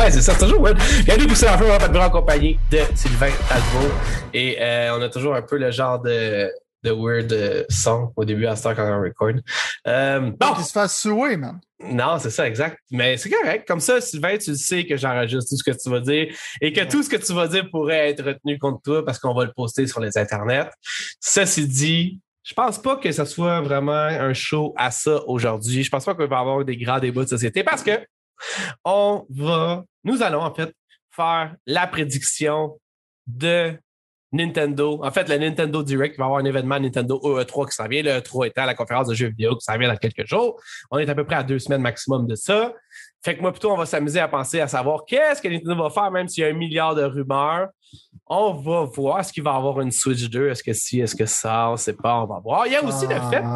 Ouais, c'est ça, toujours weird. Bienvenue pour ça, on va être en compagnie de Sylvain Talbot. Et on a toujours un peu le genre de weird son au début à cette heure quand on record. Bon! Qu'il se fasse suer, man. Non, c'est ça, exact. Mais c'est correct. Comme ça, Sylvain, tu sais que j'enregistre tout ce que tu vas dire et que tout ce que tu vas dire pourrait être retenu contre toi parce qu'on va le poster sur les internets. Ceci dit, je pense pas que ce soit vraiment un show à ça aujourd'hui. Je pense pas qu'on va avoir des grands débats de société parce que nous allons en fait faire la prédiction de Nintendo. En fait, le Nintendo Direct, il va y avoir un événement Nintendo E3 qui s'en vient. Le E3 étant la conférence de jeux vidéo qui s'en vient dans quelques jours. On est à peu près à 2 semaines maximum de ça. Fait que moi, plutôt, on va s'amuser à penser à savoir qu'est-ce que Nintendo va faire, même s'il y a 1 milliard de rumeurs. On va voir. Est-ce qu'il va y avoir une Switch 2? Est-ce que si? Est-ce que ça? On ne sait pas. On va voir. Il y a aussi le fait...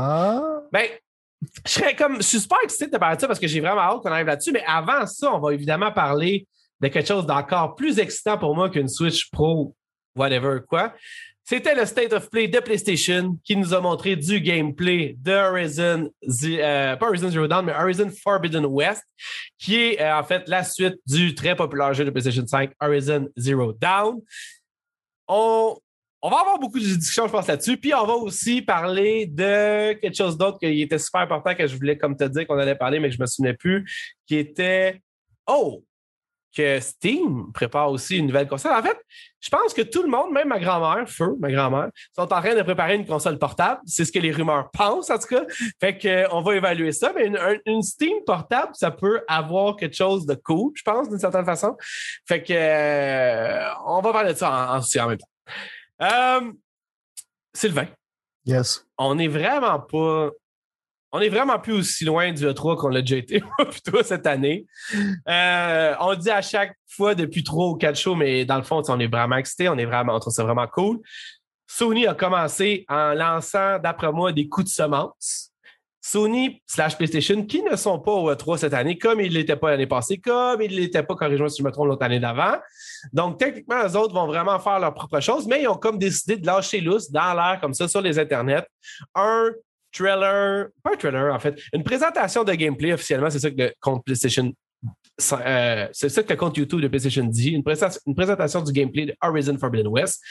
je suis super excité de parler de ça parce que j'ai vraiment hâte qu'on arrive là-dessus. Mais avant ça, on va évidemment parler de quelque chose d'encore plus excitant pour moi qu'une Switch Pro, whatever quoi. C'était le State of Play de PlayStation qui nous a montré du gameplay de pas Horizon Zero Dawn, mais Horizon Forbidden West, qui est en fait la suite du très populaire jeu de PlayStation 5, Horizon Zero Dawn. On va avoir beaucoup de discussions, je pense, là-dessus. Puis, on va aussi parler de quelque chose d'autre qui était super important que je voulais, comme te dire, qu'on allait parler, mais que je me souvenais plus, qui était, que Steam prépare aussi une nouvelle console. En fait, je pense que tout le monde, même ma grand-mère, sont en train de préparer une console portable. C'est ce que les rumeurs pensent, en tout cas. Fait qu'on va évaluer ça. Mais une Steam portable, ça peut avoir quelque chose de cool, je pense, d'une certaine façon. Fait que on va parler de ça en même temps. Sylvain. Yes. On n'est vraiment plus aussi loin du E3 qu'on l'a déjà été plutôt cette année. On dit à chaque fois depuis 3 ou 4 shows, mais dans le fond, on est vraiment excités, on trouve ça vraiment cool. Sony a commencé en lançant, d'après moi, des coups de semence. Sony/PlayStation qui ne sont pas au E3 cette année, comme ils ne l'étaient pas l'année passée, comme ils ne l'étaient pas, corrige-moi si je me trompe, l'autre année d'avant. Donc, techniquement, eux autres vont vraiment faire leur propre chose, mais ils ont comme décidé de lâcher lousse dans l'air, comme ça, sur les internets, une présentation de gameplay officiellement, c'est ça que le compte PlayStation, c'est ça que le compte YouTube de PlayStation dit, une présentation du gameplay de Horizon Forbidden West.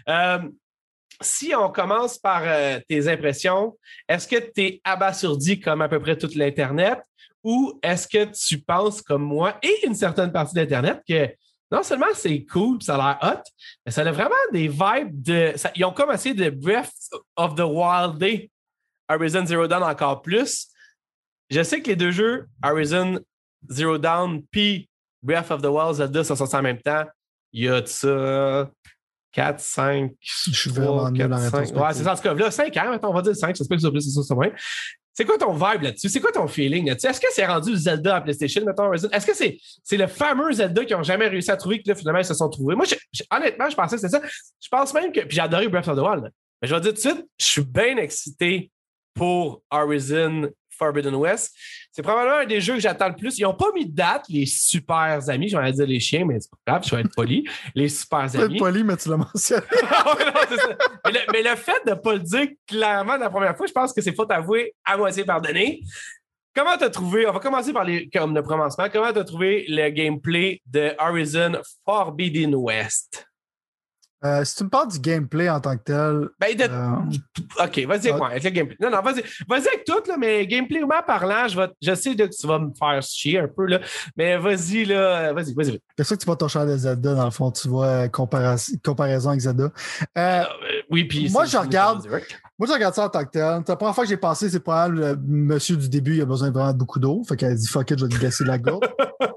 Si on commence par tes impressions, est-ce que tu es abasourdi comme à peu près toute l'Internet ou est-ce que tu penses comme moi et une certaine partie d'Internet que non seulement c'est cool, ça a l'air hot, mais ça a vraiment des vibes ils ont commencé de Breath of the Wild Day, Horizon Zero Dawn encore plus. Je sais que les deux jeux, Horizon Zero Dawn puis Breath of the Wild Zelda sont sortis en même temps. Il y a de ça 4, 5, je suis vraiment nul en rétrospective. Ouais, c'est ça. En tout cas, là, 5 ans, on va dire 5, j'espère que ça plus, c'est ça, moins. C'est quoi ton vibe là-dessus? C'est quoi ton feeling là-dessus? Est-ce que c'est rendu le Zelda à PlayStation, mettons, Horizon? Est-ce que c'est le fameux Zelda qu'ils n'ont jamais réussi à trouver, que là, finalement, ils se sont trouvés? Moi, honnêtement, je pensais que c'était ça. Je pense même que. Puis j'ai adoré Breath of the Wild. Là. Mais je vais dire tout de suite, je suis bien excité pour Horizon Forbidden West. C'est probablement un des jeux que j'attends le plus. Ils n'ont pas mis de date, les super amis. J'allais dire les chiens, mais c'est pas grave, je vais être poli. Les super amis. Tu vas être poli, mais tu l'as mentionné. Non, c'est ça. Mais le fait de ne pas le dire clairement la première fois, je pense que c'est faute avouée, à moitié pardonnée. Comment t'as trouvé, on va commencer par comme le commencement, comment t'as trouvé le gameplay de Horizon Forbidden West? Si tu me parles du gameplay en tant que tel... OK, vas-y avec moi, avec le gameplay. Non, vas-y avec tout, là, mais gameplayment parlant, je sais que tu vas me faire chier un peu, là, mais vas-y. Qu'est-ce que tu vois ton champ de Zelda, dans le fond, tu vois comparaison avec Zelda. Oui, puis moi, je regarde ça en tant que tel. La première fois que j'ai pensé, c'est probablement le monsieur du début, il a besoin de vraiment beaucoup d'eau. Fait qu'elle a dit, fuck it, je vais lui gasser la gorge.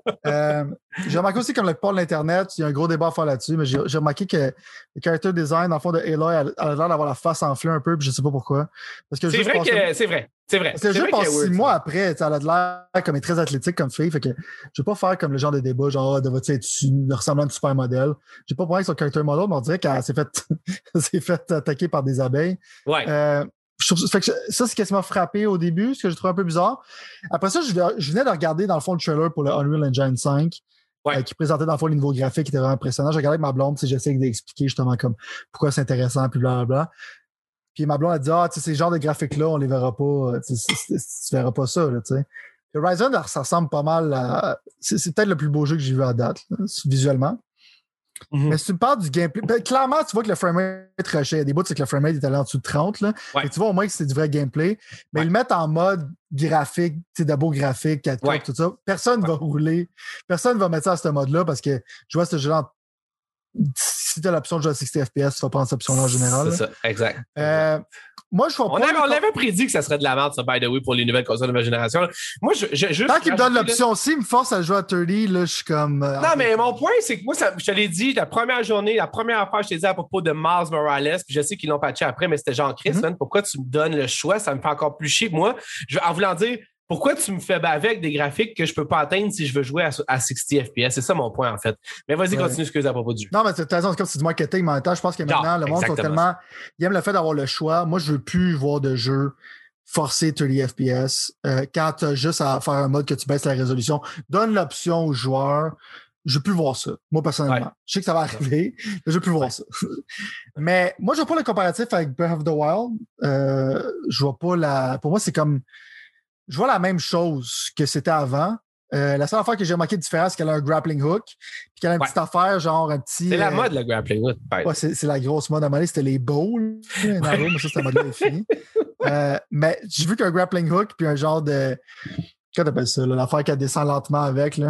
J'ai remarqué aussi, comme le port de l'Internet, il y a un gros débat à faire là-dessus, mais j'ai remarqué que le character design, dans le fond, de Aloy, elle a l'air d'avoir la face enflée un peu, puis je sais pas pourquoi. Parce que c'est vrai. Parce que le jeu passe 6 mois après, elle a l'air comme elle est très athlétique comme fille, fait que je vais pas faire comme le genre de débat, genre, devrait-il être ressemblant à un super modèle. J'ai pas parlé avec son character model, mais on dirait qu'elle s'est fait attaquer par des abeilles. Ouais. Fait que ça, c'est quasiment frappé au début, ce que j'ai trouvé un peu bizarre. Après ça, je venais de regarder, dans le fond, le trailer pour le Unreal Engine 5, qui présentait, dans le fond, les niveaux graphiques qui étaient vraiment impressionnants. J'ai regardé avec ma blonde, j'essaie d'expliquer justement comme pourquoi c'est intéressant, puis blablabla. Puis ma blonde a dit, ces genres de graphiques-là, on les verra pas, tu verras pas ça, là, tu sais. Horizon, ça ressemble pas mal à... C'est peut-être le plus beau jeu que j'ai vu à date, là, visuellement. Mm-hmm. Mais si tu me parles du gameplay, ben, clairement, tu vois que le framerate rushait. Il y a des bouts, c'est que le framerate est allé en dessous de 30. Là. Et tu vois au moins que c'est du vrai gameplay. Mais ils le mettent en mode graphique, de beaux graphiques, 4K, tout ça. Personne ne va rouler. Personne ne va mettre ça à ce mode-là parce que je vois ce jeu-là. Si tu as l'option de jouer à 60 FPS, tu vas prendre cette option-là en général. C'est ça, exact. Moi, je vois on l'avait prédit que ça serait de la merde, ça, by the way, pour les nouvelles consoles de nouvelle génération. Moi, tant qu'il me donne l'option aussi, il me force à jouer à 30, là, je suis comme... non, mais mon point, c'est que moi, je te l'ai dit, la première journée, la première affaire, je t'ai dit à propos de Miles Morales, puis je sais qu'ils l'ont patché après, mais c'était genre Chris, man, pourquoi tu me donnes le choix? Ça me fait encore plus chier. Moi, en voulant dire, pourquoi tu me fais baver avec des graphiques que je peux pas atteindre si je veux jouer à 60 FPS? C'est ça mon point, en fait. Mais vas-y, continue, excuse à propos du jeu. Non, mais tu as raison, c'est comme c'est du marketing, mais en même temps, je pense que maintenant, le monde sont tellement... Ils aiment le fait d'avoir le choix. Moi, je veux plus voir de jeu forcer 30 FPS. Quand tu as juste à faire un mode que tu baisses la résolution, donne l'option aux joueurs. Je veux plus voir ça, moi, personnellement. Je sais que ça va arriver, mais je veux plus voir ça. Mais moi, je vois pas le comparatif avec Breath of the Wild. Je vois pas la... Pour moi, c'est comme... Je vois la même chose que c'était avant. La seule affaire que j'ai remarqué différente, c'est qu'elle a un grappling hook, puis qu'elle a une petite affaire, genre un petit... C'est la mode, le grappling hook. Ouais, c'est la grosse mode. À un moment donné, c'était les bowls, mais ça, c'était la mode-là est fini. Mais j'ai vu qu'un grappling hook, puis un genre de... Qu'est-ce que t'appelles ça, là? L'affaire qu'elle descend lentement avec, là?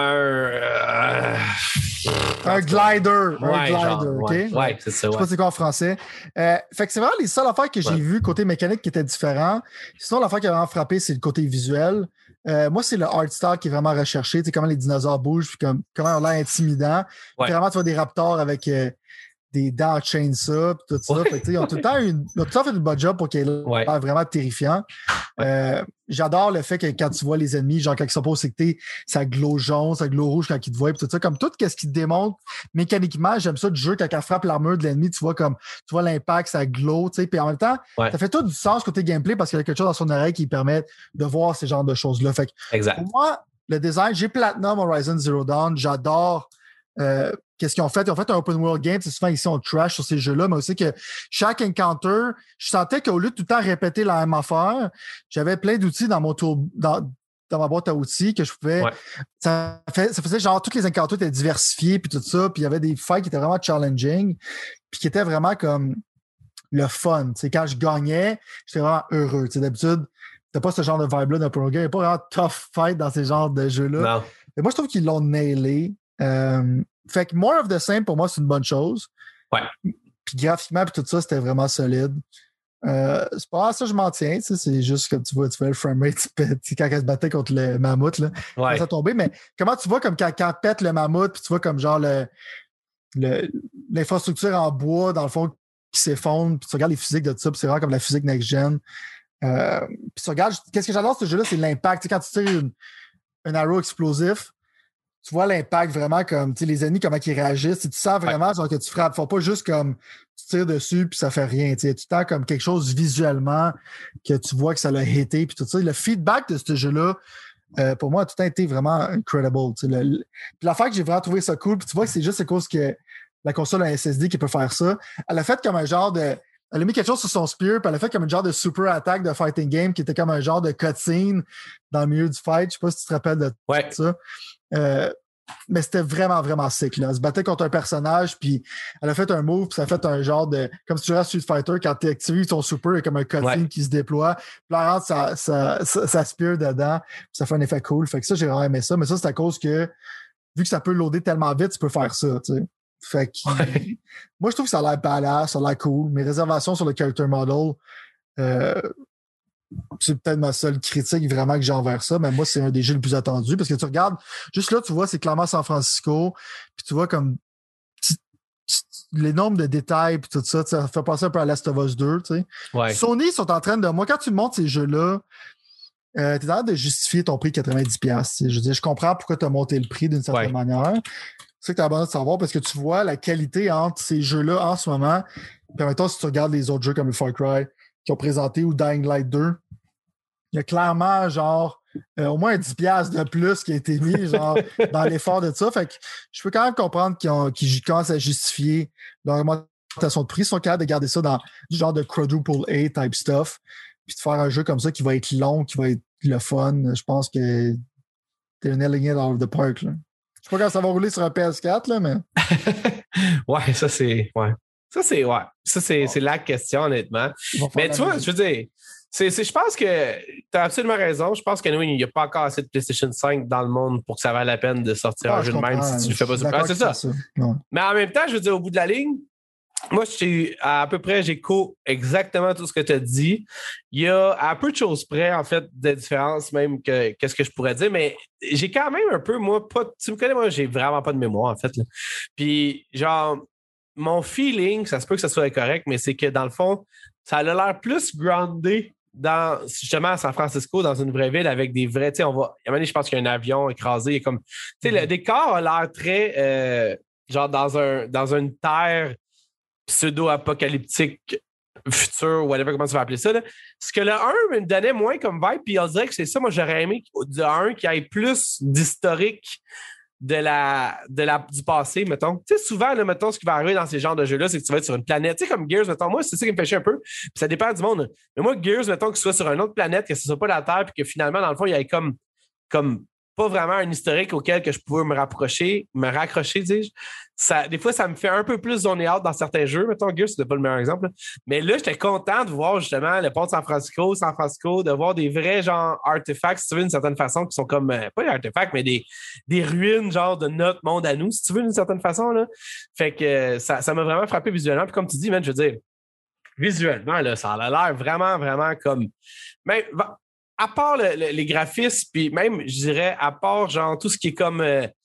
Un glider. OK? Ouais, c'est ça. Je sais pas c'est quoi en français. Fait que c'est vraiment les seules affaires que j'ai vues côté mécanique qui étaient différents. Sinon, l'affaire qui a vraiment frappé, c'est le côté visuel. Moi, c'est le art style qui est vraiment recherché. Tu sais, comment les dinosaures bougent, puis comment on a l'air intimidant. Vraiment, tu vois des raptors avec des dents chainsaw, puis tout ça. Fait que, ils ont tout le temps fait une bonne job pour qu'il ait l'air vraiment terrifiant. J'adore le fait que quand tu vois les ennemis, genre quand ils sont pas au secté, ça glow jaune, ça glow rouge quand ils te voient, puis tout ça. Comme tout ce qui te démontre mécaniquement, j'aime ça du jeu, quand elle frappe l'armure de l'ennemi, tu vois l'impact, ça glow, tu sais. Puis en même temps, ça fait tout du sens côté gameplay parce qu'il y a quelque chose dans son oreille qui permet de voir ces genres de choses-là. Fait que pour moi, le design, j'ai Platinum Horizon Zero Dawn, j'adore qu'est-ce qu'ils ont fait? Ils ont fait un open world game. C'est souvent ici, on trash sur ces jeux-là, mais aussi que chaque encounter, je sentais qu'au lieu de tout le temps répéter la même affaire, j'avais plein d'outils dans mon tour, dans ma boîte à outils que je pouvais. Ça faisait genre, toutes les encounters étaient diversifiés, puis tout ça, puis il y avait des fights qui étaient vraiment challenging, puis qui étaient vraiment comme le fun. T'sais, quand je gagnais, j'étais vraiment heureux. T'sais, d'habitude, t'as pas ce genre de vibe-là d'un open world game. Il n'y a pas vraiment tough fight dans ces genres de jeux-là. Mais moi, je trouve qu'ils l'ont nailé. Fait que more of the same, pour moi, c'est une bonne chose. Puis graphiquement, puis tout ça, c'était vraiment solide. C'est pas ça, je m'en tiens. C'est juste comme tu vois le framerate quand elle se battait contre le mammouth, là, quand ça tombait. Mais comment tu vois comme quand pète le mammouth, puis tu vois comme genre l'infrastructure en bois, dans le fond, qui s'effondre, puis tu regardes les physiques de tout ça, puis c'est vraiment comme la physique next-gen. Puis tu regardes, qu'est-ce que j'adore ce jeu-là, c'est l'impact. Tu sais, quand tu tires un arrow explosif, tu vois l'impact vraiment comme, tu sais, les ennemis, comment ils réagissent. Tu sens vraiment genre, que tu frappes. Faut pas juste comme, tu tires dessus puis ça fait rien. Tu sens comme quelque chose visuellement que tu vois que ça l'a hité puis tout ça. Le feedback de ce jeu-là, pour moi, a tout été vraiment incredible. Puis l'affaire que j'ai vraiment trouvé ça cool, puis tu vois que c'est juste à cause que la console a un SSD qui peut faire ça. Elle a fait comme un genre de... Elle a mis quelque chose sur son spear, puis elle a fait comme un genre de super attack de fighting game qui était comme un genre de cutscene dans le milieu du fight. Je sais pas si tu te rappelles de ça. Mais c'était vraiment, vraiment sick. Là. Elle se battait contre un personnage, puis elle a fait un move, puis ça a fait un genre de... Comme si tu jouais à Street Fighter, quand tu actives ton super, il y a comme un cutscene qui se déploie. Puis là, elle rentre ça spear dedans, puis ça fait un effet cool. Fait que ça, j'ai vraiment aimé ça. Mais ça, c'est à cause que, vu que ça peut loader tellement vite, tu peux faire ça, tu sais. Fait que moi, je trouve que ça a l'air badass, ça a l'air cool. Mes réservations sur le character model, c'est peut-être ma seule critique vraiment que j'ai envers ça, mais moi, c'est un des jeux les plus attendus parce que tu regardes, juste là, tu vois, c'est clairement San Francisco, puis tu vois comme les nombres de détails puis tout ça, ça fait penser un peu à Last of Us 2, tu sais. Sony sont en train de... Moi, quand tu montes ces jeux-là, t'es en train de justifier ton prix 90$. Je veux dire, je comprends pourquoi tu as monté le prix d'une certaine manière. C'est ça que tu as besoin de savoir parce que tu vois la qualité entre ces jeux-là en ce moment. Puis en même temps, si tu regardes les autres jeux comme le Far Cry qui ont présenté ou Dying Light 2, il y a clairement genre au moins 10$ de plus qui a été mis genre dans l'effort de ça. Fait que je peux quand même comprendre qu'ils commencent à justifier leur augmentation de prix. Ils sont capables de garder ça dans du genre de quadruple A type stuff. Puis de faire un jeu comme ça qui va être long, qui va être le fun. Je pense que t'es nailing it out of the park. Là. Je sais pas quand ça va rouler sur un PS4, là, mais. Ouais, ça, c'est. Ouais. C'est la question, honnêtement. Mais tu vois, je veux dire, je pense que tu as absolument raison. Je pense que nous, il n'y a pas encore assez de PlayStation 5 dans le monde pour que ça vaille la peine de sortir un jeu de même si tu ne le fais pas sur c'est ça. Mais en même temps, je veux dire, au bout de la ligne, moi, à peu près, j'écho exactement tout ce que tu as dit. Il y a à peu de choses près, en fait, de différence même qu'est-ce que je pourrais dire, mais j'ai quand même un peu, moi, tu me connais, moi, j'ai vraiment pas de mémoire, en fait. Là. Puis, genre, mon feeling, ça se peut que ça soit correct, mais c'est que dans le fond, ça a l'air plus groundé justement à San Francisco, dans une vraie ville avec des vrais. Tu sais, à un moment donné, je pense qu'il y a un avion écrasé. Comme, tu sais, le décor a l'air très genre dans une terre pseudo-apocalyptique futur, whatever, comment tu vas appeler ça. Là. Ce que le 1 me donnait moins comme vibe, puis on dirait que c'est ça, moi j'aurais aimé de 1 qu'il y ait plus d'historique du passé, mettons. Tu sais, souvent, là, mettons, ce qui va arriver dans ces genres de jeux-là, c'est que tu vas être sur une planète. Tu sais, comme Gears, mettons, moi, c'est ça qui me fait chier un peu. Puis ça dépend du monde. Mais moi, Gears, mettons, que ce soit sur une autre planète, que ce soit pas la Terre, puis que finalement, dans le fond, il y ait comme pas vraiment un historique auquel que je pouvais me raccrocher, dis-je. Des fois, ça me fait un peu plus zoner out dans certains jeux. Mettons, Gears, c'était pas le meilleur exemple. Là. Mais là, j'étais content de voir justement le pont de San Francisco, de voir des vrais genre artefacts, si tu veux, d'une certaine façon, qui sont comme, pas des artefacts, mais des ruines genre de notre monde à nous, si tu veux, d'une certaine façon. Là. Fait que ça m'a vraiment frappé visuellement. Puis comme tu dis, man, je veux dire, visuellement, là, ça a l'air vraiment, vraiment comme. Même, à part les graphismes, puis même, je dirais, à part genre tout ce qui est comme.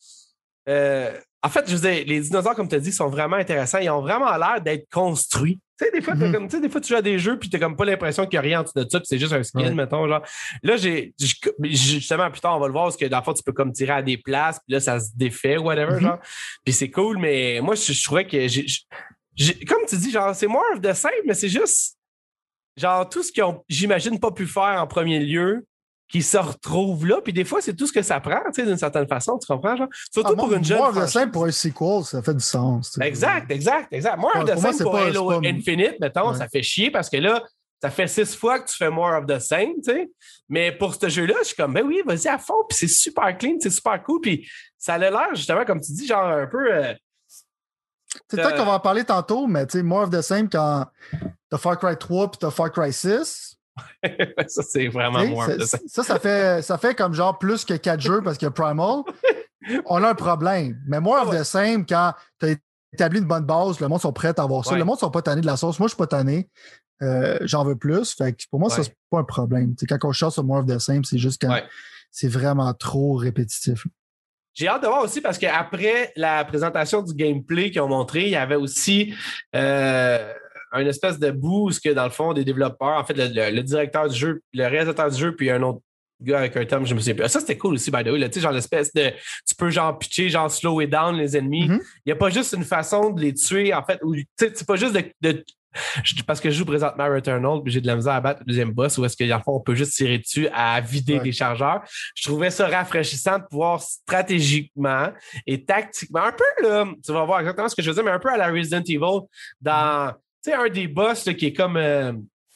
En fait, je veux dire, les dinosaures, comme tu as dit, sont vraiment intéressants. Ils ont vraiment l'air d'être construits. Tu sais, des fois, des fois, tu joues à des jeux, puis tu n'as comme pas l'impression qu'il n'y a rien en dessous de ça, puis c'est juste un skin, mettons. Genre. Là, justement, plus tard, on va le voir, parce que dans le fond, tu peux comme tirer à des places, puis là, ça se défait, whatever, genre. Puis c'est cool, mais moi, je trouvais que. Comme tu dis, genre, c'est more of the same, mais c'est juste. Genre, tout ce qu'ils ont, j'imagine, pas pu faire en premier lieu, qui se retrouvent là. Puis des fois, c'est tout ce que ça prend, tu sais, d'une certaine façon, tu comprends? Genre? Surtout pour une jeune. More of the same pour un sequel, ça fait du sens. Exact. More of the same pour Halo Infinite, mettons, ça fait chier parce que là, ça fait 6 fois que tu fais more of the same, tu sais. Mais pour ce jeu-là, je suis comme, ben oui, vas-y à fond. Puis c'est super clean, c'est super cool. Puis ça a l'air, justement, comme tu dis, genre un peu. C'est peut-être qu'on va en parler tantôt, mais tu sais, more of the same quand t'as Far Cry 3 puis t'as Far Cry 6. Ça, c'est vraiment more of the same. Ça fait comme genre plus que 4 jeux parce qu'il y a Primal. On a un problème. Mais more of the same quand t'as établi une bonne base, le monde sont prêts à avoir ça. Le monde sont pas tannés de la sauce. Moi, je suis pas tanné. J'en veux plus. Fait que pour moi, ça, c'est pas un problème. T'sais, quand on chasse sur more of the same, c'est juste quand c'est vraiment trop répétitif. J'ai hâte de voir aussi parce qu'après la présentation du gameplay qu'ils ont montré, il y avait aussi une espèce de boost que dans le fond des développeurs, en fait le directeur du jeu, le réalisateur du jeu, puis un autre gars avec un terme, je me sais plus. Ça, c'était cool aussi, by the way. Tu sais, genre l'espèce de. Tu peux genre pitcher, genre slow it down les ennemis. Il n'y a pas juste une façon de les tuer, en fait. Tu sais, c'est pas juste de parce que je joue présentement à Returnal, puis j'ai de la misère à battre le deuxième boss, où est-ce qu'en fond, on peut juste tirer dessus à vider des chargeurs. Je trouvais ça rafraîchissant de pouvoir stratégiquement et tactiquement, un peu là, tu vas voir exactement ce que je veux dire, mais un peu à la Resident Evil, dans, tu sais, un des boss là, qui est comme, je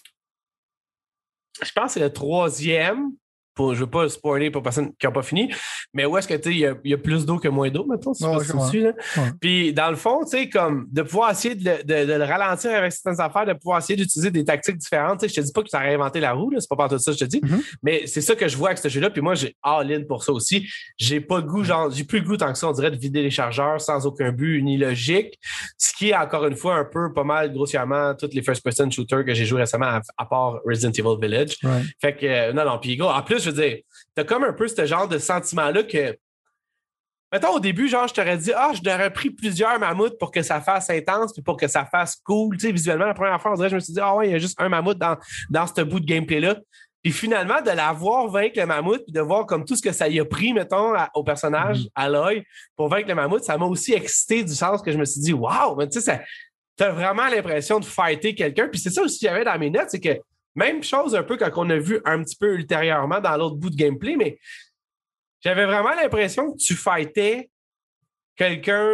pense que c'est le 3e. Je ne veux pas spoiler pour personnes qui n'ont pas fini, mais où est-ce que il y a plus d'eau que moins d'eau, mettons, si tu dessus, là. Puis dans le fond, tu sais, comme de pouvoir essayer de le ralentir avec certaines affaires, de pouvoir essayer d'utiliser des tactiques différentes. Tu sais, je te dis pas que tu as réinventé la roue, là, c'est pas tout ça, je te dis. Mais c'est ça que je vois avec ce jeu-là. Puis moi, j'ai all-in pour ça aussi. J'ai pas le goût, genre, j'ai plus le goût tant que ça, on dirait, de vider les chargeurs sans aucun but ni logique. Ce qui est encore une fois un peu pas mal grossièrement tous les first-person shooters que j'ai joué récemment, à part Resident Evil Village. Fait que non, puis en plus, je veux dire, t'as comme un peu ce genre de sentiment-là que, mettons, au début, genre, je t'aurais dit, je t'aurais pris plusieurs mammouths pour que ça fasse intense puis pour que ça fasse cool. Tu sais, visuellement, la première fois, on dirait, je me suis dit, il y a juste un mammouth dans ce bout de gameplay-là. Puis finalement, de l'avoir vaincre le mammouth puis de voir comme tout ce que ça y a pris, mettons, au personnage, à l'œil, pour vaincre le mammouth, ça m'a aussi excité du sens que je me suis dit, waouh, mais tu sais, t'as vraiment l'impression de fighter quelqu'un. Puis c'est ça aussi qu'il y avait dans mes notes, c'est que même chose un peu quand on a vu un petit peu ultérieurement dans l'autre bout de gameplay, mais j'avais vraiment l'impression que tu fightais quelqu'un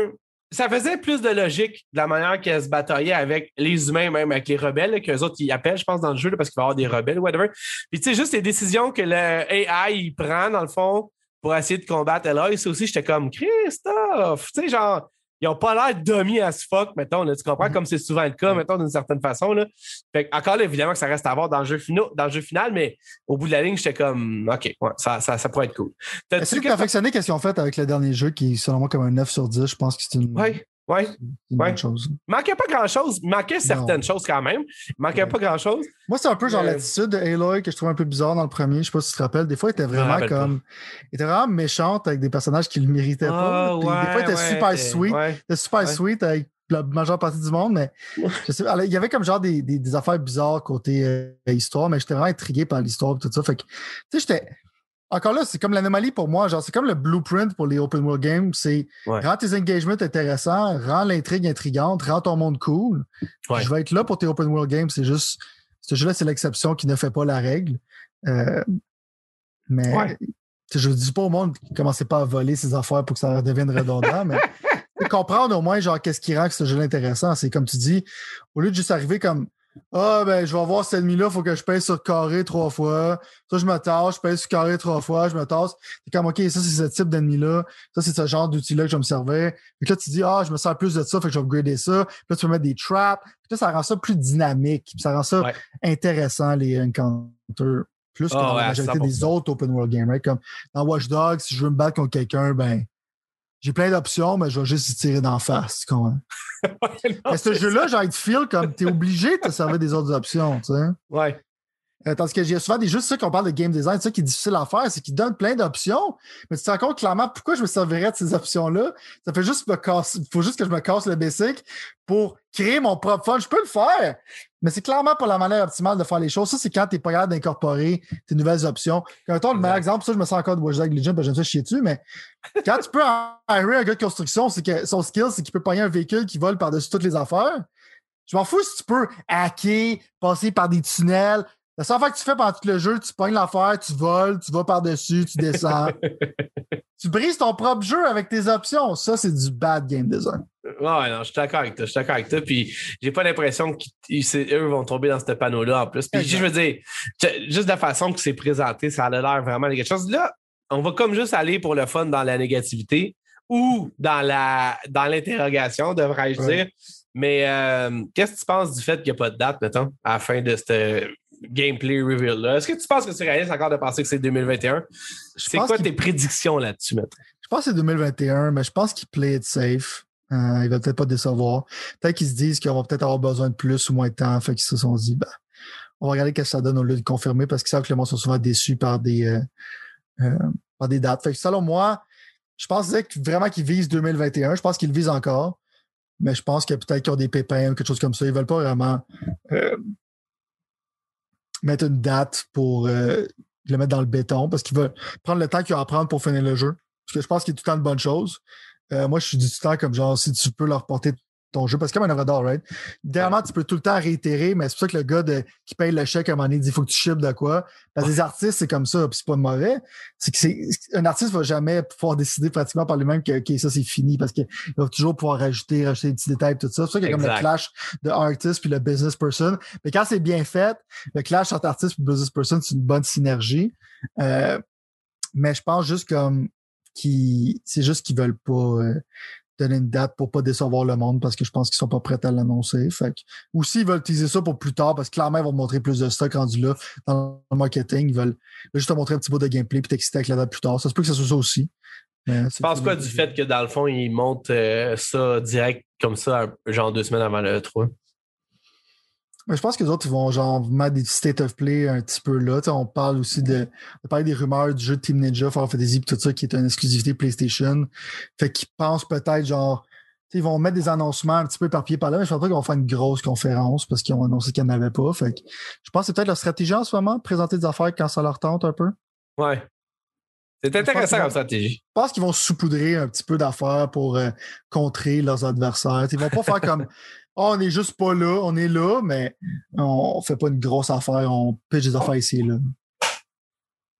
ça faisait plus de logique de la manière qu'elle se bataillait avec les humains, même avec les rebelles, là, qu'eux autres, ils appellent, je pense, dans le jeu, là, parce qu'il va y avoir des rebelles ou whatever. Puis, tu sais, juste les décisions que le AI, il prend, dans le fond, pour essayer de combattre Aloy, ça aussi, j'étais comme, Christophe, tu sais, genre, ils n'ont pas l'air dummy as fuck, mettons, là, tu comprends, comme c'est souvent le cas, mettons, d'une certaine façon, là. Fait que, encore là, évidemment que ça reste à voir dans le jeu final, mais au bout de la ligne, j'étais comme, OK, ouais, ça pourrait être cool. Est-ce que tu as perfectionné qu'est-ce qu'ils ont fait avec le dernier jeu qui est selon moi comme un 9 sur 10? Je pense que c'est une, bonne chose. Il manquait pas grand-chose. Il manquait certaines choses quand même. Il manquait pas grand-chose. Moi, c'est un peu genre l'attitude de Aloy que je trouve un peu bizarre dans le premier. Je sais pas si tu te rappelles. Des fois, elle était vraiment comme. Elle était vraiment méchante avec des personnages qui le méritaient pas. Des fois, elle était super sweet. Elle était super sweet avec la majeure partie du monde, mais je sais, il y avait comme genre des affaires bizarres côté histoire, mais j'étais vraiment intrigué par l'histoire et tout ça. Fait que, tu sais, j'étais. Encore là, c'est comme l'anomalie pour moi. Genre, c'est comme le blueprint pour les open world games. C'est rends tes engagements intéressants, rends l'intrigue intrigante, rends ton monde cool. Je vais être là pour tes open world games. C'est juste, ce jeu-là, c'est l'exception qui ne fait pas la règle. Mais je ne dis pas au monde, commencez pas à voler ces affaires pour que ça devienne redondant, mais comprendre au moins, genre, qu'est-ce qui rend que ce jeu intéressant. C'est comme tu dis, au lieu de juste arriver comme, je vais voir cet ennemi-là, il faut que je pèse sur carré 3 fois. Ça, je me tasse, je pèse sur carré 3 fois, je me tasse. C'est comme, OK, ça, c'est ce type d'ennemi-là. Ça, c'est ce genre d'outil-là que je vais me servir. Puis là, tu dis, je me sers plus de ça, fait que je vais upgrader ça. Puis là, tu peux mettre des traps. Puis là, ça rend ça plus dynamique. Puis ça rend ça intéressant, les encounters. Plus que dans la majorité des autres open world games, right? Comme dans Watch Dogs, si je veux me battre contre quelqu'un, j'ai plein d'options, mais je vais juste y tirer d'en face. Mais ce jeu-là, j'ai envie de feel comme t'es obligé de te servir des autres options, tu sais. Ouais. Tandis que j'ai souvent des jeux, c'est ça qu'on parle de game design, c'est ça qui est difficile à faire, c'est qu'il donne plein d'options, mais tu te rends compte clairement pourquoi je me servirais de ces options-là. Ça fait juste me casser, il faut juste que je me casse le basic pour créer mon propre fun. Je peux le faire, mais c'est clairement pas la manière optimale de faire les choses. Ça, c'est quand t'es pas capable d'incorporer tes nouvelles options. Quand le meilleur exemple, ça, je me sens encore de Watch Dogs Legion, parce que j'aime ça chier dessus, mais quand tu peux hirer un gars de construction, c'est que son skill, c'est qu'il peut pogner un véhicule qui vole par-dessus toutes les affaires. Je m'en fous si tu peux hacker, passer par des tunnels. La seule fois que tu fais pendant tout le jeu, tu pognes l'affaire, tu voles, tu vas par-dessus, tu descends. Tu brises ton propre jeu avec tes options. Ça, c'est du bad game design. Ouais, non, je suis d'accord avec toi. Puis j'ai pas l'impression qu'eux vont tomber dans ce panneau-là en plus. Puis je veux dire, juste de la façon que c'est présenté, ça a l'air vraiment quelque chose. Là, on va comme juste aller pour le fun dans la négativité ou dans l'interrogation, devrais-je dire. Mais qu'est-ce que tu penses du fait qu'il n'y a pas de date, mettons, à la fin de ce gameplay reveal-là? Est-ce que tu penses que c'est réaliste encore de penser que c'est 2021? C'est quoi tes prédictions là-dessus, maintenant? Je pense que c'est 2021, mais je pense qu'ils play it safe. Ils veulent peut-être pas décevoir. Peut-être qu'ils se disent qu'on va peut-être avoir besoin de plus ou moins de temps. Fait qu'ils se sont dit, on va regarder ce que ça donne au lieu de confirmer parce qu'ils savent que les gens sont souvent déçus par des dates. Fait que selon moi, je pense vraiment qu'ils visent 2021. Je pense qu'ils le visent encore. Mais je pense que peut-être qu'ils ont des pépins ou quelque chose comme ça. Ils veulent pas vraiment mettre une date pour le mettre dans le béton parce qu'ils veulent prendre le temps qu'ils ont à prendre pour finir le jeu. Parce que je pense qu'il y a tout le temps de bonnes choses. Moi, je suis du temps comme genre, si tu peux leur porter ton jeu, parce que c'est comme un œuvre d'art, right? Idéalement, tu peux tout le temps réitérer, mais c'est pour ça que le gars qui paye le chèque à un moment donné dit, il faut que tu ships de quoi. Parce que les artistes, c'est comme ça, puis c'est pas mauvais. C'est que un artiste va jamais pouvoir décider pratiquement par lui-même que, OK, ça, c'est fini, parce qu'il va toujours pouvoir rajouter des petits détails, tout ça. C'est pour ça qu'il y a comme le clash de artist puis le business person. Mais quand c'est bien fait, le clash entre artiste et business person, c'est une bonne synergie. Mais je pense juste comme c'est juste qu'ils veulent pas donner une date pour pas décevoir le monde parce que je pense qu'ils sont pas prêts à l'annoncer. Fait que, ou s'ils veulent utiliser ça pour plus tard parce que clairement ils vont montrer plus de stock rendu là dans le marketing. Ils veulent juste te montrer un petit bout de gameplay puis t'exciter avec la date plus tard. Ça se peut que ça soit ça aussi. Tu penses quoi du fait que dans le fond ils montent ça direct comme ça genre 2 semaines avant le 3? Mais je pense que les autres, ils vont genre mettre des state of play un petit peu là. T'sais, on parle aussi de parler des rumeurs du jeu de Team Ninja, Final Fantasy et tout ça, qui est une exclusivité PlayStation. Fait qu'ils pensent peut-être genre, ils vont mettre des annoncements un petit peu éparpillés par là, mais je pense pas qu'ils vont faire une grosse conférence parce qu'ils ont annoncé qu'il n'y en avait pas. Fait que je pense que c'est peut-être leur stratégie en ce moment, présenter des affaires quand ça leur tente un peu. Ouais. C'est intéressant comme stratégie. Je pense qu'ils vont saupoudrer un petit peu d'affaires pour contrer leurs adversaires. Ils vont pas faire comme on n'est juste pas là, on est là, mais on fait pas une grosse affaire, on pitch des affaires ici et là. Ouais,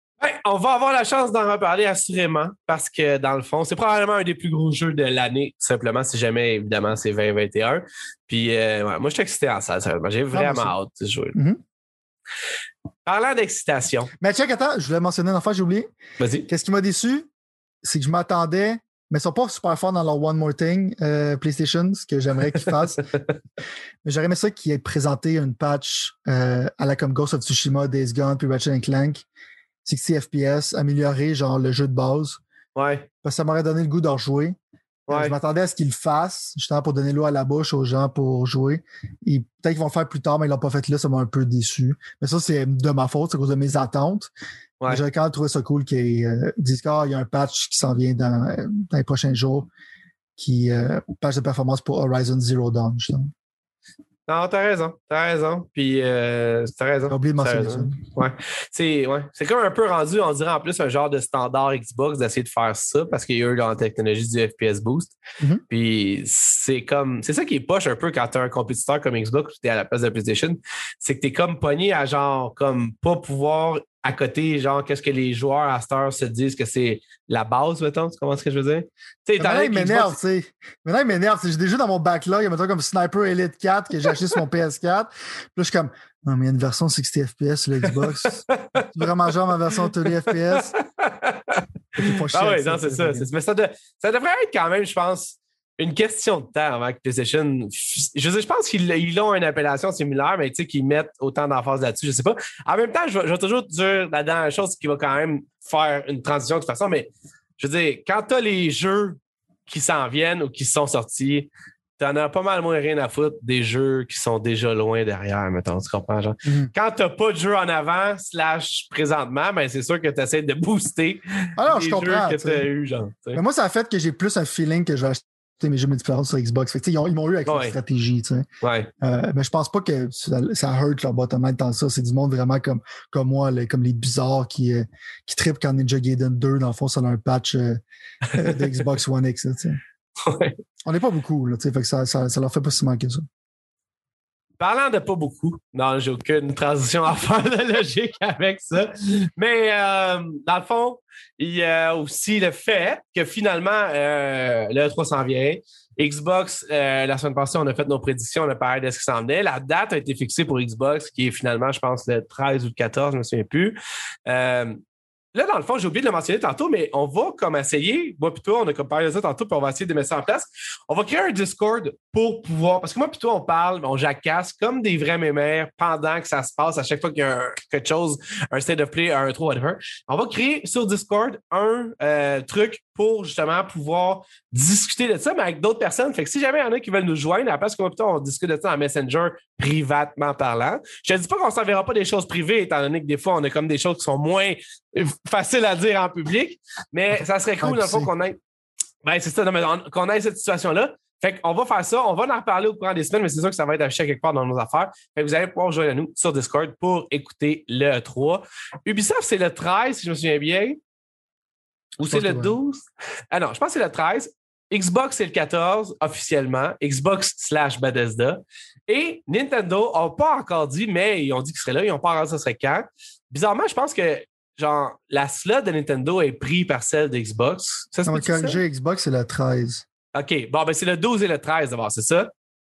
on va avoir la chance d'en reparler assurément parce que, dans le fond, c'est probablement un des plus gros jeux de l'année, tout simplement, si jamais, évidemment, c'est 2021. Puis, ouais, moi, je suis excité en salle, sérieusement. J'ai vraiment hâte de jouer. Mm-hmm. Parlant d'excitation. Mais check, attends, je voulais mentionner une affaire, j'ai oublié. Vas-y. Qu'est-ce qui m'a déçu? C'est que je m'attendais, mais ils sont pas super forts dans leur One More Thing PlayStation, ce que j'aimerais qu'ils fassent. Mais j'aurais aimé ça qu'ils aient présenté une patch à la comme Ghost of Tsushima, Days Gone, puis Ratchet & Clank, 60 FPS, améliorer genre le jeu de base. Ouais. Parce que ça m'aurait donné le goût de rejouer. Ouais. Je m'attendais à ce qu'ils le fassent, justement pour donner l'eau à la bouche aux gens pour jouer. Et peut-être qu'ils vont le faire plus tard, mais ils l'ont pas fait là, ça m'a un peu déçu. Mais ça, c'est de ma faute, c'est à cause de mes attentes. Ouais. J'avais quand même trouvé ça cool qu'ils disent qu'il y a un patch qui s'en vient dans les prochains jours, patch de performance pour Horizon Zero Dawn, justement. Non, t'as raison. Puis, t'as raison. J'ai oublié de mentionner ça. Ouais. C'est comme un peu rendu, on dirait en plus, un genre de standard Xbox d'essayer de faire ça parce qu'il y a eu dans la technologie du FPS Boost. Mm-hmm. Puis, c'est ça qui est poche un peu quand t'as un compétiteur comme Xbox ou t'es à la place de PlayStation. C'est que t'es comme pogné à genre, comme pas pouvoir à côté, genre, qu'est-ce que les joueurs à cette heure se disent que c'est la base, mettons, tu comprends ce que je veux dire? Maintenant, il m'énerve, tu sais. Maintenant, il m'énerve. J'ai des jeux dans mon backlog, mettons comme Sniper Elite 4 que j'ai acheté sur mon PS4. Puis là, je suis comme, non, mais il y a une version 60 FPS sur l'Xbox. Tu vraiment genre ma version tous les FPS? Ah oui, non, c'est ça. Mais ça devrait être quand même, je pense, une question de temps avant que PlayStation. Je pense qu'ils ont une appellation similaire, mais tu sais, qu'ils mettent autant d'emphase là-dessus, je sais pas. En même temps, je vais toujours dire là-dedans la chose qui va quand même faire une transition de toute façon, mais je veux dire, quand t'as les jeux qui s'en viennent ou qui sont sortis, t'en as pas mal moins rien à foutre des jeux qui sont déjà loin derrière, mettons, tu comprends, genre? Mm-hmm. Quand t'as pas de jeu en avant, / présentement, ben c'est sûr que t'essaies de booster les jeux que t'as eu, genre. T'sais. Mais moi, ça a fait que j'ai plus un feeling que je vais acheter mes jeux multiplayer sur Xbox. Fait que, ils m'ont eu avec leur stratégie, tu sais. Ouais. Mais je pense pas que ça hurt leur bottom line tant ça. C'est du monde vraiment comme moi, là, comme les bizarres qui trippent quand Ninja Gaiden 2, dans le fond, ça a un patch de Xbox One X, là, tu sais. Ouais. On n'est pas beaucoup, là, tu sais, fait que ça leur fait pas si mal que ça. Parlant de pas beaucoup, non, j'ai aucune transition à faire de logique avec ça. Mais dans le fond, il y a aussi le fait que finalement, le E3 s'en vient. Xbox, la semaine passée, on a fait nos prédictions, on a parlé de ce qui s'en venait. La date a été fixée pour Xbox, qui est finalement, je pense, le 13 ou le 14, je ne me souviens plus. Là, dans le fond, j'ai oublié de le mentionner tantôt, mais on va comme essayer, moi plutôt, on a comme parlé de ça tantôt, puis on va essayer de mettre ça en place. On va créer un Discord pour pouvoir, parce que moi plutôt, on parle, on jacasse comme des vrais mémères pendant que ça se passe, à chaque fois qu'il y a quelque chose, un state of play, un 3, whatever. On va créer sur Discord un truc pour justement pouvoir discuter de ça, mais avec d'autres personnes. Fait que si jamais il y en a qui veulent nous joindre, à la place qu'on va plutôt on discute de ça en Messenger privatement parlant. Je te dis pas qu'on s'enverra pas des choses privées, étant donné que des fois, on a comme des choses qui sont moins faciles à dire en public, mais ça serait cool, dans le fond, qu'on ait. Ben, c'est ça, non, mais qu'on ait cette situation-là. Fait qu'on va faire ça, on va en reparler au courant des semaines, mais c'est sûr que ça va être affiché quelque part dans nos affaires. Fait que vous allez pouvoir joindre à nous sur Discord pour écouter le E3. Ubisoft, c'est le 13, si je me souviens bien. Ou c'est le 12? Ah non, je pense que c'est le 13. Xbox, c'est le 14, officiellement. Xbox / Bethesda. Et Nintendo n'a pas encore dit, mais ils ont dit qu'ils seraient là. Ils n'ont pas encore dit ça serait quand. Bizarrement, je pense que genre la slot de Nintendo est prise par celle de Xbox. Ça se peut quand j'ai Xbox, c'est le 13. OK. Bon, ben c'est le 12 et le 13 d'abord, c'est ça?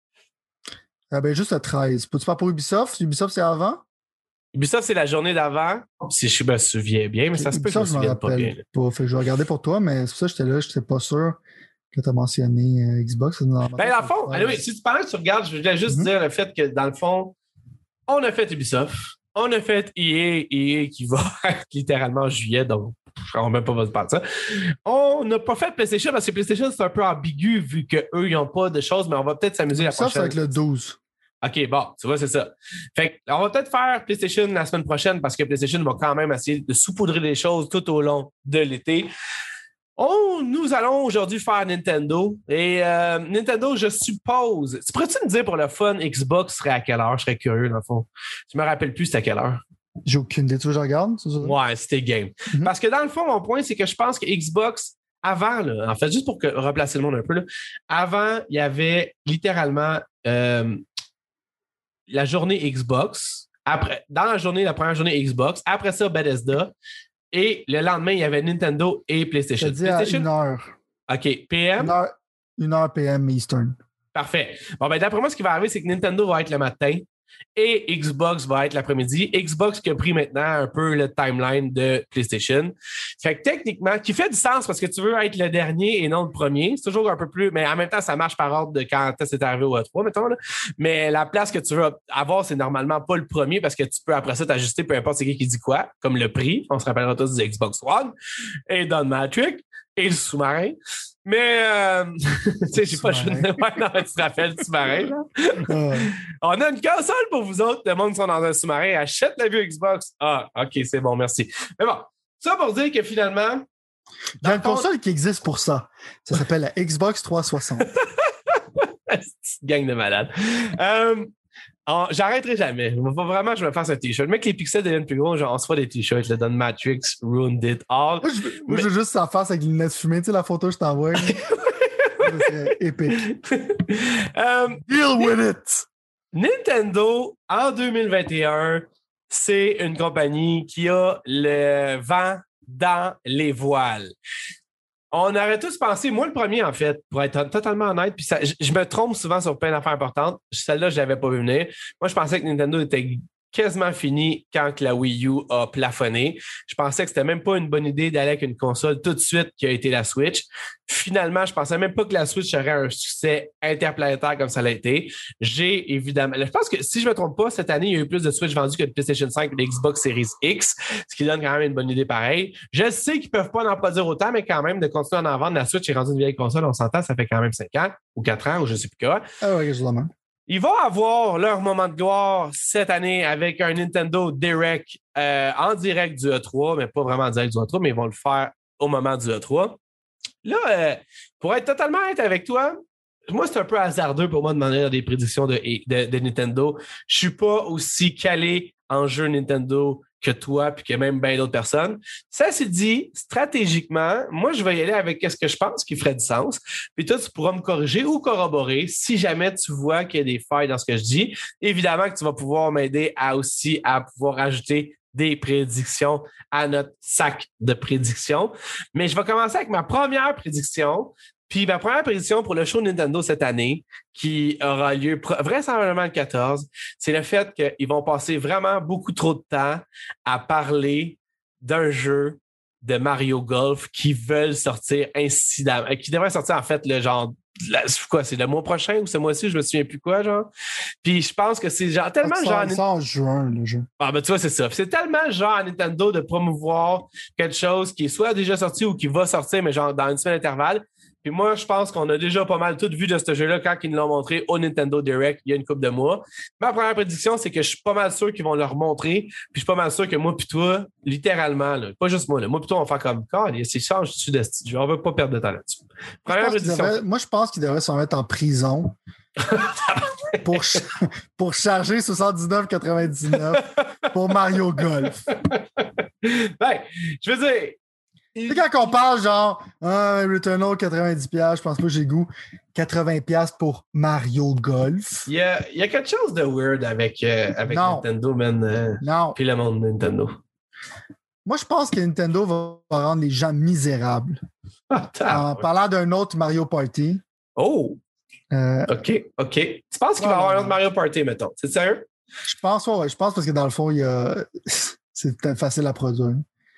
Ben juste le 13. Peux-tu pas pour Ubisoft? Ubisoft, c'est avant? Ubisoft, c'est la journée d'avant. Si je me souviens bien, mais ça se peut que je me souvienne pas bien. Fait que je vais regarder pour toi, mais c'est pour ça que j'étais là, je n'étais pas sûr que tu as mentionné Xbox. Ben, dans le fond, oui, si tu parlais, tu regardes, je voulais juste dire le fait que, dans le fond, on a fait Ubisoft, on a fait EA qui va être littéralement en juillet, donc je ne même pas besoin de parler de ça. On n'a pas fait PlayStation parce que PlayStation, c'est un peu ambigu vu qu'eux, ils n'ont pas de choses, mais on va peut-être s'amuser la prochaine. Ça, c'est avec le 12. OK, bon, tu vois, c'est ça. Fait on va peut-être faire PlayStation la semaine prochaine parce que PlayStation va quand même essayer de saupoudrer des choses tout au long de l'été. Nous allons aujourd'hui faire Nintendo. Et Nintendo, je suppose... Tu pourrais-tu me dire pour le fun, Xbox serait à quelle heure? Je serais curieux, dans le fond. Je me rappelle plus c'était à quelle heure. J'ai aucune idée. Tu veux que je regarde? Ouais, c'était game. Mm-hmm. Parce que dans le fond, mon point, c'est que je pense que Xbox... Avant, là, en fait, juste pour replacer le monde un peu, là, avant, il y avait littéralement... la journée Xbox, après, dans la première journée Xbox, après ça, Bethesda, Et le lendemain, il y avait Nintendo et PlayStation. Je te dis à PlayStation? 1h. OK. PM? 1h PM Eastern. Parfait. Bon, ben, d'après moi, ce qui va arriver, c'est que Nintendo va être le matin et Xbox va être l'après-midi. Xbox qui a pris maintenant un peu le timeline de PlayStation. Fait que techniquement, qui fait du sens parce que tu veux être le dernier et non le premier. C'est toujours un peu plus, mais en même temps, ça marche par ordre de quand c'est arrivé au E3, mettons, là. Mais la place que tu veux avoir, c'est normalement pas le premier parce que tu peux après ça t'ajuster peu importe c'est qui dit quoi, comme le prix. On se rappellera tous du Xbox One et Don Matrix et le sous-marin. Mais, tu sais, j'ai pas joué. Ouais, non, tu te rappelles du sous-marin, là? On a une console pour vous autres, le monde qui sont dans un sous-marin. Achète la vue Xbox. Ah, OK, c'est bon, merci. Mais bon, ça pour dire que finalement. Il y a une console qui existe pour ça. Ça s'appelle la Xbox 360. Petite gang de malades. J'arrêterai jamais. Il faut vraiment que je me fasse un t-shirt. Le mec, les pixels deviennent plus gros, genre, on se fait des t-shirts, le Don Matrix, Ruined It All. Moi, je veux juste sa face avec les lunettes fumées. Tu sais, la photo que je t'envoie. C'est épique. Deal with it! Nintendo, en 2021, c'est une compagnie qui a le vent dans les voiles. On aurait tous pensé, moi le premier en fait, pour être totalement honnête, puis je me trompe souvent sur plein d'affaires importantes. Celle-là, je l'avais pas vu venir. Moi, je pensais que Nintendo était quasiment fini quand que la Wii U a plafonné. Je pensais que c'était même pas une bonne idée d'aller avec une console tout de suite qui a été la Switch. Finalement, je pensais même pas que la Switch serait un succès interplanétaire comme ça l'a été. J'ai évidemment... Je pense que si je me trompe pas, cette année, il y a eu plus de Switch vendus que de PlayStation 5 et de Xbox Series X, ce qui donne quand même une bonne idée pareille. Je sais qu'ils peuvent pas en produire autant, mais quand même, de continuer à en vendre, la Switch est rendue une vieille console, on s'entend, ça fait quand même 5 ans ou 4 ans ou je sais plus quoi. Ah ouais, je l'ai. Ils vont avoir leur moment de gloire cette année avec un Nintendo Direct en direct du E3, mais pas vraiment en direct du E3, mais ils vont le faire au moment du E3. Là, pour être totalement honnête avec toi, moi, c'est un peu hasardeux pour moi de demander des prédictions de Nintendo. Je suis pas aussi calé en jeu Nintendo que toi puis que même bien d'autres personnes. Ça, c'est dit, stratégiquement, moi, je vais y aller avec ce que je pense qui ferait du sens. Puis toi, tu pourras me corriger ou corroborer si jamais tu vois qu'il y a des failles dans ce que je dis. Évidemment que tu vas pouvoir m'aider à pouvoir ajouter des prédictions à notre sac de prédictions. Mais je vais commencer avec ma première prédiction. Puis ma première prédiction pour le show Nintendo cette année, qui aura lieu vraisemblablement le 14, c'est le fait qu'ils vont passer vraiment beaucoup trop de temps à parler d'un jeu de Mario Golf qui veulent sortir incidemment, qui devrait sortir en fait le genre, c'est le mois prochain ou ce mois-ci, je me souviens plus quoi, genre. Puis je pense que c'est genre tellement genre... Ça en juin, le jeu. Ah ben tu vois, c'est ça. Puis c'est tellement genre à Nintendo de promouvoir quelque chose qui est soit déjà sorti ou qui va sortir, mais genre dans une semaine d'intervalle. Puis moi, je pense qu'on a déjà pas mal tout vu de ce jeu-là quand ils nous l'ont montré au Nintendo Direct il y a une couple de mois. Ma première prédiction, c'est que je suis pas mal sûr qu'ils vont leur montrer. Puis je suis pas mal sûr que moi puis toi, littéralement, là, pas juste moi, là, moi puis toi, on va faire comme God, il change dessus de style. On va pas perdre de temps là-dessus. Première prédiction. Moi, je pense qu'ils devraient se mettre en prison pour charger 79,99 pour Mario Golf. Ben, je veux dire... Tu sais, quand on parle genre Returnal 90$, je pense pas que j'ai goût. 80$ pour Mario Golf. Il y a quelque chose de weird avec Nintendo, man. Non. Puis le monde de Nintendo. Moi, je pense que Nintendo va rendre les gens misérables. En parlant d'un autre Mario Party. Oh! OK. Tu penses qu'il va y avoir un autre Mario Party, mettons? C'est sérieux? Je pense, ouais. Je pense parce que dans le fond, c'est peut-être facile à produire.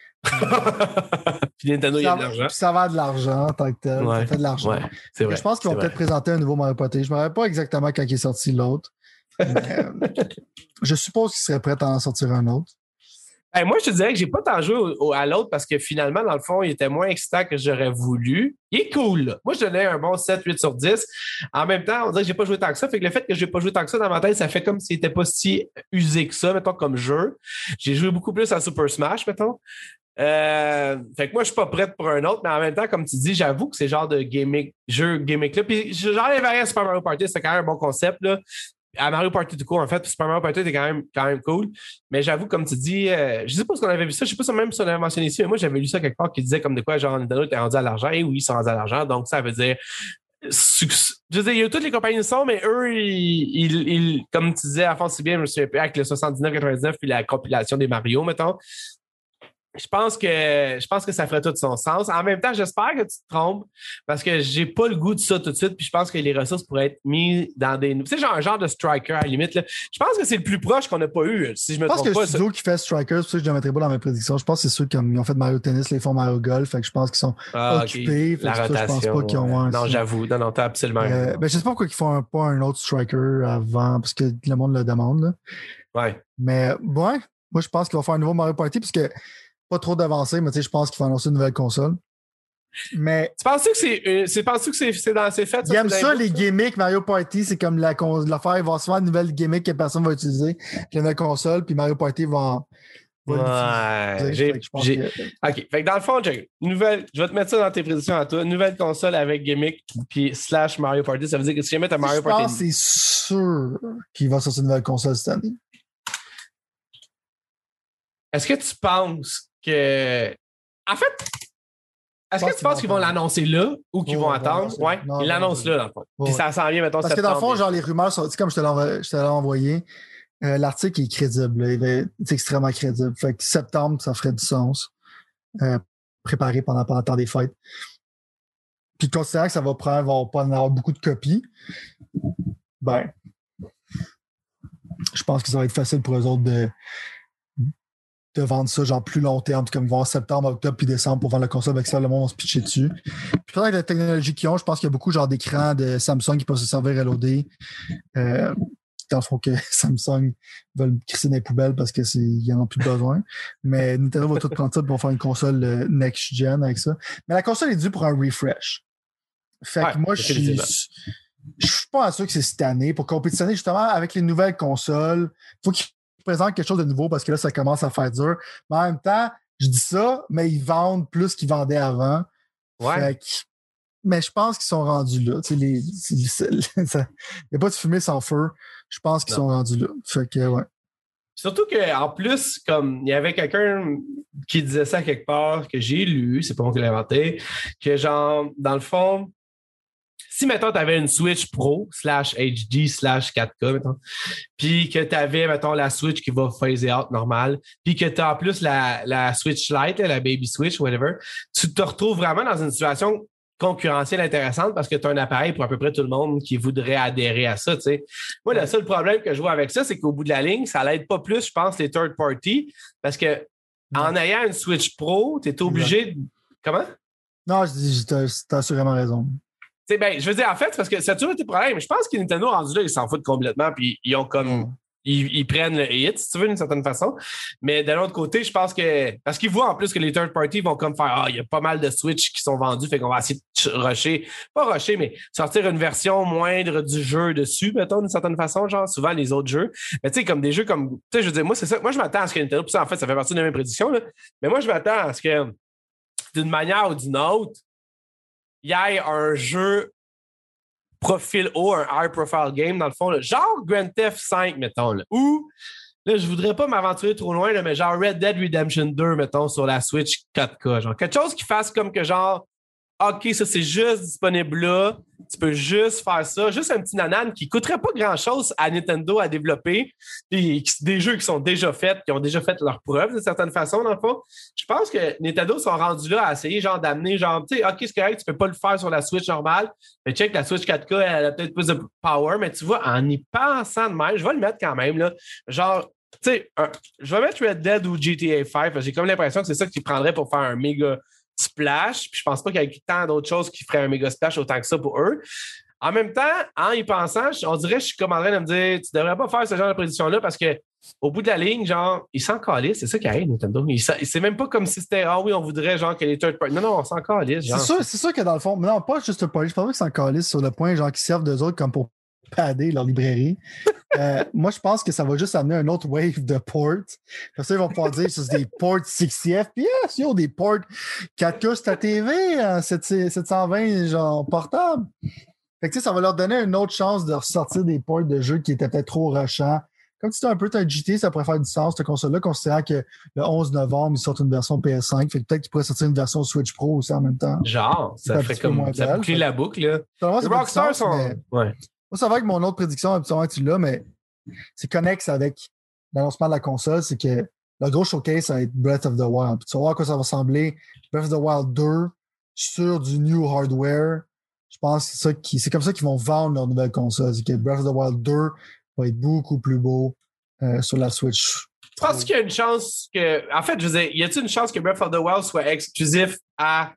Puis Nintendo, il y a de l'argent. Puis ça va de l'argent, tant que tel. Ouais, ça fait de l'argent. Ouais, c'est vrai. Je pense qu'ils vont peut-être présenter un nouveau Mario Party. Je ne me rappelle pas exactement quand il est sorti l'autre. Mais, je suppose qu'il serait prêt à en sortir un autre. Hey, moi, je te dirais que j'ai pas tant joué à l'autre parce que finalement, dans le fond, il était moins excitant que j'aurais voulu. Il est cool, là. Moi, je donnais un bon 7-8 sur 10. En même temps, on dirait que j'ai pas joué tant que ça. Fait que le fait que j'ai pas joué tant que ça dans ma tête, ça fait comme s'il était pas si usé que ça, mettons, comme jeu. J'ai joué beaucoup plus à Super Smash, mettons. Fait que moi, je suis pas prête pour un autre, mais en même temps, comme tu dis, j'avoue que c'est genre de jeu gimmick-là. Puis j'enlèverais à Super Mario Party, c'est quand même un bon concept, là. À Mario Party tout court, en fait, Super Mario Party était quand même cool. Mais j'avoue, comme tu dis, je sais pas si on avait vu ça, je sais pas même si on avait mentionné ici, mais moi, j'avais lu ça quelque part qui disait comme de quoi, genre, Nintendo était rendu à l'argent. Et oui, ils sont rendus à l'argent. Donc, ça veut dire, je veux dire, il y a toutes les compagnies le sont, mais eux, ils comme tu disais, à fond, si bien, je me souviens plus, avec le 79-99 puis la compilation des Mario, mettons. Je pense que ça ferait tout son sens. En même temps, j'espère que tu te trompes parce que j'ai pas le goût de ça tout de suite. Puis je pense que les ressources pourraient être mises dans des. Tu sais, genre un genre de striker à la limite. Là. Je pense que c'est le plus proche qu'on n'a pas eu. Si je me trompe pas. Je pense que le studio qui fait striker, c'est pour ça que je ne mettrai pas dans mes prédictions. Je pense que c'est ceux qui ont fait Mario Tennis, les font Mario Golf. Fait que je pense qu'ils sont occupés. La rotation. Je pense pas qu'ils ont un. Non, j'avoue. Non, t'as absolument raison. Je sais pas pourquoi ils font pas un autre striker avant parce que le monde le demande. Là. Ouais. Mais moi, je pense qu'ils vont faire un nouveau Mario Party parce que pas trop d'avancée, mais tu sais, je pense qu'il faut annoncer une nouvelle console. Mais. Tu penses que c'est fait? Ils aiment ça, les gimmicks Mario Party, c'est comme l'affaire, il va se faire une nouvelle gimmick que personne va utiliser. La nouvelle console, puis Mario Party va ouais. OK. Fait que dans le fond, je vais te mettre ça dans tes prédictions à toi. Une nouvelle console avec gimmick, puis / Mario Party. Ça veut dire que si jamais t'as Mario Party. Je pense que c'est sûr qu'il va sortir une nouvelle console cette année. Est-ce que tu penses que. En fait, est-ce que tu penses qu'ils vont l'annoncer là ou qu'ils vont attendre? Ouais, ils l'annoncent là, dans le fond. Puis ça s'en vient, mettons, parce que dans le fond, genre, les rumeurs sont. Tu sais, comme je te l'ai envoyé, l'article est crédible. C'est extrêmement crédible. Fait que septembre, ça ferait du sens. Préparé pendant le temps des fêtes. Puis considérant que ça va pas en avoir beaucoup de copies, ben, je pense que ça va être facile pour eux autres de vendre ça genre plus long terme, comme ils vont en septembre, octobre puis décembre pour vendre la console avec ça, le monde va se pitcher dessus. Puis avec la technologie qu'ils ont, je pense qu'il y a beaucoup genre d'écrans de Samsung qui peuvent se servir LOD. Dans le fond que Samsung veulent crisser dans les poubelles parce qu'ils n'en ont plus besoin. Mais Nintendo va tout prendre ça pour faire une console next-gen avec ça. Mais la console est due pour un refresh. Fait que moi, je suis pas sûr que c'est cette année. Pour compétitionner justement avec les nouvelles consoles, faut qu'ils présentent quelque chose de nouveau parce que là, ça commence à faire dur. Mais en même temps, je dis ça, mais ils vendent plus qu'ils vendaient avant. Ouais. Fait que, mais je pense qu'ils sont rendus là. Il n'y a pas de fumée sans feu. Je pense qu'ils sont rendus là. Fait que, ouais. Surtout qu'en plus, comme il y avait quelqu'un qui disait ça quelque part, que j'ai lu, c'est pas moi qui l'ai inventé, que genre, dans le fond, si, mettons, tu avais une Switch Pro /HD /4K, mettons, puis que tu avais, mettons, la Switch qui va phase out normal, puis que tu as en plus la Switch Lite, la Baby Switch, whatever, tu te retrouves vraiment dans une situation concurrentielle intéressante parce que tu as un appareil pour à peu près tout le monde qui voudrait adhérer à ça, tu sais. Moi, le seul problème que je vois avec ça, c'est qu'au bout de la ligne, ça l'aide pas plus, je pense, les third party, parce que en ayant une Switch Pro, tu es obligé de... Comment? Non, t'as assurément raison. Ben, je veux dire, en fait, parce que ça a toujours été problème. Je pense que Nintendo, rendu là, ils s'en foutent complètement, puis ils ont comme... Ils prennent le hit, si tu veux, d'une certaine façon. Mais de l'autre côté, je pense que... Parce qu'ils voient en plus que les third party vont comme faire « il y a pas mal de Switch qui sont vendus, fait qu'on va essayer de rusher. » Pas rusher, mais sortir une version moindre du jeu dessus, mettons, d'une certaine façon, genre, souvent les autres jeux. Mais tu sais, comme des jeux comme... Tu sais, je veux dire, moi, c'est ça. Moi, je m'attends à ce que Nintendo... Puis ça, en fait, ça fait partie de mes prédictions, là. Mais moi, je m'attends à ce que, d'une manière ou d'une autre, il y ait un jeu profil haut, un high profile game, dans le fond, là, genre Grand Theft 5, mettons, là, ou, là, je voudrais pas m'aventurer trop loin, là, mais genre Red Dead Redemption 2, mettons, sur la Switch 4K, genre quelque chose qui fasse comme que genre, OK, ça, c'est juste disponible là, tu peux juste faire ça, juste un petit nanan qui coûterait pas grand-chose à Nintendo à développer, puis des jeux qui sont déjà faits, qui ont déjà fait leurs preuves, d'une certaine façon, dans le fond. Je pense que Nintendo sont rendus là à essayer, genre, d'amener, genre, tu sais, OK, c'est correct, tu peux pas le faire sur la Switch normale, mais check, la Switch 4K, elle a peut-être plus de power, mais tu vois, en y pensant de même, je vais le mettre quand même, là, genre, tu sais, je vais mettre Red Dead ou GTA 5, j'ai comme l'impression que c'est ça qu'ils prendraient pour faire un méga splash, puis je pense pas qu'il y ait tant d'autres choses qui feraient un méga splash autant que ça pour eux. En même temps, en y pensant, on dirait que je suis comme en train de me dire, tu devrais pas faire ce genre de prédiction-là parce que au bout de la ligne, genre, ils s'en calissent, c'est ça qui arrive, Nintendo. C'est même pas comme si c'était, oui, on voudrait, genre, que les third party. Non, on s'en calisse, genre. C'est sûr que dans le fond, non, pas juste party, je pense pas qu'ils s'en calissent sur le point, genre, qu'ils servent d'eux autres comme pour padder leur librairie. Moi, je pense que ça va juste amener un autre wave de ports. Parce qu'ils vont pouvoir dire que c'est des ports 60 FPS, yo, des ports 4K sur ta TV, 720 genre portable. Fait que tu sais, ça va leur donner une autre chance de ressortir des ports de jeux qui étaient peut-être trop rushants. Comme si c'était un peu un GT, ça pourrait faire du sens, cette console-là, considérant que le 11 novembre, ils sortent une version PS5. Fait que peut-être qu'ils pourraient sortir une version Switch Pro aussi en même temps. Genre, ça ferait comme ça boucler la boucle, là. Les Rockstar sont... Ouais. Moi, ça va avec mon autre prédiction, habituellement, tu l'as, mais c'est connexe avec l'annoncement de la console, c'est que le gros showcase, ça va être Breath of the Wild. Puis tu vas voir à quoi ça va ressembler. Breath of the Wild 2 sur du new hardware. Je pense que c'est comme ça qu'ils vont vendre leur nouvelle console. C'est que Breath of the Wild 2 va être beaucoup plus beau sur la Switch. Je pense qu'il y a une chance que. En fait, je veux dire, y a-t-il une chance que Breath of the Wild soit exclusif à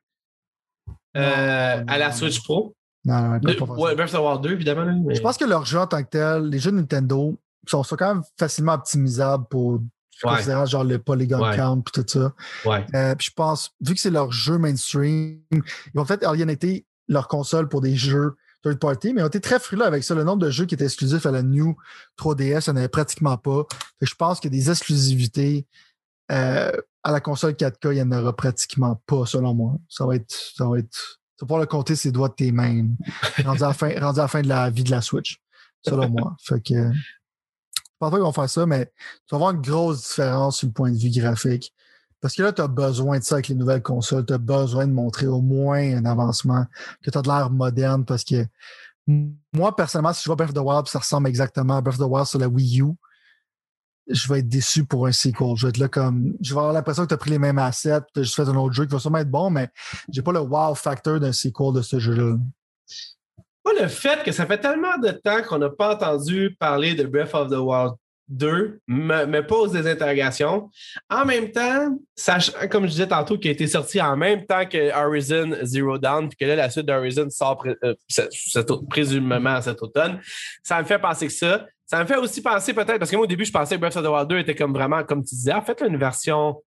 la Switch Pro? Non, Breath of the Wild 2, évidemment. Mais... Je pense que leurs jeux en tant que tels, les jeux de Nintendo, sont quand même facilement optimisables pour considérant genre le polygon count et tout ça. Puis je pense, vu que c'est leur jeu mainstream, ils vont peut-être aliéner leur console pour des jeux third party, mais ils ont été très frileux avec ça. Le nombre de jeux qui étaient exclusifs à la New 3DS, il n'y en avait pratiquement pas. Je pense que des exclusivités à la console 4K, il n'y en aura pratiquement pas, selon moi. Ça va pouvoir le compter ses doigts de tes mains, rendu à la fin de la vie de la Switch, selon moi. Fait que je pense pas qu'ils vont faire ça, mais tu vas avoir une grosse différence sur le point de vue graphique. Parce que là, tu as besoin de ça avec les nouvelles consoles. Tu as besoin de montrer au moins un avancement, que tu as de l'air moderne. Parce que moi, personnellement, si je vois Breath of the Wild, ça ressemble exactement à Breath of the Wild sur la Wii U, je vais être déçu pour un sequel. Je vais être là comme, je vais avoir l'impression que tu as pris les mêmes assets, tu as juste fait un autre jeu qui va sûrement être bon, mais j'ai pas le wow factor d'un sequel de ce jeu-là. Moi, le fait que ça fait tellement de temps qu'on n'a pas entendu parler de Breath of the Wild 2 me pose des interrogations. En même temps, sachant, comme je disais tantôt, qu'il a été sorti en même temps que Horizon Zero Dawn, puis que là, la suite d'Horizon sort présumément cet automne, ça me fait penser que ça. Ça me fait aussi penser peut-être, parce que moi, au début, je pensais que Breath of the Wild 2 était comme vraiment, comme tu disais, en fait, une version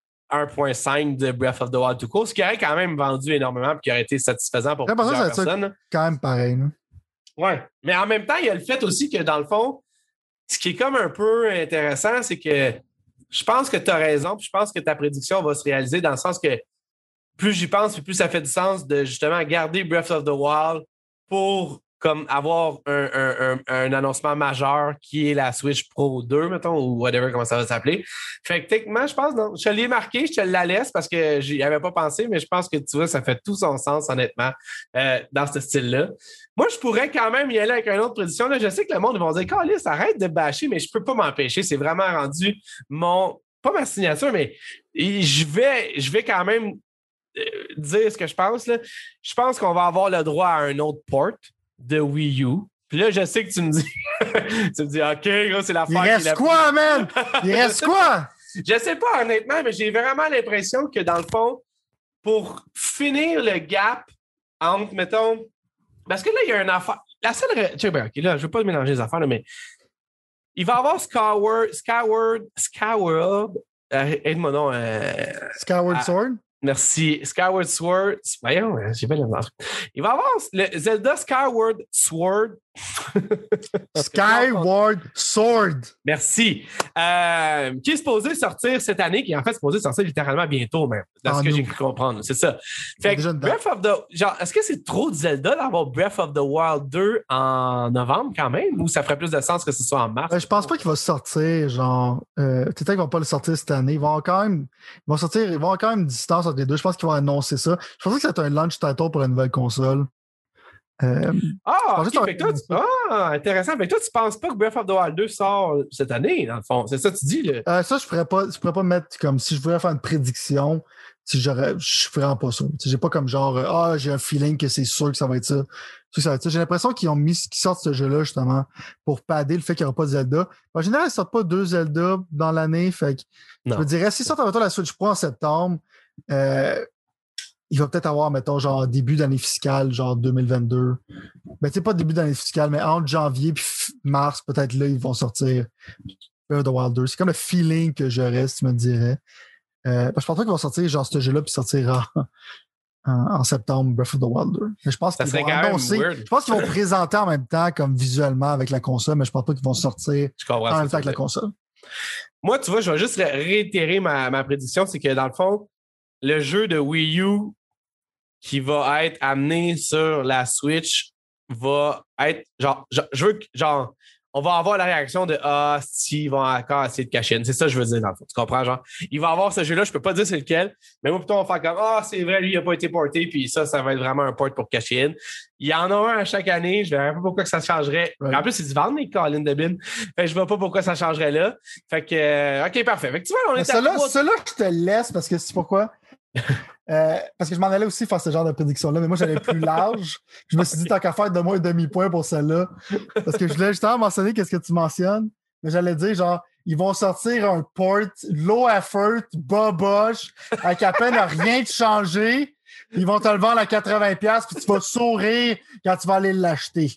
1.5 de Breath of the Wild tout court, ce qui aurait quand même vendu énormément et qui aurait été satisfaisant pour plusieurs personnes. Quand même pareil. Là. Ouais. Mais en même temps, il y a le fait aussi que, dans le fond, ce qui est comme un peu intéressant, c'est que je pense que tu as raison, puis je pense que ta prédiction va se réaliser dans le sens que plus j'y pense, puis plus ça fait du sens de justement garder Breath of the Wild pour comme avoir un annoncement majeur qui est la Switch Pro 2, mettons, ou whatever, comment ça va s'appeler. Fait que techniquement, je pense, non, je te l'ai marqué, je te la laisse parce que j'y avais pas pensé, mais je pense que tu vois, ça fait tout son sens, honnêtement, dans ce style-là. Moi, je pourrais quand même y aller avec une autre prédiction. Là, je sais que le monde va dire, Calisse, arrête de bâcher, mais je peux pas m'empêcher. C'est vraiment rendu pas ma signature, mais je vais quand même dire ce que je pense. Là. Je pense qu'on va avoir le droit à un autre port de Wii U. Puis là, je sais que tu me dis, OK, gros, c'est l'affaire. Il reste quoi, man? Il reste quoi? Je sais pas, honnêtement, mais j'ai vraiment l'impression que, dans le fond, pour finir le gap entre, mettons, parce que là, il y a une affaire. La seule. OK, là, je ne veux pas mélanger les affaires, là, mais il va y avoir Skyward. Aide-moi non. Skyward Sword? Merci. Skyward Sword. Voyons, j'ai pas le nom. Il va y avoir le Zelda Skyward Sword. Skyward Sword. Merci. Qui est supposé sortir cette année, qui est en fait supposé sortir littéralement bientôt, même. Dans ce que j'ai pu comprendre. C'est ça. Fait que Breath of the. Genre, est-ce que c'est trop de Zelda d'avoir Breath of the Wild 2 en novembre quand même? Ou ça ferait plus de sens que ce soit en mars? Je pense pas qu'il va sortir, genre. Peut-être qu'ils vont pas le sortir cette année. Ils vont avoir quand même une distance entre les deux. Je pense qu'ils vont annoncer ça. Je pense que c'est un launch title pour la nouvelle console. Intéressant. Fait que toi, tu penses pas que Breath of the Wild 2 sort cette année, dans le fond. C'est ça que tu dis, là? Ça, je pourrais pas mettre comme si je voulais faire une prédiction. Je suis vraiment pas sûr. J'ai pas comme genre, j'ai un feeling que c'est sûr que ça va être ça. J'ai l'impression qu'ils sortent ce jeu-là, justement, pour padder le fait qu'il n'y aura pas de Zelda. En général, ils sortent pas 2 Zelda dans l'année. Fait que, je me dirais, s'ils sortent la Switch Pro en septembre, il va peut-être avoir, mettons, genre début d'année fiscale, genre 2022. Ben, tu sais, pas début d'année fiscale, mais entre janvier et mars, peut-être là, ils vont sortir Breath of the Wild 2. C'est comme le feeling que j'aurais, si tu me dirais. Je pense pas qu'ils vont sortir genre ce jeu-là puis sortir en septembre Breath of the Wild 2. Mais je pense qu'ils vont annoncer. Je pense qu'ils vont présenter en même temps, comme visuellement avec la console, mais je pense pas qu'ils vont sortir en même temps avec la console. Moi, tu vois, je vais juste réitérer ma prédiction, c'est que dans le fond, le jeu de Wii U qui va être amené sur la Switch va être genre je veux que genre on va avoir la réaction de ah, si, ils vont encore essayer de cacher. C'est ça que je veux dire, dans le fond. Tu comprends, genre? Il va avoir ce jeu-là, je peux pas dire c'est lequel, mais moi, plutôt, on va faire comme ah, c'est vrai, lui, il a pas été porté, puis ça va être vraiment un port pour cacher in. Il y en a un à chaque année, je ne verrais pas pourquoi que ça changerait. Right. En plus, c'est du vendre, les Colin de Bin. Fait que je vois pas pourquoi ça changerait là. Fait que, OK, parfait. Fait que tu vois, on est à Ceux-là, je te laisse parce que c'est pourquoi. Parce que je m'en allais aussi faire ce genre de prédiction-là, mais moi, j'allais plus large. Je me suis dit, tant qu'à faire, donne-moi un demi-point pour celle-là. Parce que je voulais justement mentionner qu'est-ce que tu mentionnes, mais j'allais dire, genre, ils vont sortir un port low effort, boboche, avec à peine rien de changé. Ils vont te le vendre à 80$, puis tu vas sourire quand tu vas aller l'acheter.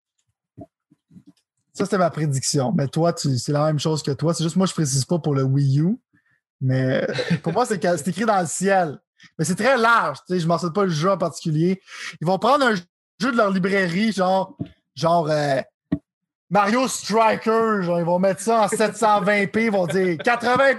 Ça, c'était ma prédiction. Mais toi, c'est la même chose que toi. C'est juste moi, je précise pas pour le Wii U. Mais pour moi, c'est écrit dans le ciel. Mais c'est très large. Tu sais, je ne mentionne pas le jeu en particulier. Ils vont prendre un jeu de leur librairie, genre Mario Striker. Genre, ils vont mettre ça en 720p. Ils vont dire 80$!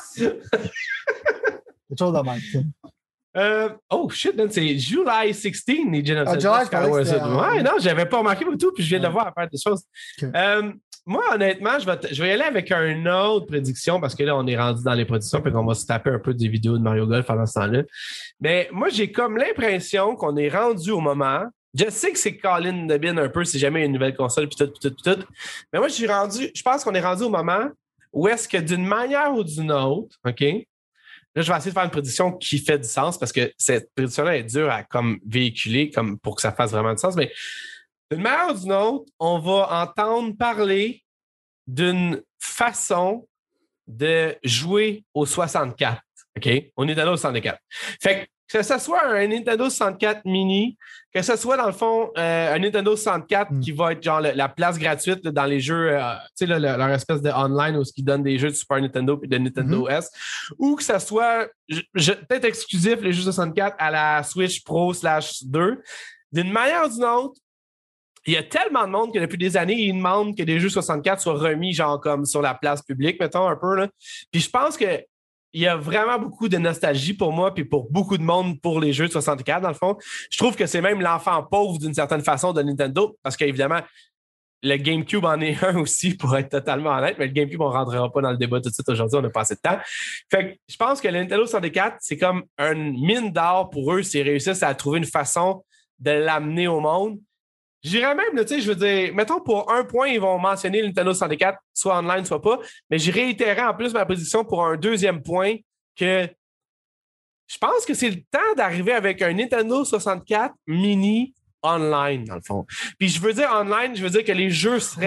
Quelque chose de même. Oh shit, man, c'est July 16, les Legend of Zelda. Ouais, non, j'avais pas remarqué du tout, puis je viens de le voir à faire des choses. Okay. Moi, honnêtement, je vais y aller avec une autre prédiction parce que là, on est rendu dans les prédictions puis qu'on va se taper un peu des vidéos de Mario Golf pendant ce temps-là. Mais moi, j'ai comme l'impression qu'on est rendu au moment. Je sais que c'est Colin de Bin un peu si jamais il y a une nouvelle console puis tout. Mais moi, je pense qu'on est rendu au moment où est-ce que d'une manière ou d'une autre, OK? Là, je vais essayer de faire une prédiction qui fait du sens parce que cette prédiction-là est dure à comme véhiculer comme pour que ça fasse vraiment du sens. Mais d'une manière ou d'une autre, on va entendre parler d'une façon de jouer au 64. OK? Au Nintendo 64. Fait que ce soit un Nintendo 64 mini, que ce soit dans le fond un Nintendo 64 qui va être genre la place gratuite là, dans les jeux, tu sais, leur espèce de online où ils donnent des jeux de Super Nintendo et de Nintendo S, ou que ce soit peut-être exclusif les jeux 64 à la Switch Pro /2. D'une manière ou d'une autre, il y a tellement de monde que depuis des années, ils demandent que des jeux 64 soient remis genre comme sur la place publique, mettons un peu. Là. Puis je pense que il y a vraiment beaucoup de nostalgie pour moi puis pour beaucoup de monde pour les jeux de 64, dans le fond. Je trouve que c'est même l'enfant pauvre d'une certaine façon de Nintendo parce qu'évidemment, le GameCube en est un aussi pour être totalement honnête, mais le GameCube, on ne rentrera pas dans le débat tout de suite aujourd'hui, on n'a pas assez de temps. Fait que je pense que le Nintendo 64, c'est comme une mine d'or pour eux s'ils réussissent à trouver une façon de l'amener au monde. J'irais même, tu sais, je veux dire, mettons pour un point, ils vont mentionner le Nintendo 64, soit online, soit pas, mais je réitérerais en plus ma position pour un deuxième point que je pense que c'est le temps d'arriver avec un Nintendo 64 mini online, dans le fond. Puis je veux dire online, je veux dire que les jeux seraient...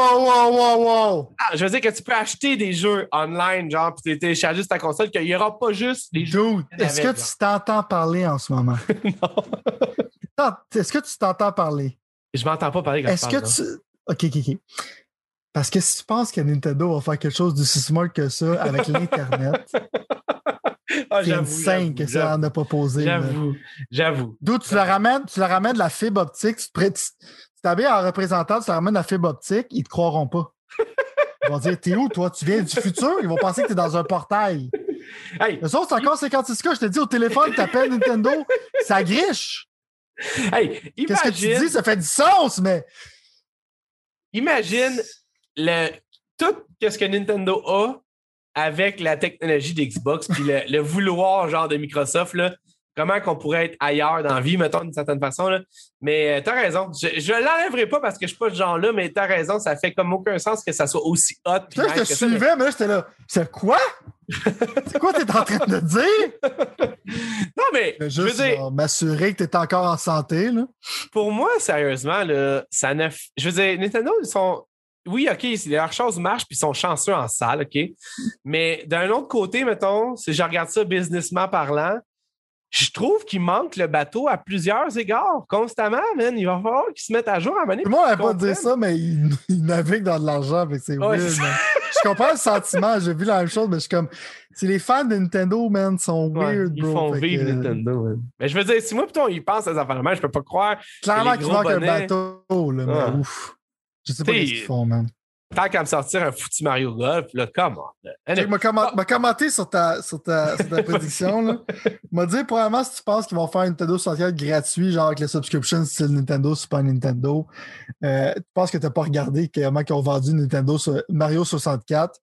Wow! Ah, je veux dire que tu peux acheter des jeux online, genre, puis tu télécharger sur ta console, qu'il n'y aura pas juste les jeux... Dude, est-ce que tu t'entends parler en ce moment? Non. Est-ce que tu t'entends parler? Je m'entends pas parler quand est-ce je parle. OK. Parce que si tu penses que Nintendo va faire quelque chose d'aussi smart que ça avec l'Internet, c'est insane que ça en a pas posé. J'avoue. D'où tu la ramènes de la fibre optique, tu t'habilles en représentant, tu la ramènes de la fibre optique, ils te croiront pas. Ils vont dire, t'es où, toi? Tu viens du futur? Ils vont penser que t'es dans un portail. Hey, le son, c'est encore 56K. Je te dis, au téléphone, t'appelles Nintendo, ça griche. Hey, qu'est-ce que tu dis? Ça fait du sens, mais... Imagine tout ce que Nintendo a avec la technologie d'Xbox puis le vouloir genre de Microsoft, là, comment qu'on pourrait être ailleurs dans la vie, mettons, d'une certaine façon. Là. Mais t'as raison. Je l'enlèverai pas parce que je suis pas ce genre-là, mais t'as raison, ça fait comme aucun sens que ça soit aussi hot. Là, je te suivais, mais là, j'étais là. C'est quoi? C'est quoi t'es en train de dire? Non, mais je veux dire, m'assurer que t'es encore en santé. Là. Pour moi, sérieusement, là, ça ne... Je veux dire, Nintendo, ils sont... Oui, OK, leurs choses marchent puis ils sont chanceux en salle, OK? Mais d'un autre côté, mettons, si je regarde ça businessment parlant, je trouve qu'il manque le bateau à plusieurs égards, constamment, man. Il va falloir qu'ils se mettent à jour à un moment donné. Moi, on va pas dire ça, mais ils naviguent dans de l'argent, avec c'est weird, man. Je comprends le sentiment, j'ai vu la même chose, mais je suis comme... C'est les fans de Nintendo, man, sont weird, ils bro. Ils font vivre Nintendo, man. Mais je veux dire, si moi, plutôt, ils pensent à ces affaires-là, je peux pas croire... Clairement qu'il manque un bateau, là, mais ouf. Je sais pas ce qu'ils font, man. tant qu'à me sortir un foutu Mario Golf, là, comment? M'a commenté sur ta prédiction. Là. M'a dit, probablement, si tu penses qu'ils vont faire un Nintendo 64 gratuit, genre avec les subscriptions style Nintendo, Super Nintendo, tu penses que tu n'as pas regardé comment ils ont vendu Mario 64.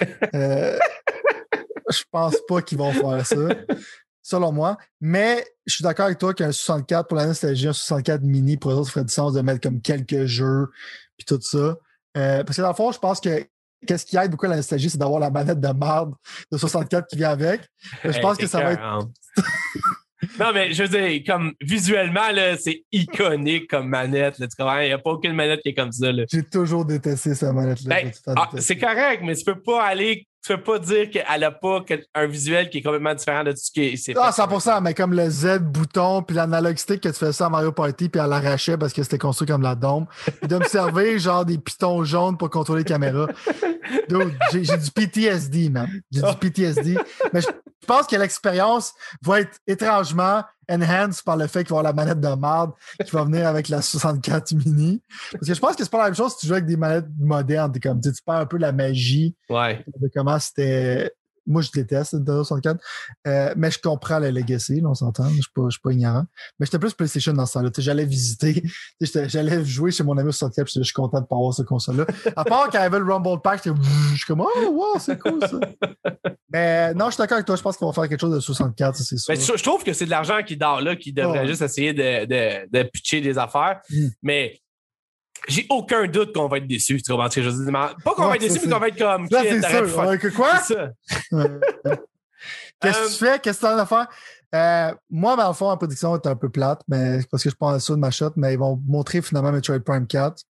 Je pense pas qu'ils vont faire ça, selon moi. Mais je suis d'accord avec toi qu'un 64 pour la nostalgie, un 64 mini, pour eux autres, ça ferait du sens de mettre comme quelques jeux puis tout ça. Parce que dans le fond, je pense que qu'est-ce qui aide beaucoup à la nostalgie, c'est d'avoir la manette de merde de 64 qui vient avec. Je pense que ça va être... Non, mais je veux dire, comme visuellement, là, c'est iconique comme manette. Là, tu comprends? Il n'y a pas aucune manette qui est comme ça. Là. J'ai toujours détesté cette manette-là. C'est correct, mais tu peux pas dire qu'elle n'a pas un visuel qui est complètement différent de tout ce qui est. Ah, 100%, mais comme le Z-bouton, puis l'analog stick que tu fais ça à Mario Party, puis elle l'arrachait parce que c'était construit comme la dôme. Puis de me servir genre des pitons jaunes pour contrôler les caméras. Dude, j'ai du PTSD, man. J'ai du PTSD. Mais je pense que l'expérience va être étrangement enhanced par le fait qu'il va y avoir la manette de merde qui va venir avec la 64 mini. Parce que je pense que c'est pas la même chose si tu joues avec des manettes modernes. T'es comme, tu perds un peu la magie de comment c'était. Moi, je déteste Nintendo 64. Mais je comprends le legacy, là, on s'entend. Je suis pas ignorant. Mais j'étais plus PlayStation dans ce temps-là. J'allais visiter. J'allais jouer chez mon ami 64. Je suis content de pas avoir ce console-là. À part quand il y avait le Rumble Pack, je suis comme, oh, wow, c'est cool ça. Mais non, je suis d'accord avec toi. Je pense qu'on va faire quelque chose de 64, c'est sûr. Ben, je trouve que c'est de l'argent qui dort là, qui devrait juste essayer de pitcher des affaires. Mais j'ai aucun doute qu'on va être déçus. Tu comprends ce que je veux dire? Pas qu'on va être déçus, mais qu'on va être comme... Là, c'est sûr. Quoi? C'est ça. Qu'est-ce que tu fais? Qu'est-ce que tu as à faire? Moi, dans le fond, la prédiction est un peu plate, mais parce que je pense ça de ma shot, mais ils vont montrer finalement Metroid Prime 4.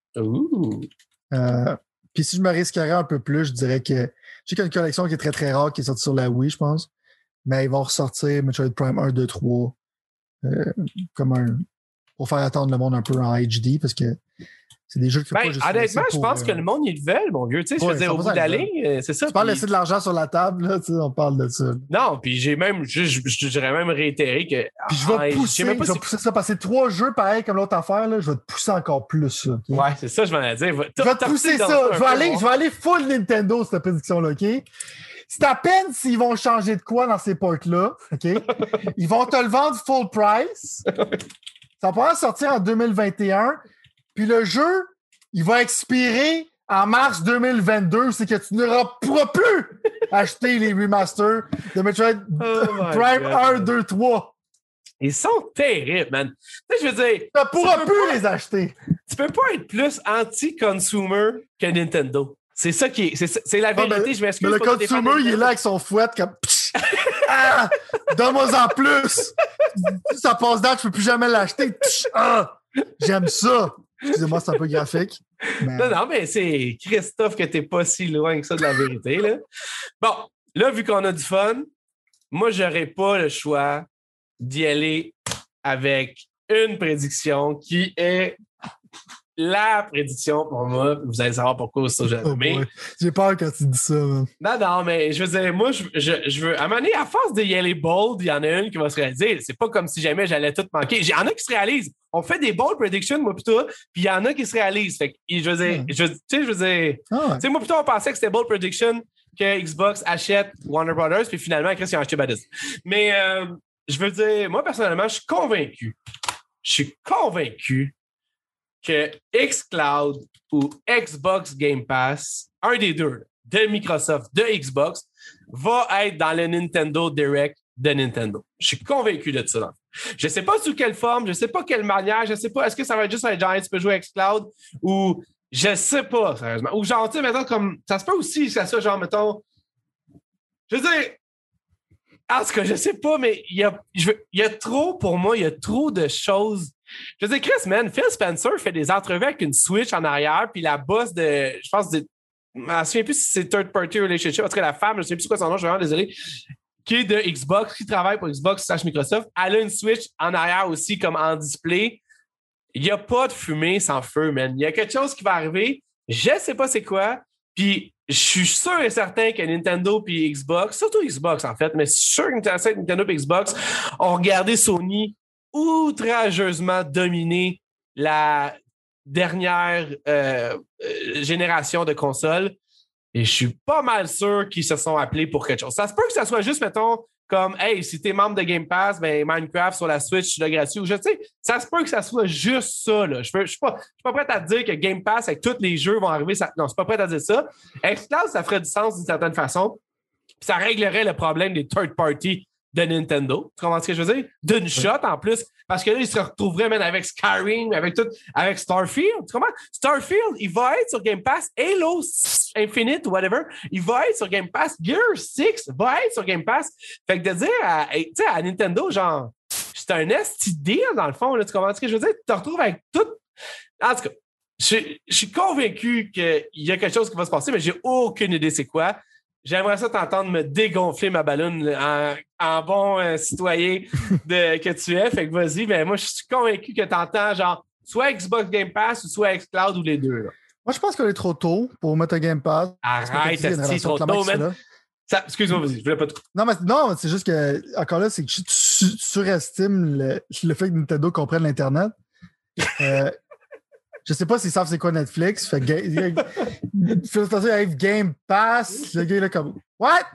Puis si je me risquerais un peu plus, je dirais que... Je sais qu'il y a une collection qui est très, très rare, qui est sortie sur la Wii, je pense. Mais ils vont ressortir Metroid Prime 1, 2, 3 pour faire attendre le monde un peu en HD, parce que c'est des jeux qui pas juste honnêtement, je pense que le monde, il le veut, mon vieux. Tu sais, je veux dire, au bout de la ligne, c'est ça. Tu parles de laisser de l'argent sur la table, là, tu sais, on parle de ça. Non, puis j'ai même, je dirais même réitéré que... Puis je vais pousser ça, parce que 3 jeux pareils comme l'autre affaire, là, je vais te pousser encore plus, là. Okay? Ouais, c'est ça, je m'en ai dit. Je vais te pousser ça. Je vais aller full Nintendo, cette prédiction-là, OK? C'est à peine s'ils vont changer de quoi dans ces ports-là, OK? Ils vont te le vendre full price. Ça va sortir en 2021. Puis le jeu, il va expirer en mars 2022. C'est que tu ne pourras plus acheter les remasters de Metroid Prime 1, 2, 3. Ils sont terribles, man. Tu sais, je veux dire... Tu ne pourras plus les acheter. Tu peux pas être plus anti-consumer que Nintendo. C'est ça qui est... C'est la vérité, je m'excuse. Mais le consumer, il est là avec son fouet comme... Ah! Donne-moi en plus! Ça passe date, je peux plus jamais l'acheter. Ah! J'aime ça! Excusez-moi, c'est un peu graphique. Mais... Non, mais c'est Christophe que t'es pas si loin que ça de la vérité, là. Bon, là, vu qu'on a du fun, moi, j'aurais pas le choix d'y aller avec une prédiction qui est la prédiction pour moi. Vous allez savoir pourquoi c'est ça. J'ai peur quand tu dis ça. Man. Non, mais je veux dire, moi, je veux... À un moment donné, à force d'y aller bold, il y en a une qui va se réaliser. C'est pas comme si jamais j'allais tout manquer. Il y en a qui se réalisent. On fait des bold predictions, moi plutôt, puis il y en a qui se réalisent. Fait que, je veux dire, tu sais, moi plutôt, on pensait que c'était bold prediction que Xbox achète Warner Brothers, puis finalement, Chris, ils ont acheté Bethesda. Mais je veux dire, moi, personnellement, je suis convaincu que xCloud ou Xbox Game Pass, un des deux, de Microsoft, de Xbox, va être dans le Nintendo Direct de Nintendo. Je suis convaincu de ça. Je ne sais pas sous quelle forme, je ne sais pas quelle manière, je ne sais pas, est-ce que ça va être juste un genre, tu peux jouer xCloud ou je sais pas, sérieusement. Ou genre, tu sais, mettons, comme, ça se peut aussi, c'est ça, genre, mettons, je veux dire, en tout cas, je sais pas, mais il y a trop, pour moi, il y a trop de choses. Je veux dire, Chris, man, Phil Spencer fait des entrevues avec une Switch en arrière, puis la boss de, je pense, je me souviens plus si c'est Third Party Relationship, en tout cas, la femme, je ne sais plus quoi son nom, je suis vraiment désolé, qui est de Xbox, qui travaille pour Xbox / Microsoft, elle a une Switch en arrière aussi, comme en display. Il n'y a pas de fumée sans feu, man. Il y a quelque chose qui va arriver, je ne sais pas c'est quoi, puis je suis sûr et certain que Nintendo puis Xbox, surtout Xbox en fait, mais sûr que Nintendo et Xbox ont regardé Sony outrageusement dominer dernière génération de consoles. Et je suis pas mal sûr qu'ils se sont appelés pour quelque chose. Ça se peut que ça soit juste, mettons, comme, hey, si t'es membre de Game Pass, ben Minecraft sur la Switch, tu l'as gratuit. Ou je sais, ça se peut que ça soit juste ça. Là. Je suis pas prêt à te dire que Game Pass, avec tous les jeux vont arriver. Non, je suis pas prêt à dire ça. xCloud, ça ferait du sens d'une certaine façon. Puis ça réglerait le problème des third party de Nintendo. Tu comprends ce que je veux dire? D'une shot en plus. Parce que là, ils se retrouveraient même avec Skyrim, avec Starfield. Tu comprends? Starfield, il va être sur Game Pass. Halo Infinite, whatever, il va être sur Game Pass. Gear 6 va être sur Game Pass. Fait que de dire à Nintendo, genre, c'est un esti deal dans le fond. Là, tu comprends ce que je veux dire? Tu te retrouves avec tout. En tout cas, je suis convaincu qu'il y a quelque chose qui va se passer, mais j'ai aucune idée c'est quoi. J'aimerais ça t'entendre me dégonfler ma ballonne en bon citoyen que tu es. Fait que vas-y, ben moi, je suis convaincu que t'entends genre soit Xbox Game Pass ou soit xCloud ou les deux. Là. Moi, je pense qu'on est trop tôt pour mettre un Game Pass. Arrête, c'est trop tôt, man. Excuse-moi, vas-y, je voulais pas te... Non, c'est juste que, encore là, c'est que tu surestimes le fait que Nintendo comprenne l'Internet. Je sais pas s'ils savent c'est quoi Netflix. Fait que arrive Game Pass. Le gars, il est comme What?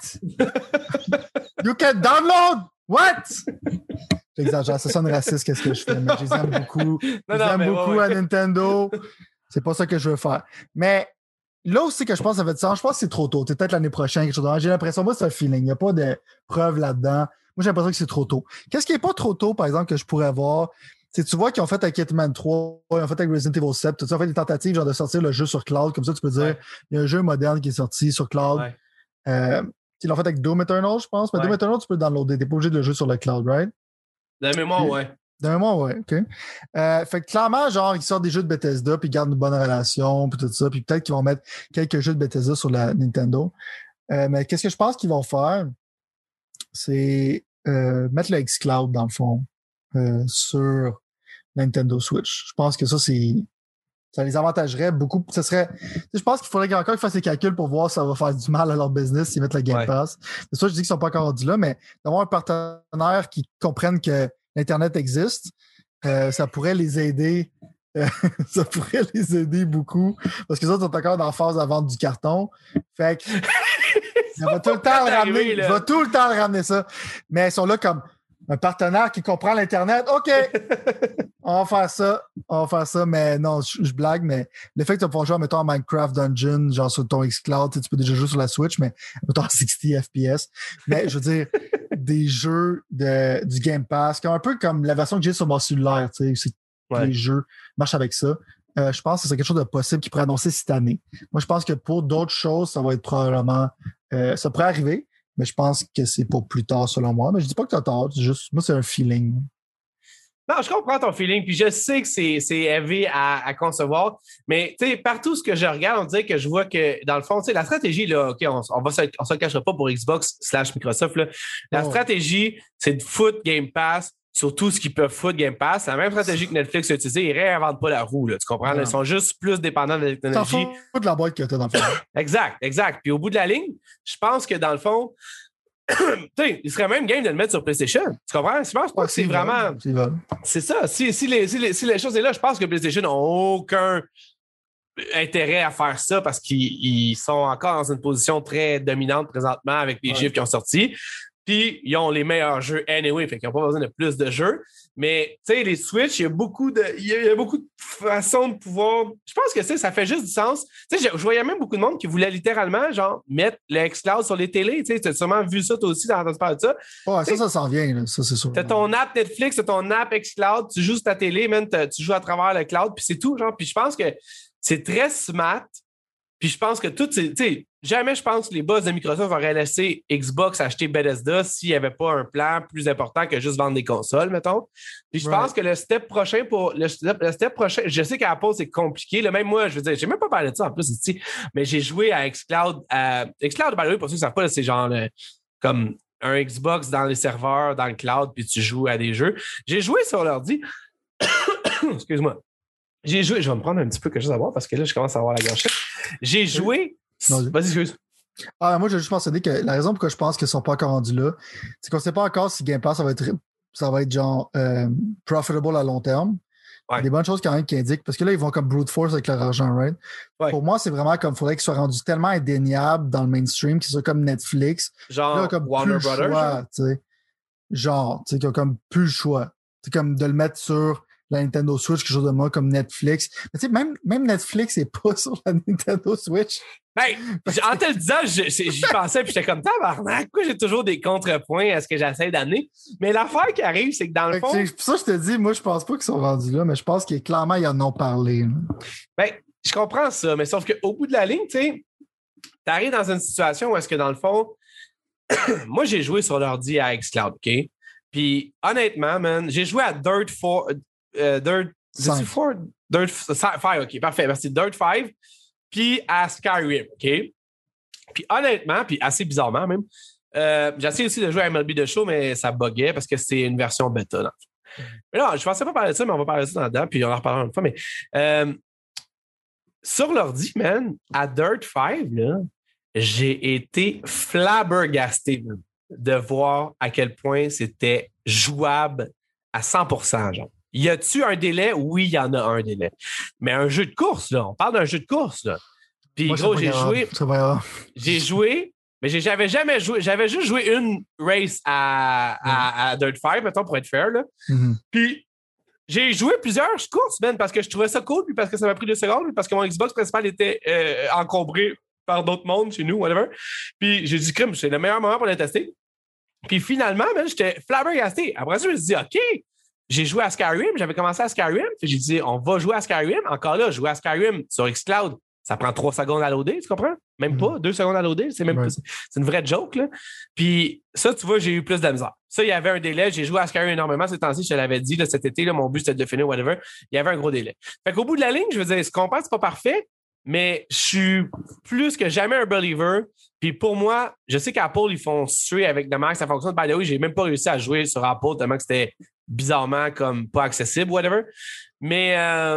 You can download? What? J'exagère, ça sonne raciste, qu'est-ce que je fais, mais je les aime beaucoup. À Nintendo. C'est pas ça que je veux faire. Mais là aussi que je pense que ça fait du sens, je pense que c'est trop tôt. C'est peut-être l'année prochaine, quelque chose de... J'ai l'impression, moi, c'est un feeling. Il n'y a pas de preuve là-dedans. Moi, j'ai l'impression que c'est trop tôt. Qu'est-ce qui n'est pas trop tôt, par exemple, que je pourrais voir? C'est tu vois qu'ils ont fait avec Hitman 3, ils ont fait avec Resident Evil 7, tout ça, ont fait des tentatives genre de sortir le jeu sur cloud, comme ça tu peux dire, il y a un jeu moderne qui est sorti sur cloud. Ils l'ont fait avec Doom Eternal, je pense, mais Doom Eternal, tu peux le downloader, t'es pas obligé de le jouer sur le cloud, right? De mémoire, ouais. De mémoire, ouais, OK. Fait que clairement, genre, ils sortent des jeux de Bethesda, puis ils gardent une bonne relation, puis tout ça, puis peut-être qu'ils vont mettre quelques jeux de Bethesda sur la Nintendo. Mais qu'est-ce que je pense qu'ils vont faire? C'est mettre le xCloud, dans le fond. Sur Nintendo Switch. Je pense que ça les avantagerait beaucoup. Je pense qu'il faudrait encore qu'ils fassent des calculs pour voir si ça va faire du mal à leur business s'ils mettent le Game Pass. C'est ça, je dis qu'ils sont pas encore rendus là, mais d'avoir un partenaire qui comprenne que l'Internet existe, ça pourrait les aider. Ça pourrait les aider beaucoup. Parce que ça, ils sont encore dans la phase de vendre du carton. Fait que il va tout le temps le ramener. Il va tout le temps le ramener ça. Mais ils sont là comme un partenaire qui comprend l'Internet. OK! On va faire ça. Mais non, je blague, mais le fait que tu vas pouvoir jouer, mettons, à Minecraft Dungeon, genre sur ton xCloud, tu peux déjà jouer sur la Switch, mais mettons à 60 FPS. Mais je veux dire, des jeux du Game Pass, un peu comme la version que j'ai sur mon cellulaire, tu sais, les jeux marchent avec ça. Je pense que c'est quelque chose de possible qui pourrait annoncer cette année. Moi, je pense que pour d'autres choses, ça va être probablement... ça pourrait arriver, mais je pense que c'est pour plus tard, selon moi. Mais je dis pas que tu as tort, moi, c'est un feeling. Non, je comprends ton feeling, puis je sais que c'est heavy à concevoir, mais tu sais, partout ce que je regarde, on dirait que je vois que, dans le fond, tu sais, la stratégie, là, OK, on se cachera pas pour Xbox / Microsoft, là. La stratégie, c'est de foutre Game Pass sur tout ce qu'ils peuvent foutre Game Pass. C'est la même stratégie que Netflix a utilisée. Ils réinventent pas la roue, là, tu comprends? Là, ils sont juste plus dépendants de la technologie. T'en fous de la boîte que t'as dans le fond. Exact. Puis au bout de la ligne, je pense que dans le fond, il serait même game de le mettre sur PlayStation. Tu comprends? Je pense pas que c'est vraiment... C'est ça. Si les choses sont là, je pense que PlayStation n'a aucun intérêt à faire ça parce qu'ils sont encore dans une position très dominante présentement avec les chiffres qui ont sorti. Puis, ils ont les meilleurs jeux anyway, fait qu'ils n'ont pas besoin de plus de jeux. Mais, tu sais, les Switch, il y a beaucoup de façons de pouvoir... Je pense que ça fait juste du sens. Tu sais, je voyais même beaucoup de monde qui voulait littéralement, genre, mettre le xCloud sur les télés. Tu sais, tu as sûrement vu ça toi aussi dans entendu parler de ça. Ouais, ça s'en vient, là. Ça, c'est sûr. Tu as ton app Netflix, tu as ton app xCloud, tu joues sur ta télé, man, tu joues à travers le cloud, puis c'est tout, genre. Puis je pense que c'est très smart. Puis je pense que tout, tu sais, jamais je pense que les boss de Microsoft auraient laissé Xbox acheter Bethesda s'il n'y avait pas un plan plus important que juste vendre des consoles, mettons. Puis je pense que le step prochain, je sais qu'à Apple, c'est compliqué. Là, même moi, je veux dire, j'ai même pas parlé de ça en plus ici, mais j'ai joué à xCloud. xCloud, by the way, pour ceux qui ne savent pas, là, c'est genre comme un Xbox dans les serveurs, dans le cloud, puis tu joues à des jeux. J'ai joué sur l'ordi. Excuse-moi. J'ai joué, je vais me prendre un petit peu quelque chose à boire parce que là, je commence à avoir la gâchette. J'ai joué. Vas-y, excuse. Moi, j'ai juste mentionné que la raison pourquoi je pense qu'ils ne sont pas encore rendus là, c'est qu'on ne sait pas encore si Game Pass, ça va être genre profitable à long terme. Ouais. Des bonnes choses quand même qui indiquent, parce que là, ils vont comme brute force avec leur argent, right? Ouais. Pour moi, c'est vraiment comme, il faudrait qu'ils soient rendus tellement indéniables dans le mainstream, qu'ils soient comme Netflix. Genre là, comme Warner plus le Brothers. choix, tu sais. Genre, tu sais, qu'ils ont comme plus le choix. C'est comme de le mettre sur la Nintendo Switch, quelque chose de moi comme Netflix. Mais tu sais, même Netflix n'est pas sur la Nintendo Switch. Ben, en te le disant, j'y pensais puis j'étais comme tabarnak, pourquoi j'ai toujours des contrepoints à ce que j'essaie d'amener. Mais l'affaire qui arrive, c'est que dans le fond. C'est pour ça que je te dis, moi, je pense pas qu'ils sont rendus là, mais je pense qu'ils clairement, ils en ont parlé. Là. Ben, je comprends ça, mais sauf qu'au bout de la ligne, tu sais, t'arrives dans une situation où est-ce que dans le fond, moi, j'ai joué sur l'ordi à xCloud, OK? Puis, honnêtement, man, j'ai joué à Dirt 4. Dirt. C'est-tu 4? Dirt 5, OK, parfait, merci. Dirt 5, puis à Skyrim, OK? Puis, honnêtement, puis assez bizarrement même, j'ai essayé aussi de jouer à MLB The Show, mais ça buguait parce que c'est une version bêta. Dans le fond. Mais là, je pensais pas parler de ça, mais on va parler de ça dedans, puis on en reparlera une fois. Mais sur l'ordi, man, à Dirt 5, là, j'ai été flabbergasté de voir à quel point c'était jouable à 100%. Genre. Y a-tu un délai? Oui, il y en a un délai. Mais un jeu de course, là, on parle d'un jeu de course. Là. Puis moi, gros, j'ai joué, mais j'avais jamais joué. J'avais juste joué une race à Dirt 5, mettons, pour être fair. Là. Mm-hmm. Puis j'ai joué plusieurs courses, man, parce que je trouvais ça cool, puis parce que ça m'a pris 2 secondes, puis parce que mon Xbox principal était encombré par d'autres mondes chez nous, whatever. Puis j'ai dit, crime, c'est le meilleur moment pour le tester. Puis finalement, man, j'étais flabbergasté. Après ça, je me suis dit, OK, j'ai joué à Skyrim, j'avais commencé à Skyrim, puis j'ai dit, on va jouer à Skyrim. Encore là, jouer à Skyrim sur xCloud, ça prend 3 secondes à loader, tu comprends? Même pas, 2 secondes à loader, c'est même plus. C'est une vraie joke, là. Puis ça, tu vois, j'ai eu plus de misère. Ça, il y avait un délai. J'ai joué à Skyrim énormément ces temps-ci, je te l'avais dit, là, cet été, là, mon but, c'était de finir, whatever. Il y avait un gros délai. Fait qu'au bout de la ligne, je veux dire, ce qu'on pense, c'est pas parfait, mais je suis plus que jamais un believer. Puis pour moi, je sais qu'Apple, ils font suer avec tellement que ça fonctionne. By the way, j'ai même pas réussi à jouer sur Apple tellement que c'était bizarrement comme pas accessible, whatever. Mais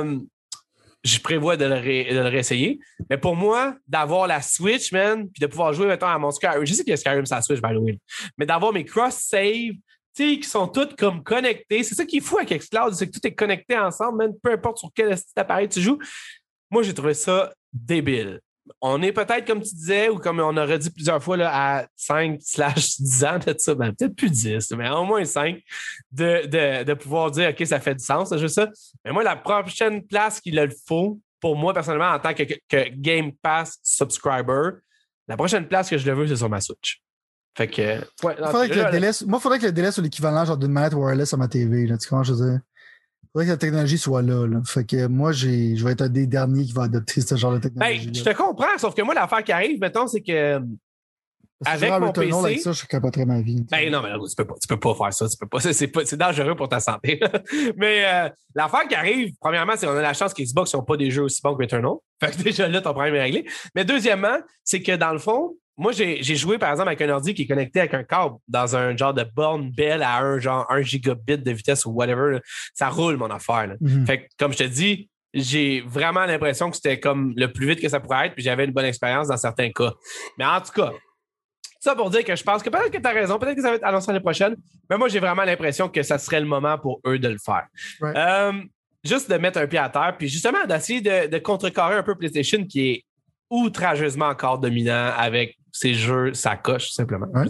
je prévois de le réessayer. Mais pour moi, d'avoir la Switch, man, puis de pouvoir jouer, mettons, à mon Skyrim. Je sais qu'il y a Skyrim sur la Switch, by the way. Mais d'avoir mes cross-save, tu sais, qui sont toutes comme connectés. C'est ça qui est fou avec xCloud, c'est que tout est connecté ensemble, man, peu importe sur quel appareil tu joues. Moi, j'ai trouvé ça débile. On est peut-être, comme tu disais, ou comme on aurait dit plusieurs fois, là, à 5/10 ans de ça, ben, peut-être plus 10, mais au moins 5, de pouvoir dire, OK, ça fait du sens, juste ça. Mais moi, la prochaine place qu'il le faut, pour moi, personnellement, en tant que Game Pass subscriber, la prochaine place que je le veux, c'est sur ma Switch. Fait que. Ouais, il faudrait que le délai soit l'équivalent genre d'une manette wireless sur ma TV. Là, tu comprends, je veux dire? Il faudrait que la technologie soit là. Fait que moi, je vais être un des derniers qui va adopter ce genre de technologie. Ben, je te comprends, sauf que moi, l'affaire qui arrive, mettons, c'est que. Avec mon PC. Avec ça, je capoterais ma vie. Ben non, mais là, tu peux pas faire ça. C'est dangereux pour ta santé. Mais l'affaire qui arrive, premièrement, c'est qu'on a la chance qu'Xbox n'ont pas des jeux aussi bons que Returnal. Fait que déjà là, ton problème est réglé. Mais deuxièmement, c'est que dans le fond, moi, j'ai joué, par exemple, avec un ordi qui est connecté avec un câble dans un genre de borne belle à 1 gigabit de vitesse ou whatever. Là. Ça roule, mon affaire. Là. Mm-hmm. Fait que, comme je te dis, j'ai vraiment l'impression que c'était comme le plus vite que ça pourrait être, puis j'avais une bonne expérience dans certains cas. Mais en tout cas, ça pour dire que je pense que peut-être que tu as raison, peut-être que ça va être annoncé l'année prochaine, mais moi, j'ai vraiment l'impression que ça serait le moment pour eux de le faire. Right. Juste de mettre un pied à terre, puis justement d'essayer de contrecarrer un peu PlayStation qui est outrageusement encore dominant avec ses jeux, sa coche, simplement. Ouais.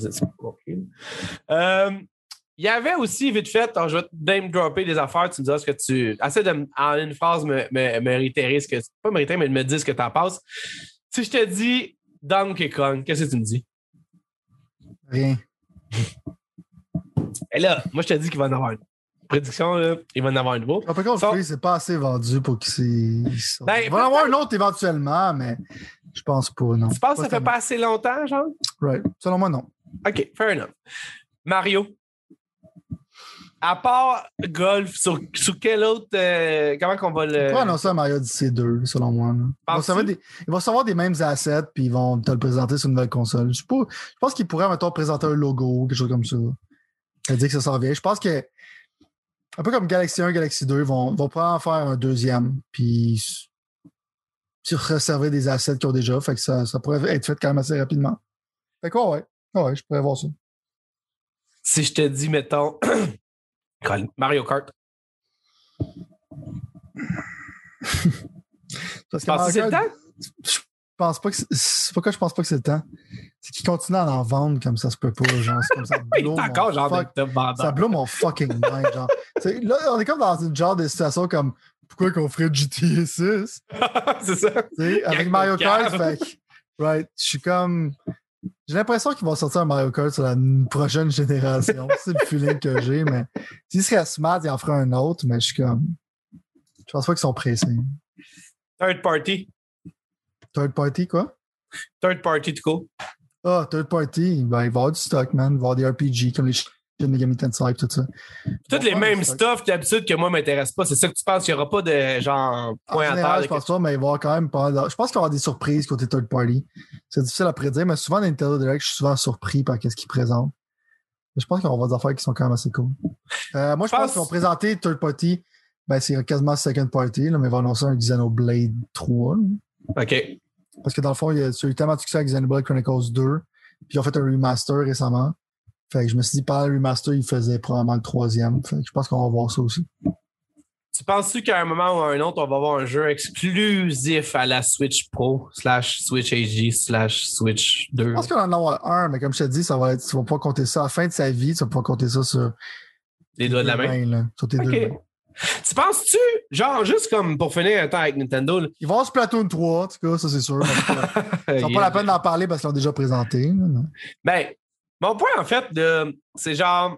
Il y avait aussi, vite fait, je vais te name dropper des affaires, tu me diras ce que tu... Essaie de, en une phrase, me réitérer ce que... Pas me réitérer, mais de me dire ce que tu en penses. Si je te dis Donkey Kong, qu'est-ce que tu me dis? Rien. Et là, moi, je te dis qu'il va en avoir une. Prédiction, là, il va en avoir un nouveau. Par contre, c'est pas assez vendu pour qu'il ben, il va en avoir un autre éventuellement, mais je pense pas, non. Tu penses que ça fait pas assez longtemps, genre? Right. Selon moi, non. OK, fair enough. Mario. À part golf, sur quel autre... comment qu'on va le... On va annoncer un Mario Odyssey 2, selon moi. Il va recevoir des mêmes assets, puis ils vont te le présenter sur une nouvelle console. Je pense qu'ils pourraient, mettons, présenter un logo, quelque chose comme ça. Ça veut dire que ça s'en vient. Je pense que, un peu comme Galaxy 1, Galaxy 2, ils vont probablement faire un deuxième, puis réserver des assets qu'ils ont déjà. Fait que ça pourrait être fait quand même assez rapidement. Fait que ouais, je pourrais voir ça. Si je te dis, mettons... Mario Kart. Parce que Penses-tu que c'est le temps? je pense pas que c'est pourquoi je pense pas que c'est le temps. C'est qu'ils continuent à en vendre comme ça se peut pas. Genre, c'est comme ça. Il est encore genre de top vendeur. Ça blow mon fucking mind. Genre. Là, on est comme dans une genre de situation comme pourquoi qu'on ferait GTA 6? C'est ça. Avec Mario Kart, right. Je suis comme. J'ai l'impression qu'ils vont sortir un Mario Kart sur la prochaine génération. C'est le feeling que j'ai, mais s'ils seraient smart, ils en feraient un autre, mais je suis comme. Je pense pas qu'ils sont pressés. Third party. Third party, quoi? Third party, tout cool. Ah, third party, ben, il va y avoir du stock, man. Il va y avoir des RPG comme les Shin Megami Tensei, tout ça. Toutes les mêmes stuff d'habitude que moi m'intéresse pas. C'est ça que tu penses qu'il n'y aura pas de genre point à terre? Je pense pas, mais il va y avoir quand même pas. Je pense qu'il va y avoir des surprises côté third party. C'est difficile à prédire, mais souvent dans Nintendo Direct, je suis souvent surpris par ce qu'ils présentent. Mais je pense qu'on va avoir des affaires qui sont quand même assez cool. Moi, je pense qu'ils vont présenter third party. Ben, c'est quasiment second party, là, mais ils vont annoncer un Xenoblade 3. Là. OK. Parce que dans le fond, il y a eu tellement de succès avec Xenoblade Chronicles 2, puis ils ont fait un remaster récemment. Fait que je me suis dit, par le remaster, ils faisaient probablement le 3e. Fait que je pense qu'on va voir ça aussi. Tu penses-tu qu'à un moment ou à un autre, on va avoir un jeu exclusif à la Switch Pro / Switch HD / Switch 2? Je pense qu'on en aura un, mais comme je te dis, ça va être, tu vas pas compter ça à la fin de sa vie, tu vas pas compter ça sur les doigts de la main. Là, sur tes deux mains. Tu penses-tu, genre, juste comme pour finir un temps avec Nintendo? Là, il va y avoir Splatoon 3, en tout cas, ça c'est sûr. Ça n'a pas la peine d'en parler parce qu'ils l'ont déjà présenté. Là, ben, mon point, en fait, c'est genre,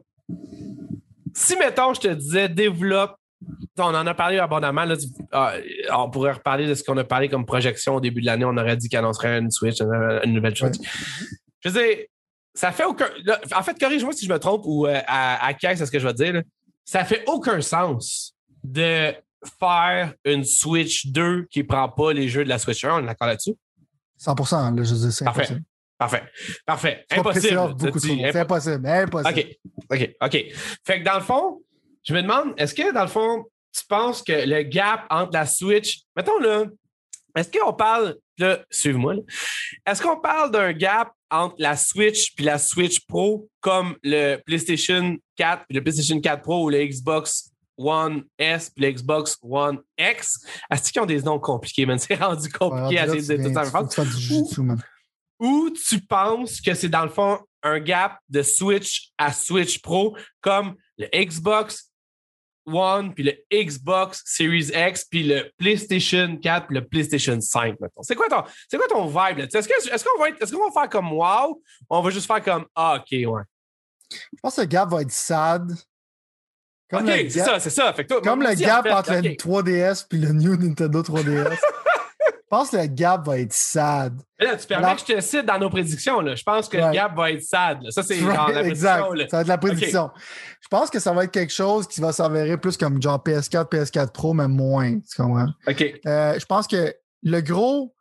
si, mettons, je te disais, développe, on en a parlé abondamment, là, on pourrait reparler de ce qu'on a parlé comme projection au début de l'année, on aurait dit qu'il annoncerait une Switch, une nouvelle Switch. Ouais. Je veux dire, ça fait aucun... Là, en fait, corrige-moi si je me trompe ou à caisse à ce que je vais dire, là. Ça fait aucun sens de faire une Switch 2 qui prend pas les jeux de la Switch 1. On est d'accord là-dessus? 100%, là, je dis, c'est impossible. Parfait. Impossible. C'est impossible. OK. Fait que dans le fond, je me demande, est-ce que dans le fond, tu penses que le gap entre la Switch... Mettons là, est-ce qu'on parle... Là, suive-moi. Là. Est-ce qu'on parle d'un gap entre la Switch puis la Switch Pro comme le PlayStation 4 puis le PlayStation 4 Pro ou le Xbox One S puis le Xbox One X? Est-ce qu'ils ont des noms compliqués, man? C'est rendu compliqué à essayer de tout ça. Ou tu penses que c'est dans le fond un gap de Switch à Switch Pro comme le Xbox One, puis le Xbox Series X, puis le PlayStation 4, puis le PlayStation 5, mettons. C'est quoi ton vibe là? Est-ce qu'on va faire comme wow, ou on va juste faire comme OK, ouais. Je pense que le gap va être sad. Comme OK, c'est ça. Fait que toi, comme le gap entre le 3DS puis le New Nintendo 3DS. Je pense que le gap va être sad. Là, tu permets que je te cite dans nos prédictions. Là. Je pense que le gap va être sad. Là. Ça, c'est genre la prédiction. Là. Ça va être la prédiction. Okay. Je pense que ça va être quelque chose qui va s'avérer plus comme genre PS4, PS4 Pro, mais moins. Tu comprends? OK. Je pense que le gros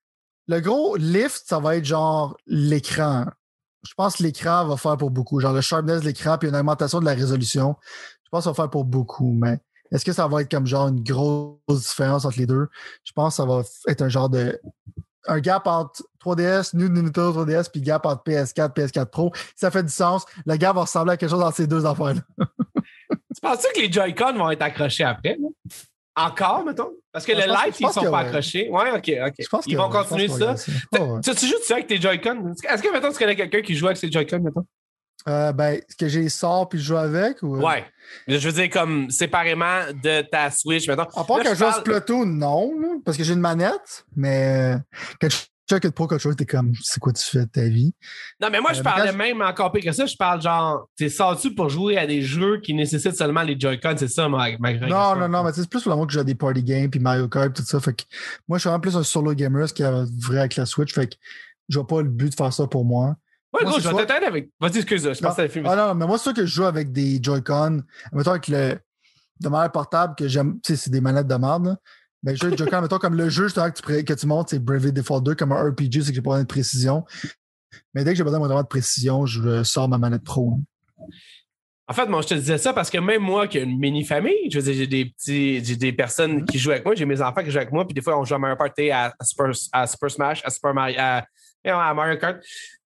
lift, ça va être genre l'écran. Je pense que l'écran va faire pour beaucoup. Genre le sharpness de l'écran puis une augmentation de la résolution. Je pense que ça va faire pour beaucoup, mais est-ce que ça va être comme genre une grosse différence entre les deux? Je pense que ça va être un gap entre 3DS, New Nintendo 3DS, puis gap entre PS4, PS4 Pro. Ça fait du sens. Le gap va ressembler à quelque chose entre ces deux affaires-là. Tu penses-tu que les Joy-Con vont être accrochés après? Là? Encore, mettons? Parce que le Lite, ils sont pas accrochés. Ouais, OK. Ils vont continuer ça. Tu joues avec tes Joy-Con? Est-ce que, mettons, tu connais quelqu'un qui joue avec ses Joy-Con, mettons? Est-ce que j'ai sort puis je joue avec? Ou... Ouais. Je veux dire, comme séparément de ta Switch, mettons. À part que je joue à Splatoon, non, là, parce que j'ai une manette, mais quand je check le Pro Controller, t'es comme, c'est quoi tu fais de ta vie? Non, mais moi, je parlais même encore pire que ça. Je parle genre, t'es sorti pour jouer à des jeux qui nécessitent seulement les Joy-Con, c'est ça, ma Non, mais c'est plus pour l'amour que j'ai des party games puis Mario Kart, tout ça. Fait que moi, je suis vraiment plus un solo gamer, ce qui est vrai avec la Switch. Fait que je vois pas le but de faire ça pour moi. Ouais, gros, je vais t'attendre avec. Vas-y, excuse-moi, je pense que c'est non, mais moi, c'est sûr que je joue avec des Joy-Con. Mettons avec de manière portable que j'aime. Tu sais, c'est des manettes de merde, là. Mais je joue Joy-Con, mettons comme le jeu justement que tu montes, c'est Bravely Default 2 comme un RPG, c'est que j'ai pas besoin de précision. Mais dès que j'ai besoin vraiment de précision, je sors ma manette pro. En fait, moi, je te disais ça parce que même moi qui ai une mini-famille, je veux dire, j'ai des personnes qui jouent avec moi, j'ai mes enfants qui jouent avec moi, puis des fois, on joue à Mario Party, à Super Smash, à Super Mario, à Mario Kart.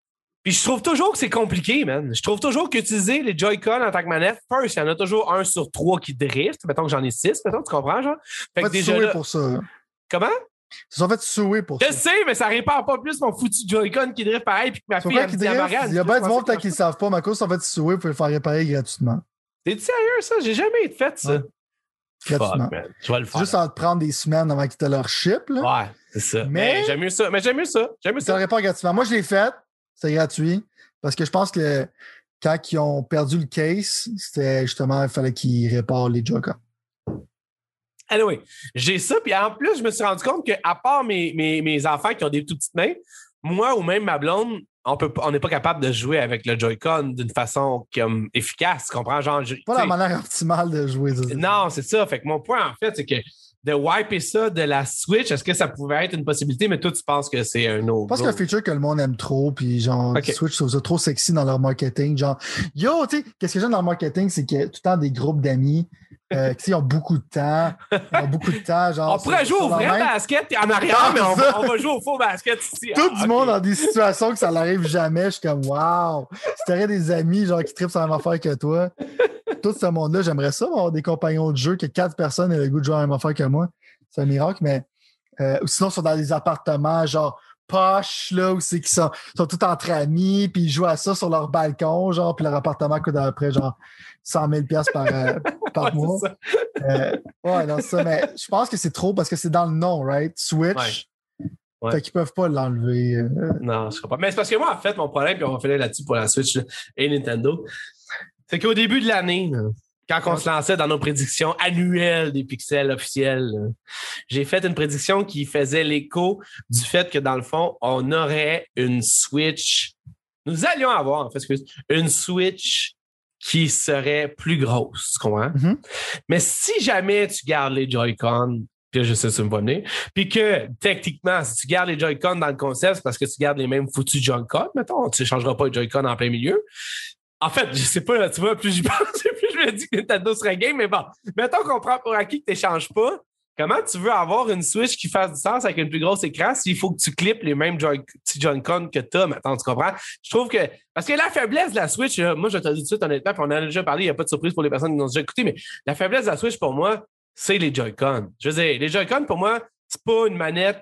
Puis je trouve toujours que c'est compliqué, man. Je trouve toujours qu'utiliser les Joy-Con en tant que manette, first, il y en a toujours 1 sur 3 qui drift. Mettons que j'en ai 6, mettons, tu comprends, genre? Fait que déjà là... pour ça. Comment? Ils se sont fait suer pour ça. Je sais, mais ça répare pas plus mon foutu Joy-Con qui drift pareil puis que ma fille a dit à Marianne. Il y a bien du monde tant qu'ils ne savent pas, Marco, ils se sont fait suer pour le faire réparer gratuitement. T'es-tu sérieux, ça? J'ai jamais fait ça. Ouais. Gratuitement. Fuck, man. Je vais le faire. Juste en te prendre des semaines avant qu'ils te leur ship. Là. Ouais, c'est ça. Mais j'aime mieux ça. J'aime mieux ça. Ça répare gratuitement. Moi, je l'ai fait. C'est gratuit. Parce que je pense que quand ils ont perdu le case, c'était justement, il fallait qu'ils réparent les Joy-Con. Anyway, j'ai ça, puis en plus, je me suis rendu compte qu'à part mes enfants qui ont des tout petites mains, moi ou même ma blonde, on n'est pas capable de jouer avec le Joy-Con d'une façon comme efficace, tu comprends? Genre, pas la manière optimale de jouer. Non, c'est ça. Fait que mon point, en fait, c'est que de wiper ça de la Switch, est-ce que ça pouvait être une possibilité? Mais toi, tu penses que c'est un autre. Je pense que c'est un feature que le monde aime trop, puis genre, Switch trouve ça trop sexy dans leur marketing. Genre, yo, tu sais, qu'est-ce que j'aime dans le marketing, c'est qu'il y a tout le temps des groupes d'amis. Ils ont beaucoup de temps. Genre, on pourrait jouer au vrai basket en arrière, mais on va jouer au faux basket ici. Tout du monde dans des situations que ça n'arrive jamais. Je suis comme, wow! Si t'aurais des amis genre, qui trippent sur la même affaire que toi, tout ce monde-là, j'aimerais ça avoir des compagnons de jeu, que 4 personnes aient le goût de jouer à la même affaire que moi. C'est un miracle, mais sinon, ils sont dans des appartements, genre, poches, là, où c'est qu'ils sont tous entre amis, puis ils jouent à ça sur leur balcon, genre, puis leur appartement coûte à peu près, genre, 100 000 par mois. Ouais, non, ça, mais je pense que c'est trop parce que c'est dans le nom, right? Switch. Ouais. Fait qu'ils peuvent pas l'enlever. Non, je crois pas. Mais c'est parce que moi, en fait, mon problème, puis on va finir là-dessus pour la Switch là, et Nintendo, c'est qu'au début de l'année, là, quand on se lançait dans nos prédictions annuelles des pixels officiels, j'ai fait une prédiction qui faisait l'écho du fait que, dans le fond, on aurait une Switch. Nous allions avoir, en fait, une Switch qui serait plus grosse, tu comprends? Mm-hmm. Mais si jamais tu gardes les Joy-Con, puis je sais que ça me va venir, puis que, techniquement, si tu gardes les Joy-Con dans le concept, c'est parce que tu gardes les mêmes foutus Joy-Con, mettons, tu ne changeras pas les Joy-Con en plein milieu. En fait, je sais pas, tu vois, plus j'y pense, plus je me dis que Nintendo serait game, mais bon, mettons qu'on prend pour acquis que tu n'échanges pas. Comment tu veux avoir une Switch qui fasse du sens avec une plus grosse écran s'il faut que tu clips les mêmes petits Joy-Con que tu as? Maintenant, tu comprends? Je trouve que... Parce que la faiblesse de la Switch, là, moi, je te le dis tout de suite, honnêtement, puis on en a déjà parlé, il n'y a pas de surprise pour les personnes qui nous ont déjà écouté, mais la faiblesse de la Switch, pour moi, c'est les Joy-Con. Je veux dire, les Joy-Con, pour moi, c'est pas une manette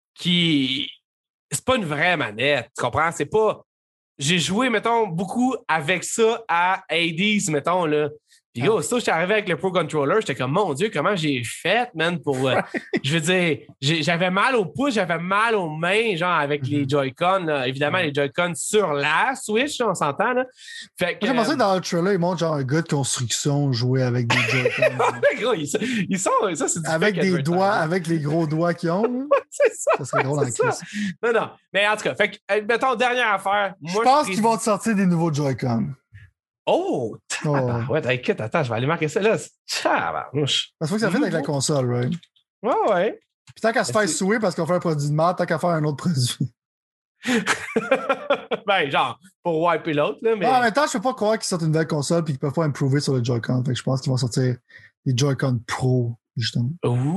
qui... C'est pas une vraie manette, tu comprends? C'est pas... J'ai joué, mettons, beaucoup avec ça à Hades, mettons, là. Puis, yo, ça, j'étais arrivé avec le Pro Controller, j'étais comme, mon Dieu, comment j'ai fait, man, pour... je veux dire, j'avais mal au pouce, j'avais mal aux mains, genre, avec les Joy-Con, là. Évidemment, les Joy-Con sur la Switch, là, on s'entend, là. Fait que... J'ai pensé que dans le trailer, ils montrent, genre, un gars de construction jouer avec des Joy-Con. Gros, ils sont... Ça, c'est du avec des doigts, avec les gros doigts qu'ils ont. C'est ça. Ça serait drôle en crise. Non. Mais en tout cas, fait que, mettons, dernière affaire. Moi, je pense qu'ils vont te sortir des nouveaux Joy-Con. Oh! Ouais, écoute, attends, je vais aller marquer ça là. Tabarnouche. Parce qu'il faut que ça fait avec la console, right? Ouais. Puis tant qu'à se faire souer parce qu'on fait un produit de merde, tant qu'à faire un autre produit. Ben, genre, pour wiper l'autre, là. Mais... en même temps, je peux pas croire qu'ils sortent une nouvelle console et qu'ils peuvent pas improver sur le Joy-Con. Fait que je pense qu'ils vont sortir des Joy-Con Pro, justement.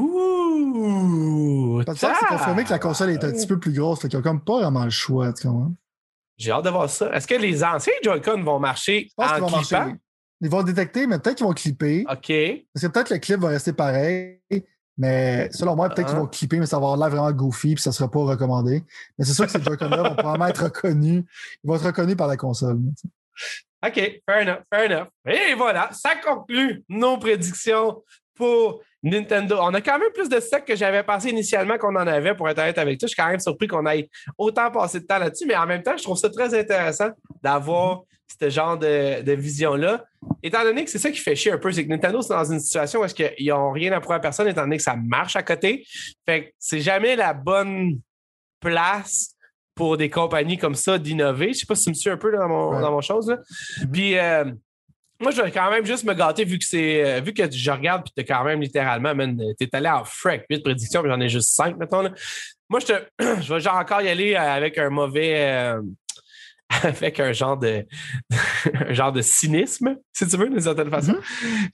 Ouh! Parce que c'est confirmé que la console est un petit peu plus grosse, fait qu'ils ont comme pas vraiment le choix, tu comprends? J'ai hâte de voir ça. Est-ce que les anciens Joy-Con vont marcher en clippant? Ils vont détecter, mais peut-être qu'ils vont clipper. OK. Parce que peut-être le clip va rester pareil, mais selon moi, peut-être qu'ils vont clipper, mais ça va avoir l'air vraiment goofy, puis ça ne sera pas recommandé. Mais c'est sûr que ces Joy-Con-là vont probablement être reconnus. Ils vont être reconnus par la console. OK, fair enough. Et voilà, ça conclut nos prédictions pour Nintendo. On a quand même plus de stock que j'avais pensé initialement qu'on en avait, pour être honnête avec toi. Je suis quand même surpris qu'on ait autant passé de temps là-dessus, mais en même temps, je trouve ça très intéressant d'avoir ce genre de vision-là. Étant donné que c'est ça qui fait chier un peu, c'est que Nintendo, c'est dans une situation où est-ce qu'ils n'ont rien à prouver à personne, étant donné que ça marche à côté. Fait que c'est jamais la bonne place pour des compagnies comme ça d'innover. Je sais pas si tu me suis un peu dans mon chose, là. Puis... moi, je vais quand même juste me gâter vu que je regarde puis t'as quand même littéralement, man, t'es allé en freak 8 prédictions, mais j'en ai juste 5, mettons. Là. Moi, je vais genre encore y aller avec un mauvais... avec un genre de cynisme, si tu veux, d'une certaine façon.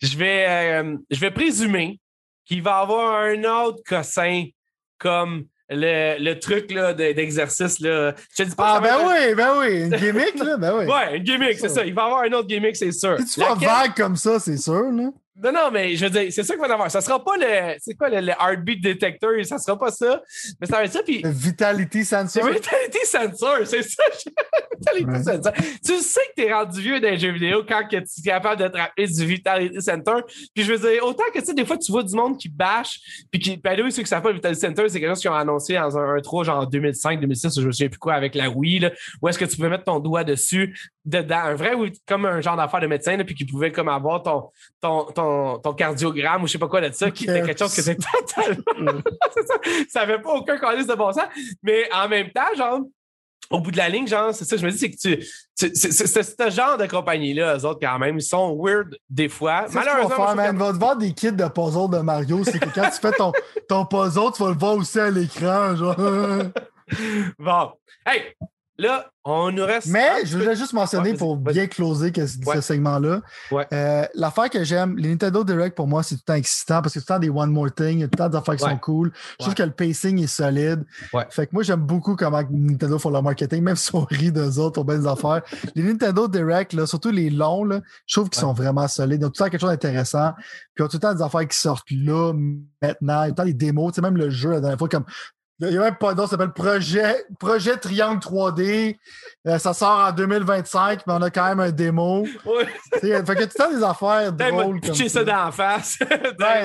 Je vais présumer qu'il va y avoir un autre cossin comme le truc là, d'exercice. Là. Je te dis pas oui, une gimmick, là, ben oui. Ouais, une gimmick, c'est ça. Il va y avoir un autre gimmick, c'est sûr. Si tu fais vague comme ça, c'est sûr, là. Non, mais je veux dire, c'est ça qu'il va y avoir. Ça sera pas le heartbeat detector, ça sera pas ça. Mais ça va être ça, puis... Le Vitality Sensor. Le Vitality Sensor, c'est ça. Vitality Sensor. Tu sais que t'es rendu vieux dans les jeux vidéo quand que tu es capable de te rappeler du Vitality Center. Puis je veux dire, autant que tu sais, des fois, tu vois du monde qui bâche, puis qui... Ben oui, ceux qui savent pas, le Vitality Center, c'est quelque chose qu'ils ont annoncé dans un 3 genre 2005, 2006, je me souviens plus quoi, avec la Wii, là, où est-ce que tu pouvais mettre ton doigt dessus, dedans, un vrai, comme un genre d'affaire de médecin, là, puis qui pouvait comme avoir ton cardiogramme ou je sais pas quoi de ça, qui était quelque chose que c'est totalement... ça avait pas aucun calice de bon sens, mais en même temps, genre, au bout de la ligne, genre, c'est ça, je me dis, c'est que c'est ce genre de compagnie-là, eux autres, quand même, ils sont weird des fois. Malheureusement, il va te voir des kits de puzzle de Mario, c'est que quand tu fais ton puzzle, tu vas le voir aussi à l'écran, genre. Bon. Hey! Là, on nous reste... Mais je voulais juste mentionner pour bien closer ce segment-là. Ouais. L'affaire que j'aime, les Nintendo Direct, pour moi, c'est tout le temps excitant parce que c'est tout le temps des One More Thing, il y a tout le temps des affaires qui sont cool. Je trouve que le pacing est solide. Ouais. Fait que moi, j'aime beaucoup comment Nintendo font leur marketing, même si on rit d'eux autres, ont bien des affaires. Les Nintendo Direct, là, surtout les longs, là, je trouve qu'ils sont vraiment solides. Ils ont tout le temps quelque chose d'intéressant. Puis ils ont tout le temps des affaires qui sortent là, maintenant. Il y a tout le temps des démos. Tu sais, même le jeu, la dernière fois, comme... Il n'y a même pas d'autre, ça s'appelle Projet Triangle 3D. Ça sort en 2025, mais on a quand même un démo. Ouais. Fait que tout le temps des affaires drôles. Pitcher ça dans la face. Fait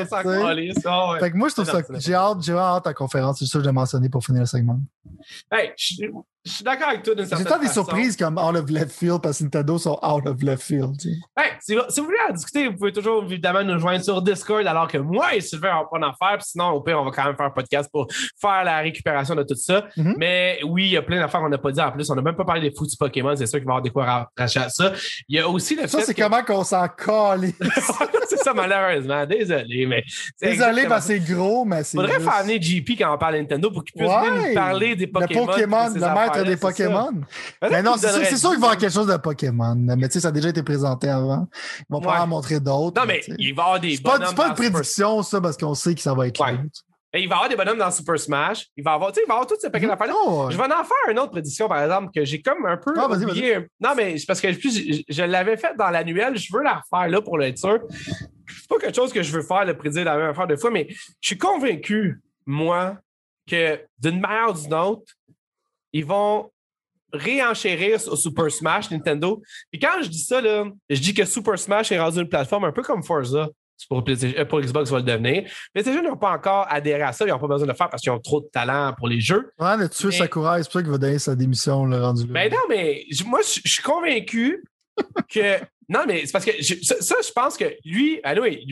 que moi, je trouve ça. J'ai hâte à la conférence. C'est ça que je l'ai mentionné pour finir le segment. Hey, je suis d'accord avec toi d'une certaine façon. J'ai tant des surprises comme out of left field parce que Nintendo sont out of left field. Tu sais. Hey, si vous voulez en discuter, vous pouvez toujours évidemment nous joindre sur Discord alors que moi et Sylvain on va pas en faire. Puis sinon, au pire, on va quand même faire un podcast pour faire la récupération de tout ça. Mm-hmm. Mais oui, il y a plein d'affaires qu'on n'a pas dit en plus. On n'a même pas parlé des foutus Pokémon. C'est sûr qu'il va y avoir des quoi racheter à ça. Il y a aussi le fait c'est comment qu'on s'en colle. C'est ça, malheureusement. Désolé, mais... Désolé, parce que c'est gros, mais c'est faudrait faire venir JP quand on parle de Nintendo pour qu'il puisse venir nous parler des Pokémon. Le maître des Pokémon. Mais non, c'est sûr qu'il va y avoir quelque chose de Pokémon. Mais tu sais, ça a déjà été présenté avant. Ils vont pas en montrer d'autres. Non, mais il va y avoir des bonhommes. C'est pas une prédiction, ça, parce qu'on sait que ça va être là. Et il va y avoir des bonhommes dans Super Smash. Il va y avoir tous ces paquets d'affaires-là. Je vais en faire une autre prédiction, par exemple, que j'ai comme un peu oublié. Vas-y. Non, mais c'est parce que je l'avais faite dans l'annuel. Je veux la refaire là pour être sûr. C'est pas quelque chose que je veux faire, le prédire la même affaire deux fois, mais je suis convaincu, moi, que d'une manière ou d'une autre, ils vont réenchérir au Super Smash Nintendo. Et quand je dis ça, là, je dis que Super Smash est rendu une plateforme un peu comme Forza. Pour Xbox va le devenir. Mais ces jeux n'ont pas encore adhéré à ça. Ils n'ont pas besoin de le faire parce qu'ils ont trop de talent pour les jeux. Ouais, le tuer Sakurai, c'est pour ça qu'il va donner sa démission le rendu là. Ben non, mais moi, je suis convaincu que... Non, mais c'est parce que je pense que lui,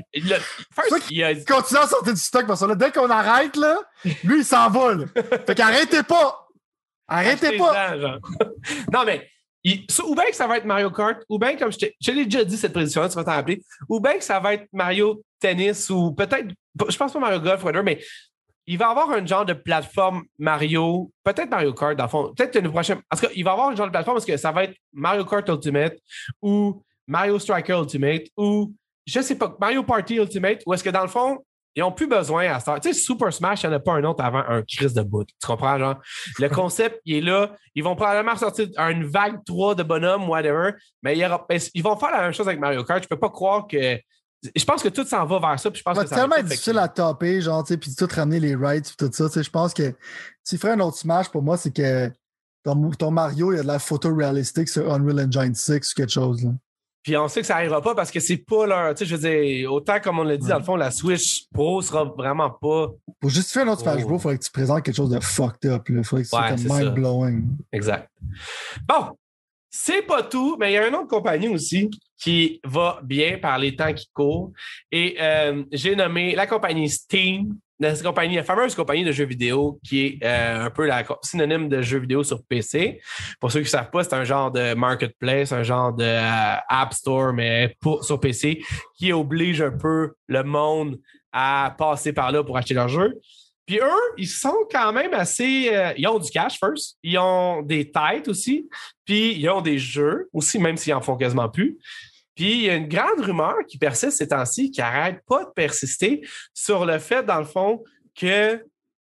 il continue à sortir du stock parce que là, dès qu'on arrête, là, lui, il s'en va. Là. Fait qu'arrêtez pas! Arrêtez pas! Non, mais ou bien que ça va être Mario Kart, ou bien, comme je l'ai déjà dit cette prédiction-là, tu vas t'en rappeler, ou bien que ça va être Mario Tennis, ou peut-être, je pense pas Mario Golf, whatever, mais il va y avoir un genre de plateforme Mario, peut-être Mario Kart, dans le fond, peut-être une prochaine. En tout cas, il va y avoir un genre de plateforme parce que ça va être Mario Kart Ultimate, ou Mario Striker Ultimate, ou je sais pas, Mario Party Ultimate, ou est-ce que dans le fond, ils n'ont plus besoin à ça. Tu sais, Super Smash, il n'y en a pas un autre avant un crise de bout. Tu comprends, genre? Le concept, il est là. Ils vont probablement sortir une vague 3 de bonhommes, whatever, mais ils vont faire la même chose avec Mario Kart. Je peux pas croire que... Je pense que tout s'en va vers ça. Puis je pense que c'est tellement difficile à topper, genre, tu sais, puis tout ramener les rights, puis tout ça. Tu sais, je pense que s'il ferait un autre Smash, pour moi, c'est que ton Mario, il y a de la photo réalistique sur Unreal Engine 6 ou quelque chose, là. Puis on sait que ça n'arrivera pas parce que c'est pas leur... Tu sais, je veux dire, autant comme on l'a dit, dans le fond, la Switch Pro sera vraiment pas... Pour justifier un autre Smash Bros, il faudrait que tu présentes quelque chose de fucked up. Il faudrait que ce soit mind-blowing. Exact. Bon, c'est pas tout, mais il y a une autre compagnie aussi qui va bien par les temps qui courent. Et j'ai nommé la compagnie Steam. La fameuse compagnie de jeux vidéo qui est un peu la synonyme de jeux vidéo sur PC. Pour ceux qui ne savent pas, c'est un genre de marketplace, un genre de App Store, mais sur PC, qui oblige un peu le monde à passer par là pour acheter leurs jeux. Puis eux, ils sont quand même assez... ils ont du cash, first. Ils ont des têtes aussi. Puis ils ont des jeux aussi, même s'ils en font quasiment plus. Puis il y a une grande rumeur qui persiste ces temps-ci, qui n'arrête pas de persister sur le fait, dans le fond, que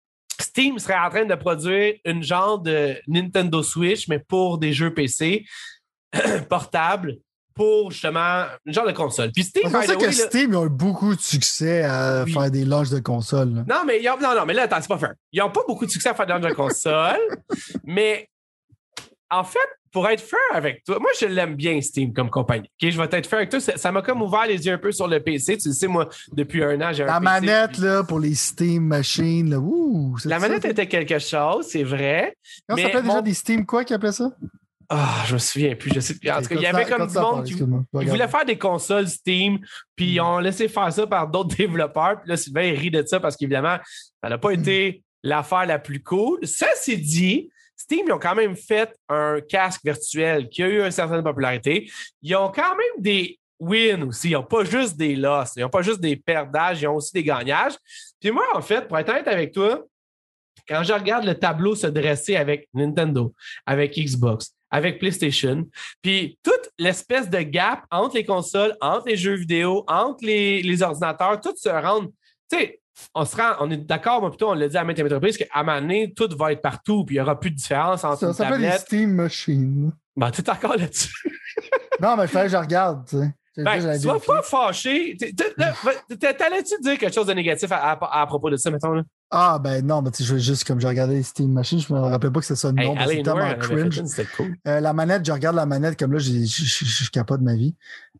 Steam serait en train de produire une genre de Nintendo Switch, mais pour des jeux PC portables, pour justement une genre de console. Puis Steam, c'est pour ça que Steam, ils ont eu beaucoup de succès à faire des launches de consoles. Là. Non, mais là, attends, c'est pas fair. Ils n'ont pas beaucoup de succès à faire des launches de consoles, mais en fait, pour être fair avec toi, moi, je l'aime bien, Steam, comme compagnie. Okay? Je vais être fair avec toi. Ça m'a comme ouvert les yeux un peu sur le PC. Tu le sais, moi, depuis un an, j'ai un La PC. La manette, là, pour les Steam Machines, là, la manette était quelque chose, c'est vrai. Comment ça s'appelait déjà des Steam quoi qui appelait ça? Ah, je me souviens plus. Je sais. En tout cas, il y avait comme du monde qui voulait faire des consoles Steam, puis ils ont laissé faire ça par d'autres développeurs. Puis là, Sylvain, il rit de ça parce qu'évidemment, ça n'a pas été l'affaire la plus cool. Ça, c'est dit. Steam, ils ont quand même fait un casque virtuel qui a eu une certaine popularité. Ils ont quand même des wins aussi. Ils n'ont pas juste des losses. Ils n'ont pas juste des perdages. Ils ont aussi des gagnages. Puis moi, en fait, pour être honnête avec toi, quand je regarde le tableau se dresser avec Nintendo, avec Xbox, avec PlayStation, puis toute l'espèce de gap entre les consoles, entre les jeux vidéo, entre les ordinateurs, tout se rend... Tu sais, on est d'accord, moi plutôt, on l'a dit à maintes reprises qu'à un moment donné, tout va être partout, puis il n'y aura plus de différence entre ça s'appelle des Steam Machines. Ben, tu es d'accord là-dessus? Non, mais il fallait que je regarde, tu sais. Ben, sois pas fâché. T'allais-tu dire quelque chose de négatif à propos de ça, mettons? Là? Ah, ben non, mais tu sais, juste comme j'ai regardé les Steam Machines, je me rappelais pas que c'était ça le nom, c'est tellement cringe. Cool. La manette, je regarde la manette comme là, je capote ma vie.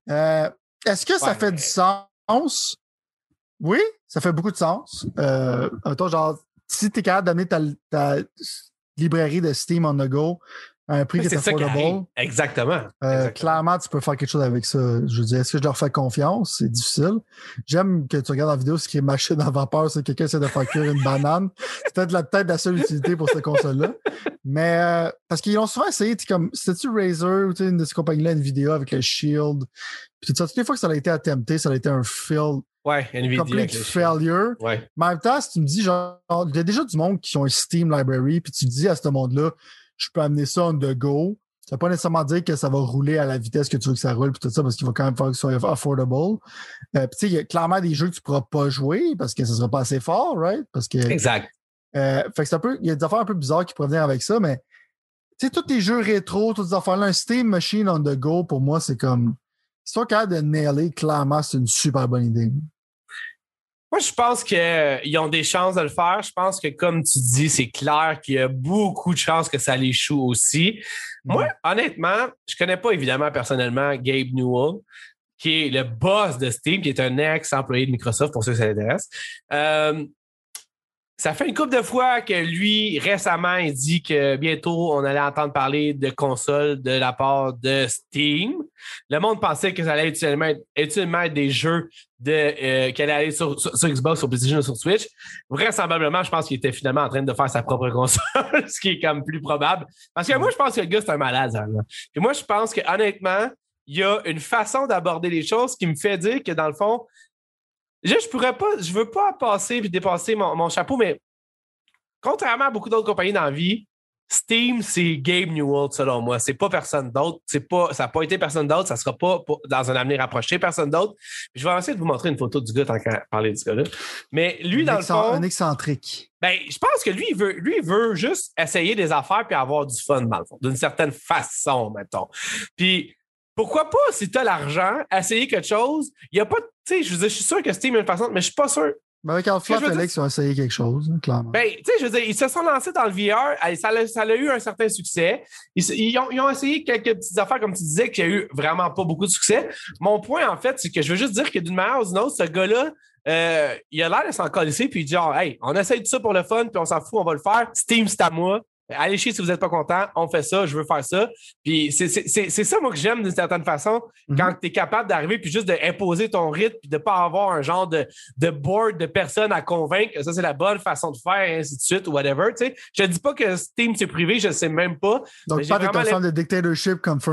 Est-ce que ça fait du sens? Oui, ça fait beaucoup de sens. Genre, si tu es capable d'amener ta librairie de Steam on the go à un prix qui est affordable. Exactement. Clairement, tu peux faire quelque chose avec ça. Je veux dire, est-ce que je leur fais confiance? C'est difficile. J'aime que tu regardes la vidéo ce qui est machine à vapeur, c'est quelqu'un essaie de faire cuire une banane. C'est peut-être la seule utilité pour cette console-là. Mais parce qu'ils ont souvent essayé, comme c'était-tu Razer ou une de ces compagnies-là, une vidéo avec le Shield. Puis toutes les fois que ça a été attempté, ça a été un fail. Ouais, NVIDIA. Complete failure. Ouais. Mais en même temps, si tu me dis, genre, il y a déjà du monde qui ont un Steam library, puis tu dis à ce monde-là, je peux amener ça on the go. Ça veut pas nécessairement dire que ça va rouler à la vitesse que tu veux que ça roule, puis tout ça, parce qu'il va quand même falloir que ce soit affordable. Puis tu sais, il y a clairement des jeux que tu pourras pas jouer parce que ça sera pas assez fort, right? Parce que. Exact. Fait que c'est un peu, il y a des affaires un peu bizarres qui pourraient venir avec ça, mais tu sais, tous les jeux rétro, toutes ces affaires-là, un Steam Machine on the go, pour moi, c'est comme. Si tu es capable de nailer, clairement, c'est une super bonne idée. Moi, je pense qu'ils ont des chances de le faire. Je pense que, comme tu dis, c'est clair qu'il y a beaucoup de chances que ça l'échoue aussi. Moi, honnêtement, je connais pas évidemment personnellement Gabe Newell, qui est le boss de Steam, qui est un ex-employé de Microsoft, pour ceux que ça intéresse. Ça fait une couple de fois que lui, récemment, il dit que bientôt, on allait entendre parler de consoles de la part de Steam. Le monde pensait que ça allait utilement être des jeux qui allaient aller sur Xbox, sur PlayStation ou sur Switch. Vraisemblablement, je pense qu'il était finalement en train de faire sa propre console, ce qui est comme plus probable. Parce que moi, je pense que le gars, c'est un malade. Puis moi, je pense que honnêtement, il y a une façon d'aborder les choses qui me fait dire que, dans le fond, je veux pas passer et dépasser mon chapeau, mais contrairement à beaucoup d'autres compagnies dans la vie, Steam, c'est Gabe Newell, selon moi. C'est pas personne d'autre. Ça n'a pas été personne d'autre. Ça sera pas dans un avenir rapproché personne d'autre. Je vais essayer de vous montrer une photo du gars tant qu'à parler du gars-là. Mais lui, dans le fond... Un excentrique. Ben, je pense que lui, il veut juste essayer des affaires puis avoir du fun, dans le fond. D'une certaine façon, mettons. Puis... Pourquoi pas, si tu as l'argent, essayer quelque chose? Il n'y a pas, tu sais, je veux dire, je suis sûr que Steam a une façon, mais je suis pas sûr. Ben avec Half-Life Alyx, ils ont essayé quelque chose, hein, clairement. Ben, tu sais, je veux dire, ils se sont lancés dans le VR, ça a eu un certain succès. Ils ont essayé quelques petites affaires, comme tu disais, qui a eu vraiment pas beaucoup de succès. Mon point, en fait, c'est que je veux juste dire que d'une manière ou d'une autre, ce gars-là, il a l'air de s'en coller, puis il dit genre, hey, on essaye tout ça pour le fun, puis on s'en fout, on va le faire. Steam, c'est à moi. Allez chier si vous n'êtes pas content, on fait ça, je veux faire ça. Puis c'est ça, moi, que j'aime d'une certaine façon, quand tu es capable d'arriver puis juste d'imposer ton rythme puis de ne pas avoir un genre de board de personnes à convaincre que ça, c'est la bonne façon de faire, et ainsi de suite, ou whatever. Tu sais. Je ne dis pas que Steam, c'est privé, je ne sais même pas. Donc, pas de fan de dictatorship confirmed.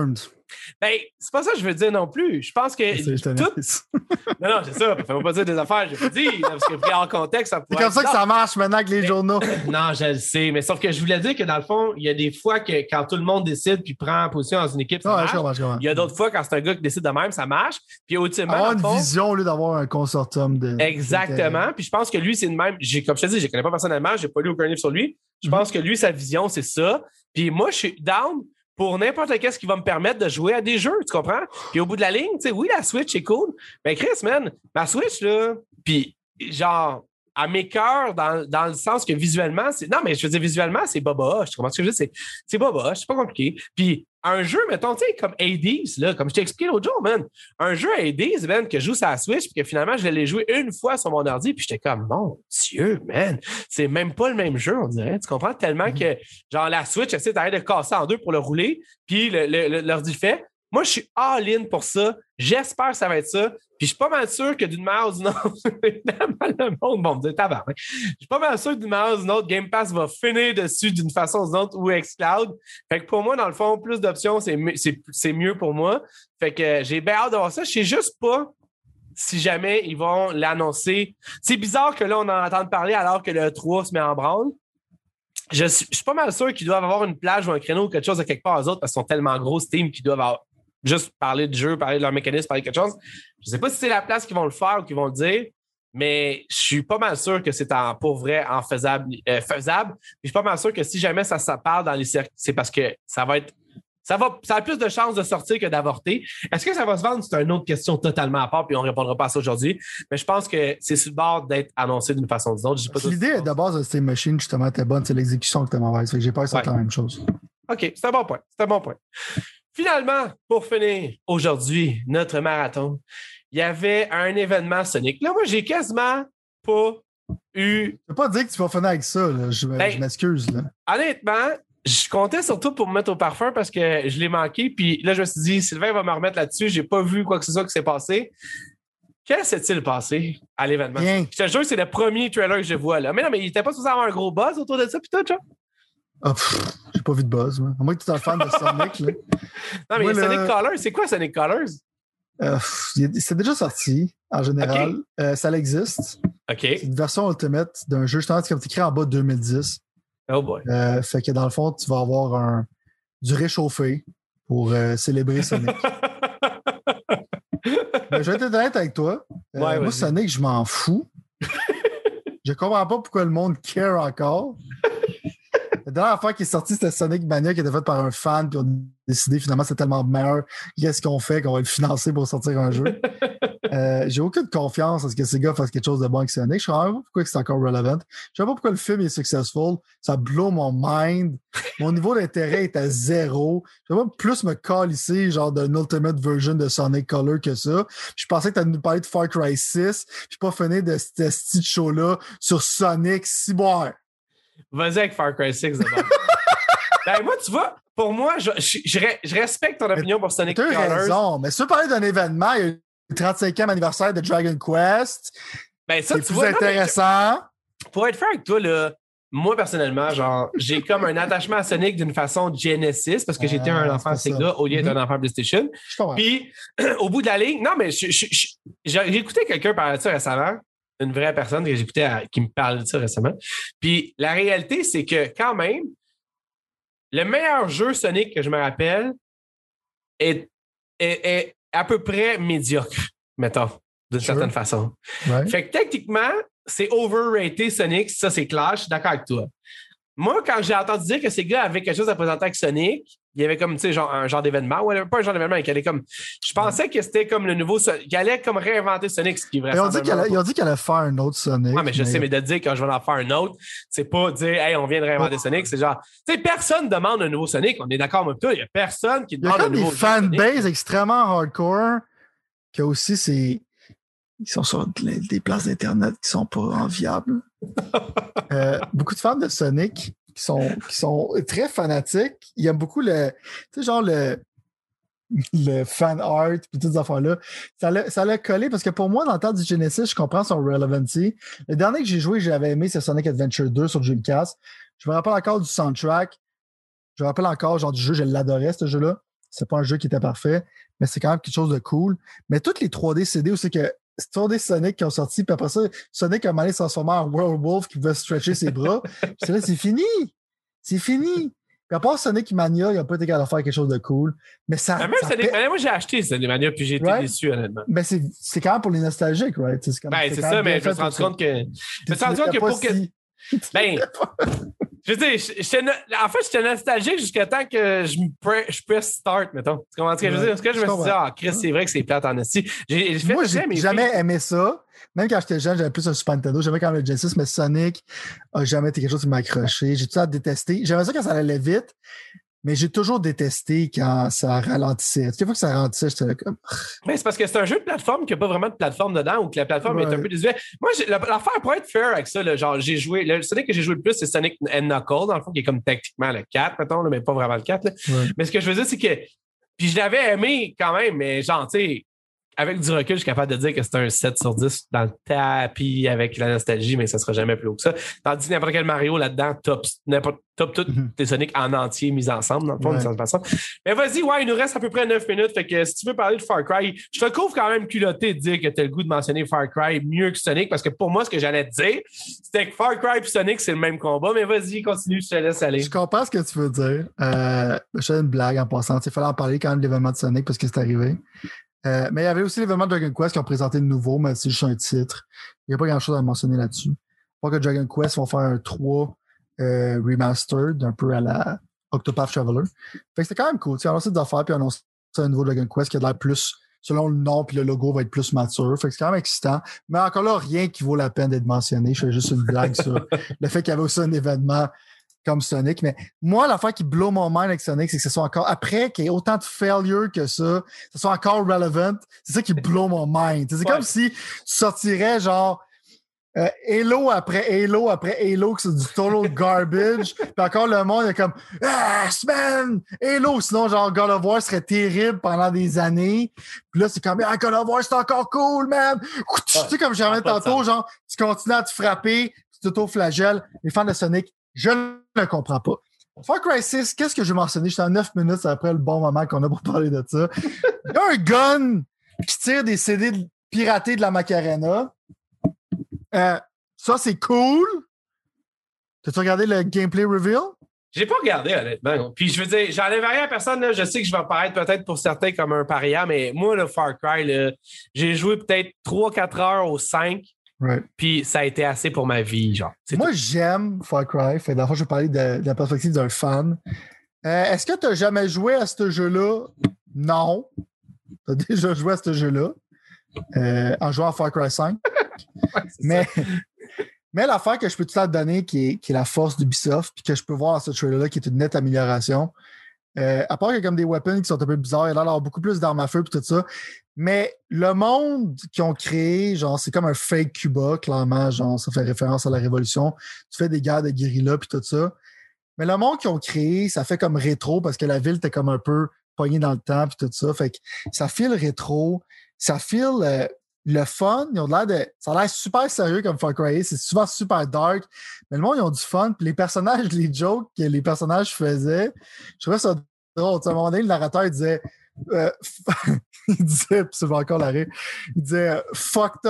Ben, c'est pas ça que je veux dire non plus. Je pense que tout... Non, c'est ça. Faut pas dire des affaires, je vous dis. Parce que pris hors contexte, ça pourrait... C'est comme ça que ça marche maintenant avec les journaux. Non, je le sais. Mais sauf que je voulais dire que dans le fond, il y a des fois que quand tout le monde décide puis prend position dans une équipe, ça marche. Je comprends. Il y a d'autres fois quand c'est un gars qui décide de même, ça marche. Puis ultimement, avoir une vision au lieu d'avoir un consortium de... Exactement. Puis je pense que lui, c'est le même. Comme je te dis, je ne connais pas personnellement, j'ai pas lu aucun livre sur lui. Je pense que lui, sa vision, c'est ça. Puis moi, je suis down pour n'importe qu'est-ce qui va me permettre de jouer à des jeux, tu comprends? Puis au bout de la ligne, tu sais, oui, la Switch est cool. Mais Chris, man, ma Switch, là, puis genre, à mes cœurs, dans le sens que visuellement, c'est. Non, mais je veux dire, visuellement, c'est boboche. Tu comprends ce que je veux dire? C'est boboche, c'est pas compliqué. Puis un jeu, mettons, tu sais, comme Hades, là, comme je t'ai expliqué l'autre jour, man. Un jeu Hades, man, que je joue sur la Switch, puis que finalement, je l'ai joué une fois sur mon ordi, puis j'étais comme, mon Dieu, man, c'est même pas le même jeu, on dirait. Tu comprends? Tellement que, genre, la Switch, essaie d'arrêter de casser en deux pour le rouler, puis l'ordi fait. Moi, je suis all-in pour ça. J'espère que ça va être ça. Puis je suis pas mal sûr que d'une manière ou d'une autre, le monde va me dire tabarnak. Je suis pas mal sûr que d'une manière ou d'une autre, Game Pass va finir dessus d'une façon ou d'une autre ou xCloud. Fait que pour moi, dans le fond, plus d'options, c'est mieux pour moi. Fait que j'ai bien hâte de voir ça. Je sais juste pas si jamais ils vont l'annoncer. C'est bizarre que là, on en entende parler alors que le 3 se met en branle. Je suis pas mal sûr qu'ils doivent avoir une plage ou un créneau ou quelque chose de quelque part aux autres parce qu'ils sont tellement gros, Steam, qu'ils doivent avoir juste parler de jeu, parler de leur mécanisme, parler de quelque chose. Je ne sais pas si c'est la place qu'ils vont le faire ou qu'ils vont le dire, mais je suis pas mal sûr que c'est pour vrai faisable. Puis je suis pas mal sûr que si jamais ça parle dans les cercles, c'est parce que ça a plus de chances de sortir que d'avorter. Est-ce que ça va se vendre? C'est une autre question totalement à part, puis on ne répondra pas à ça aujourd'hui. Mais je pense que c'est sur le bord d'être annoncé d'une façon ou d'une autre. L'idée de base de Steam Machine, justement, était bonne. C'est l'exécution qui était mauvaise. Fait que j'ai peur que ça soit la même chose. OK, c'est un bon point. Finalement, pour finir aujourd'hui notre marathon, il y avait un événement Sonic. Là, moi, j'ai quasiment pas eu... Je peux pas dire que tu vas finir avec ça. Là. Je m'excuse. Là. Honnêtement, je comptais surtout pour me mettre au parfum parce que je l'ai manqué. Puis là, je me suis dit, Sylvain va me remettre là-dessus. J'ai pas vu quoi que ce soit qui s'est passé. Qu'est-ce qui s'est passé à l'événement? Bien. Je te jure que c'est le premier trailer que je vois là. Mais non, mais il était pas supposé avoir un gros buzz autour de ça, puis tout, genre. J'ai pas vu de buzz, moi. À moins que tu sois fan de Sonic. Là. Non, mais Sonic Colors, c'est quoi Sonic Colors? C'est déjà sorti, en général. Okay. Ça existe. OK. C'est une version Ultimate d'un jeu, justement, comme c'est écrit en bas de 2010. Oh boy. Fait que dans le fond, tu vas avoir du réchauffé pour célébrer Sonic. Ben, je vais être honnête avec toi. Moi, Sonic, je m'en fous. Je comprends pas pourquoi le monde care encore. La dernière fois qui est sorti, c'était Sonic Mania qui était fait par un fan, puis on a décidé finalement c'est tellement meilleur. Qu'est-ce qu'on fait qu'on va le financer pour sortir un jeu? J'ai aucune confiance à ce que ces gars fassent quelque chose de bon avec Sonic. Je ne sais pas pourquoi c'est encore relevant. Je ne sais pas pourquoi le film est successful. Ça blow mon mind. Mon niveau d'intérêt est à zéro. Je ne sais pas plus me calisser genre d'une ultimate version de Sonic Color que ça. Puis je pensais que tu allais nous parler de Far Cry 6. Puis pas finir de ce petit show-là sur Sonic Cyber. Vas-y avec Far Cry 6 d'abord. Ben, moi, tu vois, pour moi, je respecte ton opinion pour Sonic Colors. Tu as raison, mais si tu veux parler d'un événement, il y a eu le 35e anniversaire de Dragon Quest. Ben, ça, c'est plus intéressant. Pour être franc avec toi, là, moi, personnellement, genre, j'ai comme un attachement à Sonic d'une façon Genesis parce que j'étais un enfant Sega au lieu d'être un enfant PlayStation. Puis, au bout de la ligne, non, mais j'ai écouté quelqu'un parler de ça récemment. Une vraie personne que j'écoutais qui me parlait de ça récemment. Puis la réalité, c'est que quand même, le meilleur jeu Sonic que je me rappelle est à peu près médiocre, mettons, d'une certaine façon. Ouais. Fait que techniquement, c'est overrated Sonic, ça c'est clair, je suis d'accord avec toi. Moi, quand j'ai entendu dire que ces gars avaient quelque chose à présenter avec Sonic, il y avait comme, tu sais, un genre d'événement, ou pas un genre d'événement, il allait comme. Je pensais que c'était comme le nouveau. Il allait comme réinventer Sonic, ce qui est vrai. Ils ont dit qu'il allait faire un autre Sonic. Ouais, mais je sais, mais de dire que je vais en faire un autre, c'est pas dire, hey, on vient de réinventer Sonic, c'est genre, tu sais, personne demande un nouveau Sonic, on est d'accord avec toi, il y a personne qui demande un nouveau Sonic. Il y a comme des fanbases extrêmement hardcore, qui aussi, ils sont sur des places d'Internet qui sont pas enviables. Beaucoup de fans de Sonic qui sont très fanatiques. Ils aiment beaucoup le fan art et toutes ces affaires-là. Ça l'a collé parce que pour moi, dans le temps du Genesis, je comprends son relevancy. Le dernier que j'ai joué, j'avais aimé, c'est Sonic Adventure 2 sur Dreamcast. Je me rappelle encore du soundtrack. Je me rappelle encore genre du jeu, je l'adorais, ce jeu-là. c'est pas un jeu qui était parfait, mais c'est quand même quelque chose de cool. Mais toutes les 3D CD où c'est que 3D Sonic qui ont sorti, puis après ça, Sonic a mal transformé en Werewolf qui pouvait stretcher ses bras. Puis là, c'est fini! C'est fini! Puis à part Sonic Mania, ils n'ont pas été capables de faire quelque chose de cool. Mais ça. Même Sonic Mania, moi j'ai acheté Sonic Mania, puis j'ai été déçu, honnêtement. Mais c'est quand même pour les nostalgiques, right? C'est ça, mais je me suis rendu compte que. Je me suis rendu compte que pour que. Ben. Je veux dire, en fait, j'étais nostalgique jusqu'à temps que je press start, mettons. Tu comprends ce que je veux dire? Parce que je me suis dit, Chris, c'est vrai que c'est plate en esti. Moi, j'ai jamais aimé ça. Même quand j'étais jeune, j'avais plus un Super Nintendo. J'aimais quand même le Genesis, mais Sonic a jamais été quelque chose qui m'a accroché. J'ai tout ça détesté. J'aimais ça quand ça allait vite, mais j'ai toujours détesté quand ça ralentissait. Toutes les fois que ça ralentissait, j'étais là comme. Mais c'est parce que c'est un jeu de plateforme qui n'a pas vraiment de plateforme dedans ou que la plateforme est un peu désuète. Moi, l'affaire pour être fair avec ça, là, genre, j'ai joué. Le Sonic que j'ai joué le plus, c'est Sonic and Knuckles, dans le fond, qui est comme techniquement le 4, mettons, là, mais pas vraiment le 4. Là. Ouais. Mais ce que je veux dire, c'est que. Puis je l'avais aimé quand même, mais genre, tu sais. Avec du recul, je suis capable de dire que c'est un 7 sur 10 dans le tapis avec la nostalgie, mais ça ne sera jamais plus haut que ça. Tandis que n'importe quel Mario là-dedans, top toutes tes Sonic en entier mis ensemble, dans le fond, d'une certaine façon. Mais vas-y, il nous reste à peu près 9 minutes. Fait que si tu veux parler de Far Cry, je te trouve quand même culotté de dire que tu as le goût de mentionner Far Cry mieux que Sonic, parce que pour moi, ce que j'allais te dire, c'était que Far Cry et Sonic, c'est le même combat. Mais vas-y, continue, je te laisse aller. Je comprends ce que tu veux dire. Je fais une blague en passant. Il fallait en parler quand même de l'événement de Sonic parce que c'est arrivé. Mais il y avait aussi l'événement de Dragon Quest qui ont présenté de nouveau, mais c'est juste un titre. Il n'y a pas grand-chose à mentionner là-dessus. Je crois que Dragon Quest vont faire un 3 remastered, un peu à la Octopath Traveler. Fait que c'était quand même cool. Ils ont lancé des affaires, puis ils ont annoncé un nouveau Dragon Quest qui a l'air plus, selon le nom, puis le logo va être plus mature. Fait que c'est quand même excitant. Mais encore là, rien qui vaut la peine d'être mentionné. Je fais juste une blague sur le fait qu'il y avait aussi un événement comme Sonic, mais moi, l'affaire qui blow mon mind avec Sonic, c'est que ce soit encore, après qu'il y ait autant de failure que ça, ce soit encore relevant, c'est ça qui blow mon mind. C'est comme si tu sortirais genre Halo après Halo après Halo, que c'est du total garbage, puis encore le monde est comme « Ah, man! Halo! » Sinon, genre, God of War serait terrible pendant des années. Puis là, c'est comme « Ah, God of War, c'est encore cool, man! » Tu sais, comme j'ai dit tantôt, genre, tu continues à te frapper, tu t'auto-flagelles. Les fans de Sonic, je ne comprends pas. Far Cry 6, qu'est-ce que je vais mentionner? J'étais en 9 minutes après le bon moment qu'on a pour parler de ça. Il y a un gun qui tire des CD piratés de la Macarena. Ça, c'est cool. T'as-tu regardé le gameplay reveal? J'ai pas regardé, honnêtement. Puis je veux dire, j'enlève rien à personne. Là. Je sais que je vais paraître peut-être pour certains comme un paria, mais moi, le Far Cry, là, j'ai joué peut-être 3-4 heures au 5. Right. Puis ça a été assez pour ma vie, genre. Moi, j'aime Far Cry. Fait d'abord, je vais parler de la perspective d'un fan. Est-ce que tu n'as jamais joué à ce jeu-là? Non. Tu as déjà joué à ce jeu-là en jouant à Far Cry 5. Ouais, mais l'affaire que je peux tout le temps te donner, qui est la force d'Ubisoft, puis que je peux voir dans ce trailer-là, qui est une nette amélioration, à part qu'il y a comme des weapons qui sont un peu bizarres, il y a l'air d'avoir beaucoup plus d'armes à feu et tout ça. Mais le monde qu'ils ont créé, genre, c'est comme un fake Cuba, clairement, genre, ça fait référence à la Révolution. Tu fais des guerres de guérilla puis tout ça. Mais le monde qu'ils ont créé, ça fait comme rétro parce que la ville était comme un peu pognée dans le temps puis tout ça. Fait que ça file rétro, ça file le fun. Ils ont l'air ça a l'air super sérieux comme Far Cry. C'est souvent super dark. Mais le monde, ils ont du fun. Puis les personnages, les jokes que les personnages faisaient, je trouvais ça drôle. À un moment donné, le narrateur, il disait... il disait, puis c'est encore l'arrêt, il disait fucked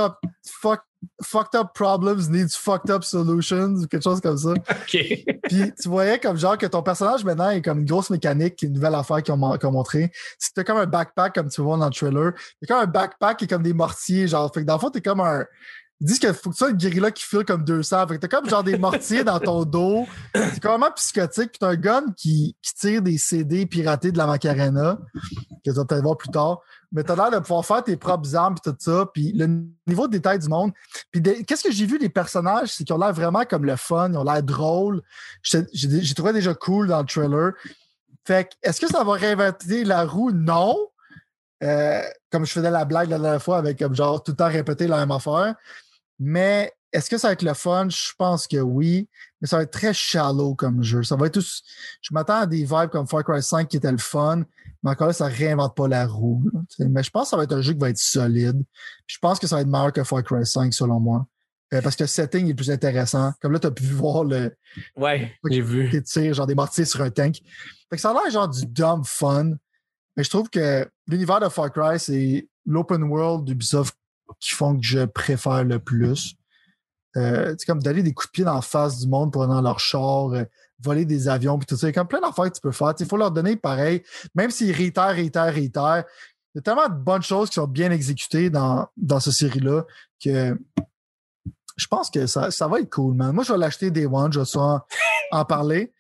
up problems needs fucked up solutions ou quelque chose comme ça. Okay. Puis tu voyais comme genre que ton personnage maintenant est comme une grosse mécanique, une nouvelle affaire qu'ils ont montré. C'était comme un backpack comme tu vois dans le trailer. C'est comme un backpack qui est comme des mortiers, genre. Fait que dans le fond, t'es comme un... Ils disent qu'il faut que tu sois une guérilla qui file comme 200. Fait que t'as comme genre des mortiers dans ton dos. C'est complètement psychotique. Puis t'as un gun qui tire des CD piratés de la Macarena, que tu vas peut-être voir plus tard. Mais t'as l'air de pouvoir faire tes propres armes puis tout ça. Puis le niveau de détail du monde. Puis qu'est-ce que j'ai vu des personnages, c'est qu'ils ont l'air vraiment comme le fun. Ils ont l'air drôles. J'ai trouvé déjà cool dans le trailer. Fait que, est-ce que ça va réinventer la roue? Non. Comme je faisais la blague la dernière fois avec comme genre tout le temps répéter la même affaire. Mais est-ce que ça va être le fun? Je pense que oui. Mais ça va être très shallow comme jeu. Ça va être tous. Je m'attends à des vibes comme Far Cry 5 qui était le fun. Mais encore là, ça réinvente pas la roue. Là, mais je pense que ça va être un jeu qui va être solide. Je pense que ça va être meilleur que Far Cry 5 selon moi. Parce que le setting est plus intéressant. Comme là, tu as pu voir le. Ouais, j'ai vu. Des tirs, genre des mortiers sur un tank. Fait que ça a l'air genre du dumb fun. Mais je trouve que l'univers de Far Cry, c'est l'open world d'Ubisoft qui font que je préfère le plus. C'est comme d'aller des coups de pied dans la face du monde pour aller dans leur char, voler des avions, puis tout ça. Il y a comme plein d'affaires que tu peux faire. Il faut leur donner pareil, même s'ils réitèrent. Il y a tellement de bonnes choses qui sont bien exécutées dans cette série-là que je pense que ça va être cool, man. Moi, je vais l'acheter Day One, je vais souvent en parler.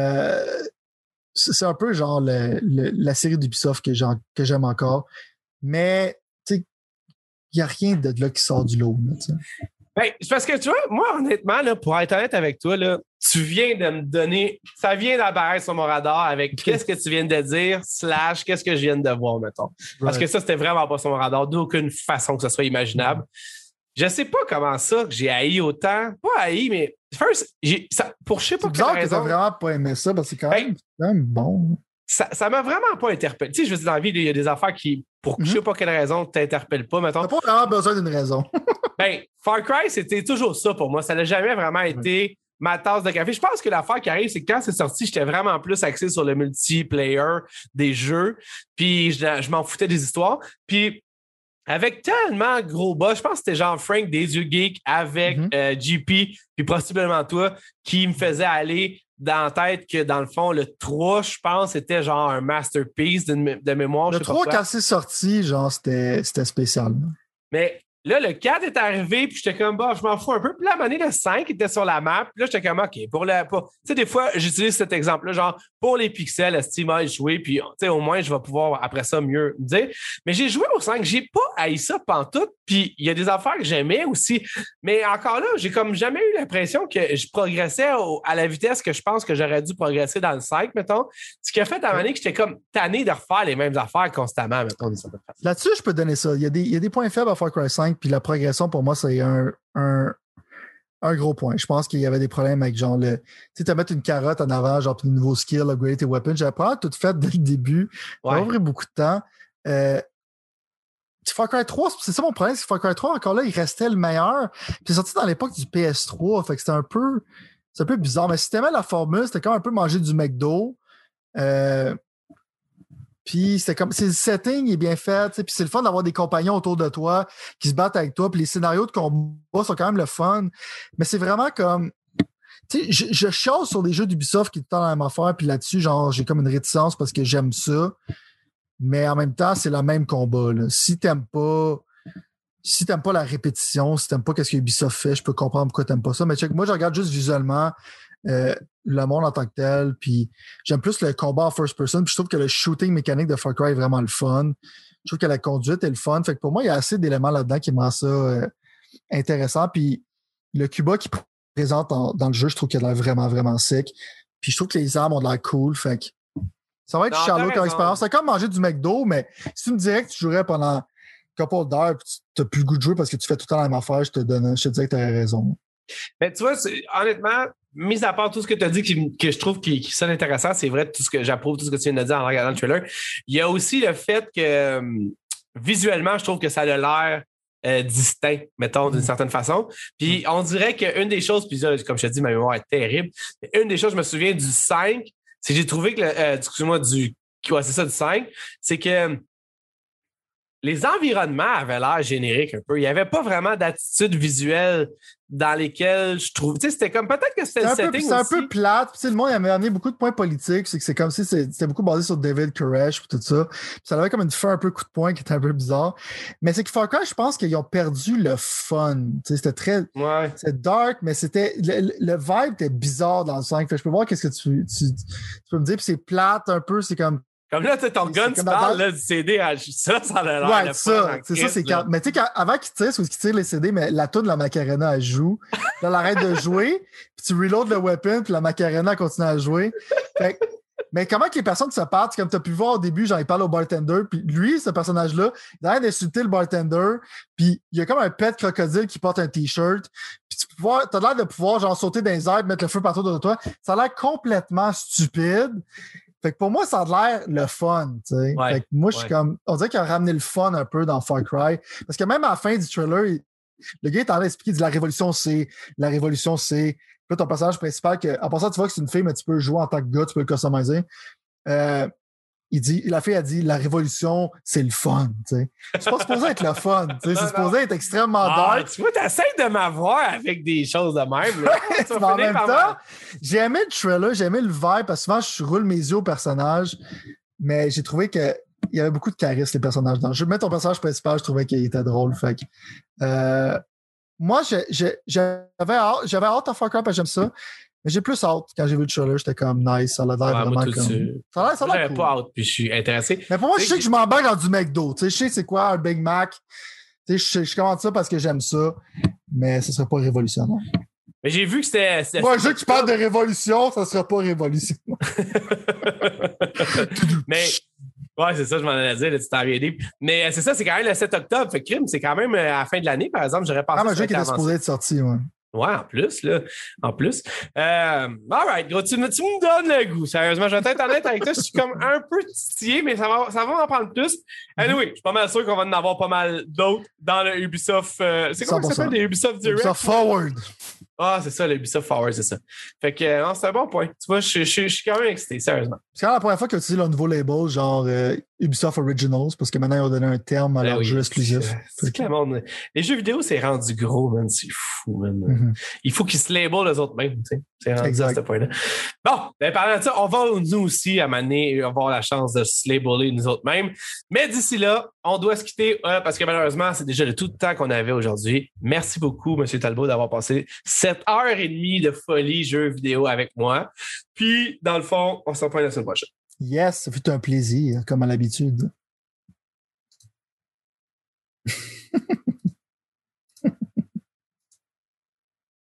C'est un peu genre la série d'Ubisoft que j'aime encore. Mais, tu sais, il n'y a rien de là qui sort du lot. Ben, parce que tu vois, moi, honnêtement, là, pour être honnête avec toi, là, tu viens de me donner. Ça vient d'apparaître sur mon radar avec qu'est-ce que tu viens de dire, / qu'est-ce que je viens de voir, mettons. Parce que ça, c'était vraiment pas sur mon radar, d'aucune façon que ce soit imaginable. Je sais pas comment ça que j'ai haï autant. Pas haï, mais first, pour je sais pas quelle raison. C'est bizarre que t'as vraiment pas aimé ça, parce que c'est quand même bon. Ça m'a vraiment pas interpellé. Tu sais, je veux dire, dans la vie, il y a des affaires qui, pour je sais pas quelle raison, t'interpellent pas, mettons. T'as pas vraiment besoin d'une raison. Ben, Far Cry, c'était toujours ça pour moi. Ça n'a jamais vraiment été ma tasse de café. Je pense que l'affaire qui arrive, c'est que quand c'est sorti, j'étais vraiment plus axé sur le multiplayer des jeux. Puis je m'en foutais des histoires. Puis avec tellement gros bas, je pense que c'était genre Frank des yeux geeks avec JP, puis possiblement toi, qui me faisait aller dans la tête que, dans le fond, le 3, je pense, c'était genre un masterpiece de mémoire. Le 3, quand c'est sorti, genre, c'était spécial. Mais là, le 4 est arrivé, puis j'étais comme, bah, je m'en fous un peu. Puis là, à un moment donné, le 5 était sur la map. Puis là, j'étais comme, OK, tu sais, des fois, j'utilise cet exemple-là, genre, pour les pixels, Steam a joué, puis, tu sais, au moins, je vais pouvoir, après ça, mieux me dire. Mais j'ai joué au 5, j'ai pas haï ça pantoute, puis il y a des affaires que j'aimais aussi. Mais encore là, j'ai comme jamais eu l'impression que je progressais à la vitesse que je pense que j'aurais dû progresser dans le 5, mettons. Ce qui a fait à un moment donné que j'étais comme tanné de refaire les mêmes affaires constamment, mettons. Là-dessus, je peux donner ça. Il y a des points faibles à Far Cry 5, puis la progression, pour moi, c'est un gros point. Je pense qu'il y avait des problèmes avec genre tu sais, te mettre une carotte en avant, genre, puis de nouveaux skills, upgrade tes weapons. J'avais probablement tout fait dès le début. Ça a pris beaucoup de temps. Far Cry 3, c'est ça mon problème, c'est que Far Cry 3, encore là, il restait le meilleur. Puis c'est sorti dans l'époque du PS3, fait que c'était un peu bizarre. Mais si t'aimais la formule, c'était comme un peu manger du McDo. Puis c'était comme, le setting est bien fait, puis c'est le fun d'avoir des compagnons autour de toi qui se battent avec toi, puis les scénarios de combat sont quand même le fun. Mais c'est vraiment comme, tu sais, je chasse sur des jeux d'Ubisoft qui sont tout le temps la même affaire, puis là-dessus, genre, j'ai comme une réticence parce que j'aime ça. Mais en même temps, c'est le même combat, là. Si t'aimes pas la répétition, si t'aimes pas ce que Ubisoft fait, je peux comprendre pourquoi t'aimes pas ça. Mais check, moi, je regarde juste visuellement le monde en tant que tel, puis j'aime plus le combat en first person, puis je trouve que le shooting mécanique de Far Cry est vraiment le fun. Je trouve que la conduite est le fun. Fait que pour moi, il y a assez d'éléments là-dedans qui me rendent ça intéressant. Puis le Cuba qui présente dans le jeu, je trouve qu'il a l'air vraiment, vraiment sec. Puis je trouve que les armes ont de l'air cool. Fait que ça va être shallow comme expérience. C'est comme manger du McDo, mais si tu me dirais que tu jouerais pendant un couple d'heures et tu n'as plus le goût de jouer parce que tu fais tout le temps la même affaire, je te dirais que tu aurais raison. Mais tu vois, honnêtement, mis à part tout ce que tu as dit que je trouve qui sonne intéressant, c'est vrai, tout ce que j'approuve, tout ce que tu viens de dire en regardant le trailer. Il y a aussi le fait que visuellement, je trouve que ça a l'air distinct, mettons, d'une certaine façon. Puis on dirait qu'une des choses, puis là, comme je te dis, ma mémoire est terrible, mais une des choses, je me souviens du 5, c'est que j'ai trouvé que, excuse-moi, du 5, c'est que les environnements avaient l'air génériques un peu. Il n'y avait pas vraiment d'attitude visuelle dans lesquelles je trouve. Tu sais, c'était comme peut-être que c'était le setting. C'est un peu plate. Puis, le monde avait amené beaucoup de points politiques. C'est comme si c'était beaucoup basé sur David Koresh et tout ça. Puis ça avait comme une fin un peu coup de poing qui était un peu bizarre. Mais c'est que Far Cry, je pense qu'ils ont perdu le fun. Tu sais, c'était très. Ouais. C'était dark, mais c'était. Le vibe était bizarre dans le 5. Fait que je peux voir qu'est-ce que tu peux me dire. Puis c'est plate un peu. C'est comme. Comme là, tu sais, ton gun, tu parles là, du CD, ça a l'air. Ouais, c'est ça, c'est quand. Mais tu sais, avant qu'il tire, c'est où qu'il tire les CD, mais la toune de la Macarena, elle joue. Là, elle arrête de jouer, puis tu reload le weapon, puis la Macarena continue à jouer. Fait, mais comment que les personnes se parlent, comme tu as pu voir au début, genre, il parle au bartender, puis lui, ce personnage-là, il arrête d'insulter le bartender, puis il y a comme un pet crocodile qui porte un t-shirt, puis t'as l'air de pouvoir, genre, sauter dans les airs, mettre le feu partout de toi. Ça a l'air complètement stupide. Fait que pour moi, ça a l'air le fun, tu sais. Ouais, fait que moi, je suis comme, on dirait qu'il a ramené le fun un peu dans Far Cry. Parce que même à la fin du trailer, le gars est en train d'expliquer, il dit la révolution, c'est. Puis là, ton personnage principal, en passant, tu vois que c'est une fille, mais tu peux jouer en tant que gars, tu peux le customiser. la fille a dit la révolution, c'est le fun. C'est pas supposé être le fun. C'est supposé être extrêmement dark. Tu vois, t'essayes de m'avoir avec des choses de même. Là. Mais en même temps, j'ai aimé le trailer, j'ai aimé le vibe, parce que souvent, je roule mes yeux au personnage, mais j'ai trouvé qu'il y avait beaucoup de charisme, les personnages. Dans le jeu. Même ton personnage principal, je trouvais qu'il était drôle. Fait que, moi, j'avais hâte à Far Cry parce que j'aime ça. Mais j'ai plus hâte. Quand j'ai vu le trailer, j'étais comme nice. Ça a l'air vraiment comme... Ça a l'air j'avais cool. pas hâte, puis je suis intéressé. Mais pour moi, je sais que je m'embarque dans du McDo. Tu sais, je sais c'est quoi un Big Mac. Tu sais, je commande ça parce que j'aime ça. Mais ce serait pas révolutionnaire. Mais j'ai vu que c'était moi, un jeu qui parle de révolution, ça sera pas révolutionnaire. Mais... Ouais, c'est ça, je m'en allais dire, là, tu t'en viens dit. Mais c'est ça, c'est quand même le 7 octobre. Fait que crime, c'est quand même à la fin de l'année, par exemple. J'aurais pensé. Un jeu qui était supposé être sorti, ouais. Ouais, en plus, là. En plus. All right, gros, tu me donnes le goût. Sérieusement, je vais être honnête avec toi. Je suis comme un peu titillé, mais ça va en prendre plus. Anyway, je suis pas mal sûr qu'on va en avoir pas mal d'autres dans le Ubisoft. C'est quoi ça s'appelle, les Ubisoft Direct? Ubisoft Forward. Ah, c'est ça, le Ubisoft Forward, c'est ça. Fait que, non, c'est un bon point. Tu vois, je suis quand même excité, sérieusement. C'est quand même la première fois qu'ils ont utilisé leur nouveau label, genre Ubisoft Originals, parce que maintenant, ils ont donné un terme à leur jeu exclusif. C'est que le monde... Les jeux vidéo, c'est rendu gros, man. C'est fou, man. Il faut qu'ils se labellent les autres mêmes, tu sais. C'est rendu à ce point-là. Bon, ben, parlant de ça, on va nous aussi, à Mané, avoir la chance de se labeller nous autres mêmes. Mais d'ici là, on doit se quitter parce que malheureusement, c'est déjà le tout le temps qu'on avait aujourd'hui. Merci beaucoup, M. Talbot, d'avoir passé 7h30 de folie jeux vidéo avec moi. Puis, dans le fond, on se reprend la semaine prochaine. Yes, ça fut un plaisir, comme à l'habitude.